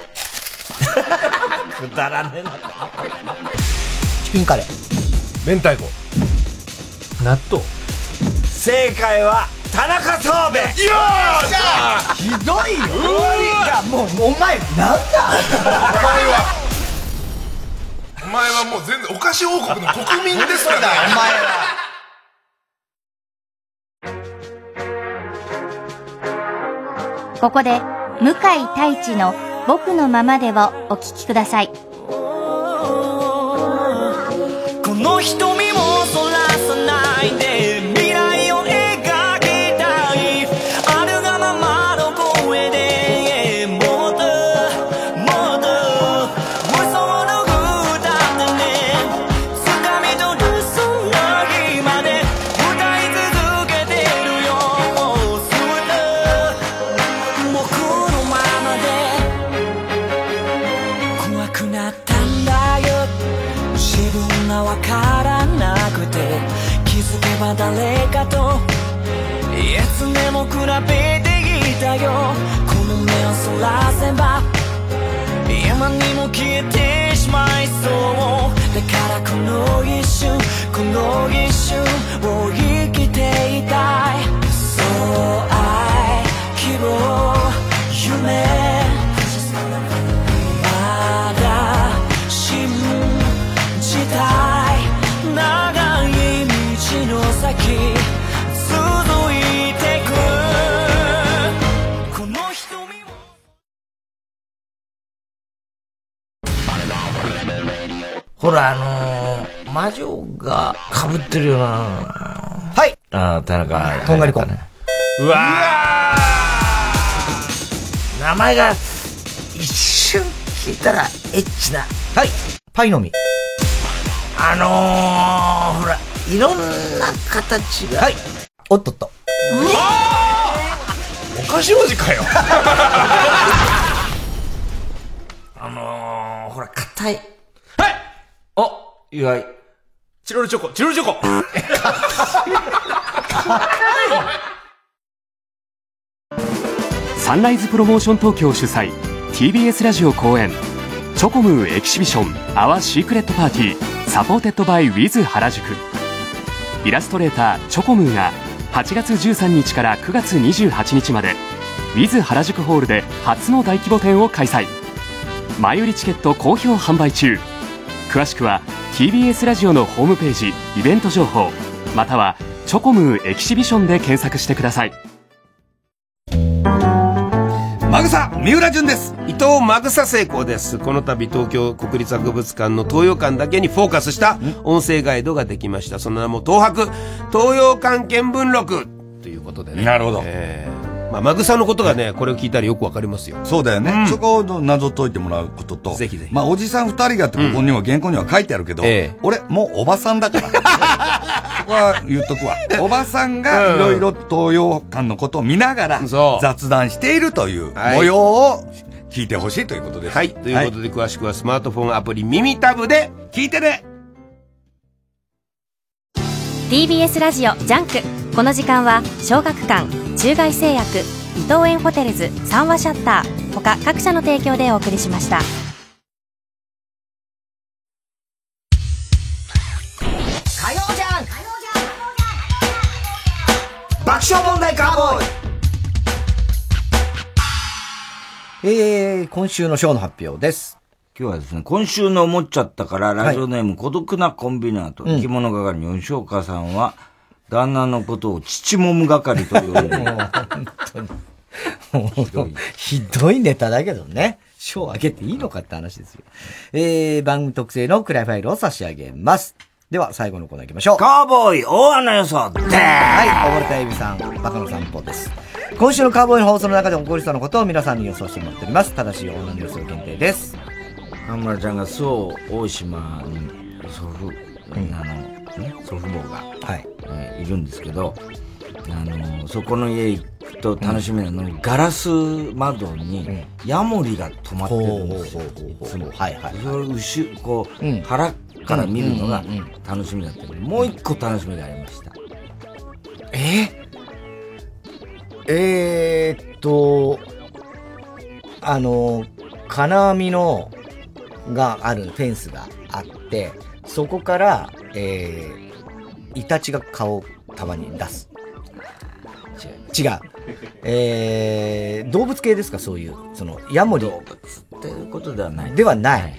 くだらねえな。 チキンカレー、 明太子、納豆。 正解は田中そうめん。よーしゃひどいよ。うわもうお前なんだお前はお前はもう全然お菓子王国の国民ですからね。 お前はここで向井太一の僕のままでをお聞きください。 この瞳もそらさないで未来を描きたい。あるがままの声でもっともっと嘘の歌ってね、掴み取るそんな日まで歌い続けてるよ。ずっと僕のままで怖くなったんだよ。自分がわからなくて気づけば誰かといつでも比べていたよ。この目をそらせば今にも消えてしまいそう。だからこの一瞬この一瞬を生きていたい。そう愛希望夢まだ信じたい。長い道の先続いてくこの瞳を。 ほらあのー、魔女が被ってるような。 はい。 ああ、田中。 とんがりコン。 うわー名前が一瞬聞いたらエッチな。 はい。パイの実。 あのー、ほら、いろんな形が。 はい。おっとっと。 うわーお菓子王子かよ。 あのー、ほら、硬い。 はいお、意外。 チロルチョコ、チロルチョコ。 サンライズプロモーション東京主催 ティービーエス ラジオ公演チョコムーエキシビションアワーシークレットパーティーサポーテッドバイウィズ原宿。イラストレーターチョコムーがはちがつじゅうさんにちからくがつにじゅうはちにちまでウィズ原宿ホールで初の大規模展を開催。前売りチケット好評販売中。詳しくは ティービーエス ラジオのホームページイベント情報またはチョコムーエキシビションで検索してください。 マガぐさ三浦淳です。 伊藤まぐさ成功です。この度東京国立博物館の東洋館だけにフォーカスした音声ガイドができました。その名も東博東洋館見聞録ということでね。 なるほど。 えーまあ、マグさんのことがね、これを聞いたらよくわかりますよ。 そうだよね。うん、そこを謎解いてもらうことと。 ぜひぜひ。 まあ、おじさん二人がってここには、うん、原稿には書いてあるけど、ええ、俺、もうおばさんだから。ここは言っとくわ。おばさんがいろいろ東洋館のことを見ながら、雑談しているという模様を聞いてほしいということです。 はい。ということで、詳しくはスマートフォンアプリ耳タブで聞いてね。 ティービーエス ラジオジャンク。この時間は小学館、中外製薬、伊藤園ホテルズ、三話シャッター他各社の提供でお送りしました。 火曜じゃん爆笑問題カーボーイ。えー、今週のショーの発表です。 今日はですね、今週の思っちゃったから、ラジオネーム、はい、孤独なコンビナート、生き物係の吉岡さんは、旦那のことを父もむ係と呼んでいる。本当に。 もうひどい。ひどいネタだけどね。賞をあげていいのかって話ですよ。えー、番組特製のクライファイルを差し上げます。では、最後のコーナー行きましょう。 カーボーイ大穴予想でーはい、溺れたエビさん、バカの散歩です。今週のカーボーイの放送の中で起こりそうなことを皆さんに予想してもらっております。ただし、大穴の予想限定です。 河村ちゃんがそう、大島に祖父、うん、あの、ね、祖父母が、はい、えー、いるんですけど、あの、そこの家行くと楽しみなのに、うん、ガラス窓にヤモリが止まってるんですよ。いつも。はいはい。それを後ろ、こう、うん、腹から見るのが楽しみだったので、もう一個楽しみがありました。 えー、えーっと、あの、金網の、があるフェンスがあって、そこから、えー、イタチが顔をたまに出す。違う。違う。えー、動物系ですか、そういう。その、ヤモリ。 動物っていうことではない。 ではない。はい、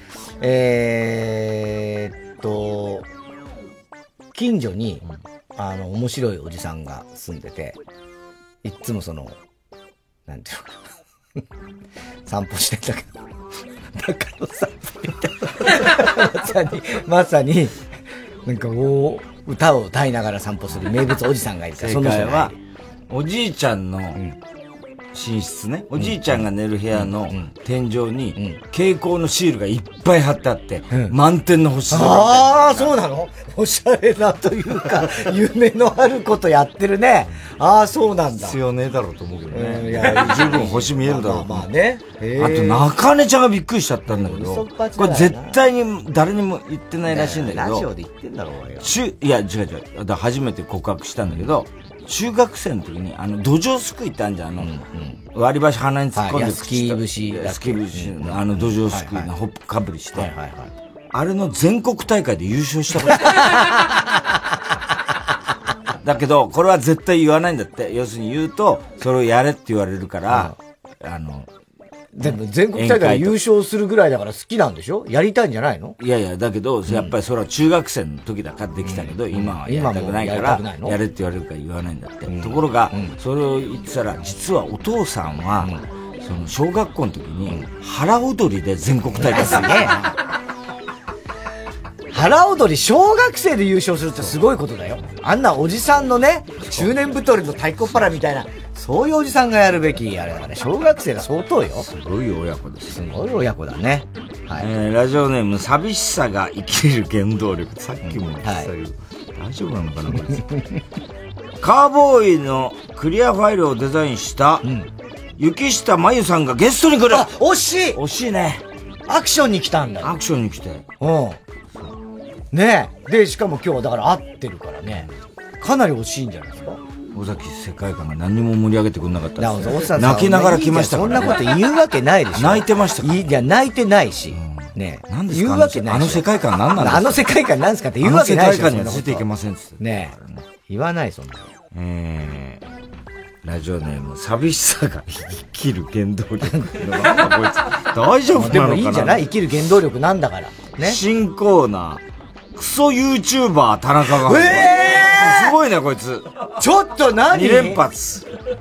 えーっと、近所に、あの、面白いおじさんが住んでて、いっつもその、なんていうのかな。散歩してんだけど。中野散歩みたいな。まさに、まさに、なんかお歌を歌いながら散歩する名物おじさんがいるから、 正解は、おじいちゃんの寝室ね、おじいちゃんが寝る部屋の天井に蛍光のシールがいっぱい貼ってあって、満天の星空。 ああ、そうなの？おしゃれなというか、夢のあることやってるね。ああ、そうなんだ。 必要ねえだろうと思うけどね。いや、十分星見えるだろう。 まあね。 あと、中根ちゃんがびっくりしちゃったんだけど、これ絶対に誰にも言ってないらしいんだけど、 ラジオで言ってんだろうよ。 中、いや、違う違う。だ初めて告白したんだけど、中学生の時に、あの、土壌すくいってあるじゃん、あの、割り箸鼻に突っ込んで、 スキー節。 スキー節、あの、土壌すくいのホップかぶりして、あれの全国大会で優勝したことだけど、これは絶対言わないんだって。要するに言うと、それをやれって言われるから、あの、 でも全国大会で優勝するぐらいだから好きなんでしょ？やりたいんじゃないの？ いやいや、だけど、やっぱりそれは中学生の時だからできたけど、今はやりたくないから、やれって言われるから言わないんだって。ところが、それを言ってたら、実はお父さんは、その小学校の時に、腹踊りで全国大会するね。 腹踊り、小学生で優勝するってすごいことだよ。あんなおじさんのね、中年太りの太鼓っ腹みたいな、そういうおじさんがやるべきあれだからね。小学生が相当よ。 すごい親子です。 すごい親子だね。 はい。えー、ラジオネーム、寂しさが生きる原動力。さっきも言ったけど、はい、大丈夫なのかな、これ。カーボーイのクリアファイルをデザインした、うん、雪下真由さんがゲストに来る。 あ、惜しい惜しいね。 アクションに来たんだ。 アクションに来て。 うん。ねえ。で、しかも今日はだから合ってるからね。かなり惜しいんじゃないですか。 尾崎世界観が何にも盛り上げてくれなかったですね。泣きながら来ましたからね。 そんなこと言うわけないでしょ。 泣いてましたか？ いや、泣いてないし。ねえ。 何ですか？ 言うわけない。 あの世界観何なんですか？ あの世界観何ですかって言うわけないでしょ。 あの世界観にはついていけませんっつって。 ねえ。言わない、そんな。 えー、ラジオネーム、寂しさが生きる原動力。なんだこいつ。大丈夫なのかな？ でもいいんじゃない？生きる原動力なんだから。 ね。新コーナー、クソ YouTuber 田中が。 えーすごいね、こいつ。 ちょっと何？ に連発。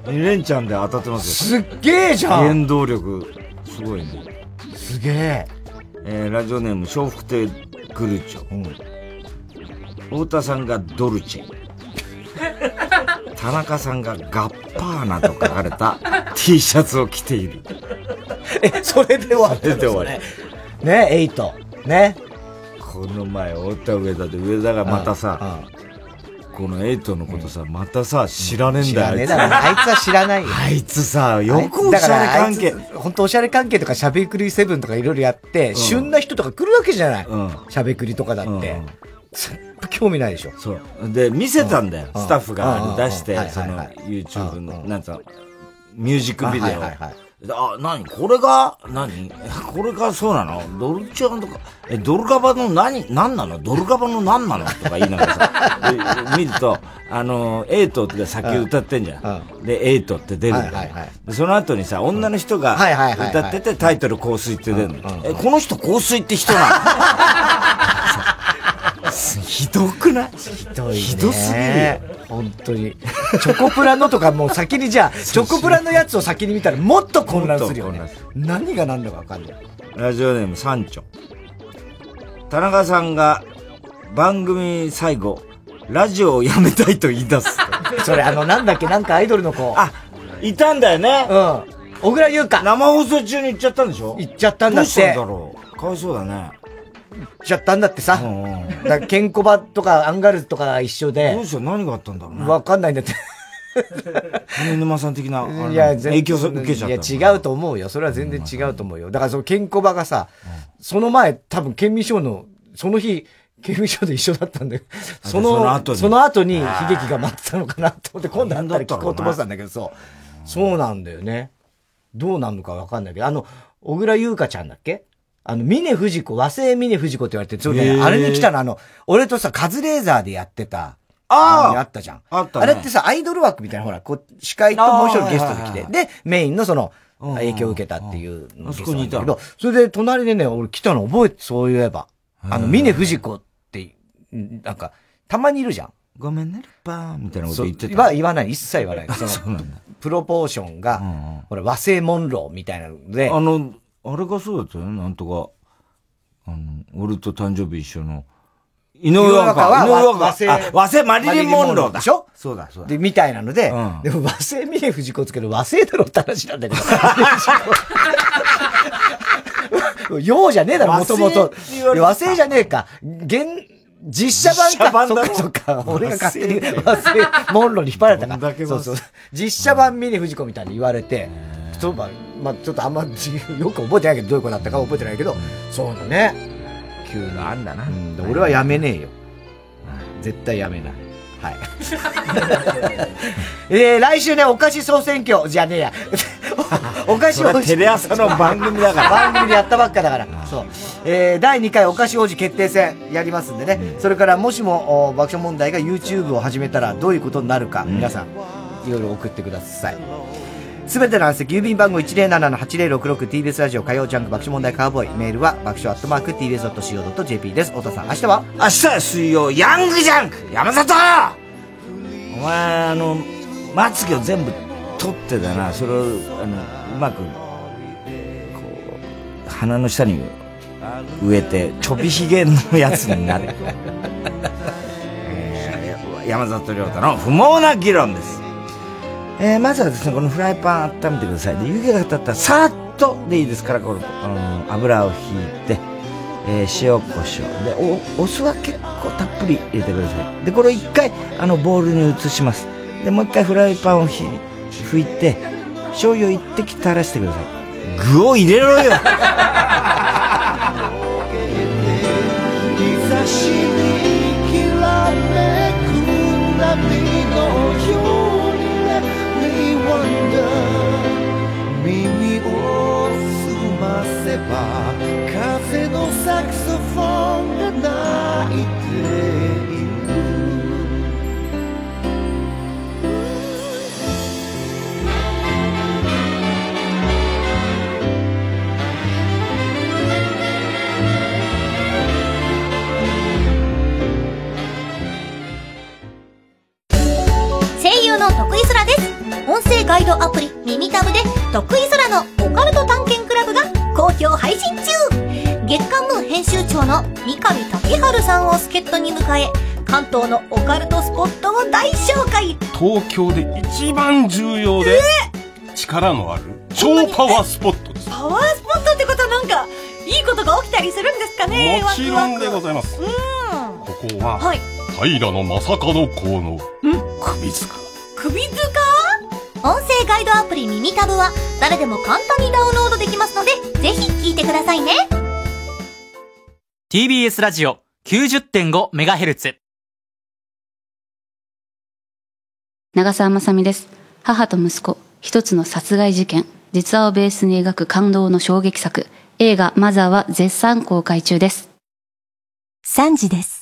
に連チャンで当たってますよ。すっげえじゃん。 原動力、すごいね。 すげえ。 えー、ラジオネーム、笑福亭グルチョ。うん、太田さんがドルチェ。田中さんがガッパーナと書かれた T シャツを着ている。 え、それで終わった。それで終わり。ね、エイト。ね。 この前、太田上田で上田がまたさ、ああこのエイトのことさ、うん、またさ、知らねえんだよ。 知らねえだろ。あいつは知らないよ。 あいつさ、よくおしゃれ関係。 ほんとおしゃれ関係とかしゃべくりセブンとかいろいろやって、うん、旬な人とか来るわけじゃない。うん、しゃべくりとかだって。うん、全部興味ないでしょ。 そう。で、見せたんだよ。うん、スタッフが出して、その、YouTube の、なんつうの、ミュージックビデオ。はいはいはいあ、なにこれが、なにこれがそうなのドルチャンとか、え、ドルガバの何、何なのドルガバの何なのとか言いながらさ、見ると、あの、エイトって先歌ってんじゃん。うん、で、エイトって出るんだよ、はいはいはいで。その後にさ、女の人が歌っててタイトル香水って出るの。え、この人香水って人なのひどくないひどいね。 ひどすぎるよ。 本当に。チョコプラのとかもう先にじゃあ、チョコプラのやつを先に見たらもっと混乱するよね。何が何だか分かんない。 ラジオネームサンチョ。田中さんが番組最後、ラジオをやめたいと言い出す。 それあの、なんだっけ、なんかアイドルの子。 あ、いたんだよね。 うん。小倉優香。 生放送中に行っちゃったんでしょ行っちゃったんだって。 どうしたんだろう。かわいそうだね。 しちゃったんだってさ。うんうん、だからケンコバとかアンガールズとか一緒で。 どうしよう何があったんだろうね。 わかんないんだって。 上沼さん的な、いや、影響受けちゃった。 いや、違うと思うよ。それは全然違うと思うよ。だからそのケンコバがさ、うん、その前多分ケンミショーの、その日、ケンミショーで一緒だったんだよ。その、その後に、その後に悲劇が待ってたのかなと思って、今度あったら聞こうと思ってたんだけど、そう。そうなんだよね。どうなるのかわかんないけど、あの、小倉優香ちゃんだっけあの、峰不二子、和製峰不二子って言われて、それね、あれに来たの、あの、俺とさ、カズレーザーでやってた、あああったじゃん。 あったね。 あれってさ、アイドル枠みたいな、ほら、こう、司会ともう一人ゲストで来て、で、メインのその、影響を受けたっていうあそこにいたけど、それで隣でね、俺来たの覚えて、そういえば。あの、峰不二子って、なんか、たまにいるじゃん。 ごめんね、パーンみたいなこと言ってた。 は言わない、一切言わない。その、プロポーションが、ほら、和製モンローみたいなので。 あの、あれがそうだったよね、なんとか。あの、俺と誕生日一緒の、井上和歌は、井上和歌あ、和製マリリン・モンローだ。 でしょそうだ、そうだ。 で、みたいなので、うん、でも和製峰不二子つけど和製だろって話なんだけど。ようじゃねえだろ、もともと。和製じゃねえか。現、実写版か。版そっかそっか。俺が勝手に和製モンローに引っ張られたから。そうそう。実写版峰不二子みたいに言われて、そうまあ、まあ、ちょっとあんま、よく覚えてないけど、どういう子だったか覚えてないけど、そうだね。 急のあんだな。うん、 俺はやめねえよ。絶対やめない。はい。えー、来週ね、お菓子総選挙じゃねえや。お菓子王子。 テレ朝の番組だから。 番組でやったばっかだから。そう。えー、だいにかいお菓子王子決定戦やりますんでね。うん、それからもしも爆笑問題が YouTube を始めたらどういうことになるか、うん、皆さん、いろいろ送ってください。すべての案籍、郵便番号 いちゼロななのはちゼロろくろく ティービーエス ラジオ火曜ジャンク爆笑問題カーボーイ。メールは爆笑アットマーク ティービーエスドットシーオードットジェーピー です。太田さん、明日は明日は水曜、ヤングジャンク山里お前、あの、まつげを全部取ってだな、それを、あの、うまく、こう、鼻の下に植えて、ちょびひげのやつになる。えー、山里亮太の不毛な議論です。えー、まずはですね、このフライパン温めてください。で、湯気が立ったらさーっとでいいですから、この、あの油をひいて、えー、塩コショウで、お、お酢は結構たっぷり入れてください。で、これを一回、あの、ボウルに移します。で、もう一回フライパンをひ拭いて、醤油を一滴垂らしてください。具を入れろよ日差しにきらめく波のよう耳を澄ませば風のサクソフォンが鳴いている声優の徳井空です。音声ガイ徳井空のオカルト探検クラブが好評配信中。月刊ムー編集長の三上竹春さんを助っ人に迎え、関東のオカルトスポットを大紹介。 東京で一番重要で力のある超パワースポットです。 パワースポットってことはなんかいいことが起きたりするんですかね。 もちろんでございます。 うん、 ここは、 はい、 平野正門公の首塚。 首塚？音声ガイドアプリ耳タブは誰でも簡単にダウンロードできますので、ぜひ聞いてくださいね。 ティービーエス ラジオ きゅうじゅってんごメガヘルツ。 長澤まさみです。母と息子、一つの殺害事件、実話をベースに描く感動の衝撃作、映画マザーは絶賛公開中です。 さんじです。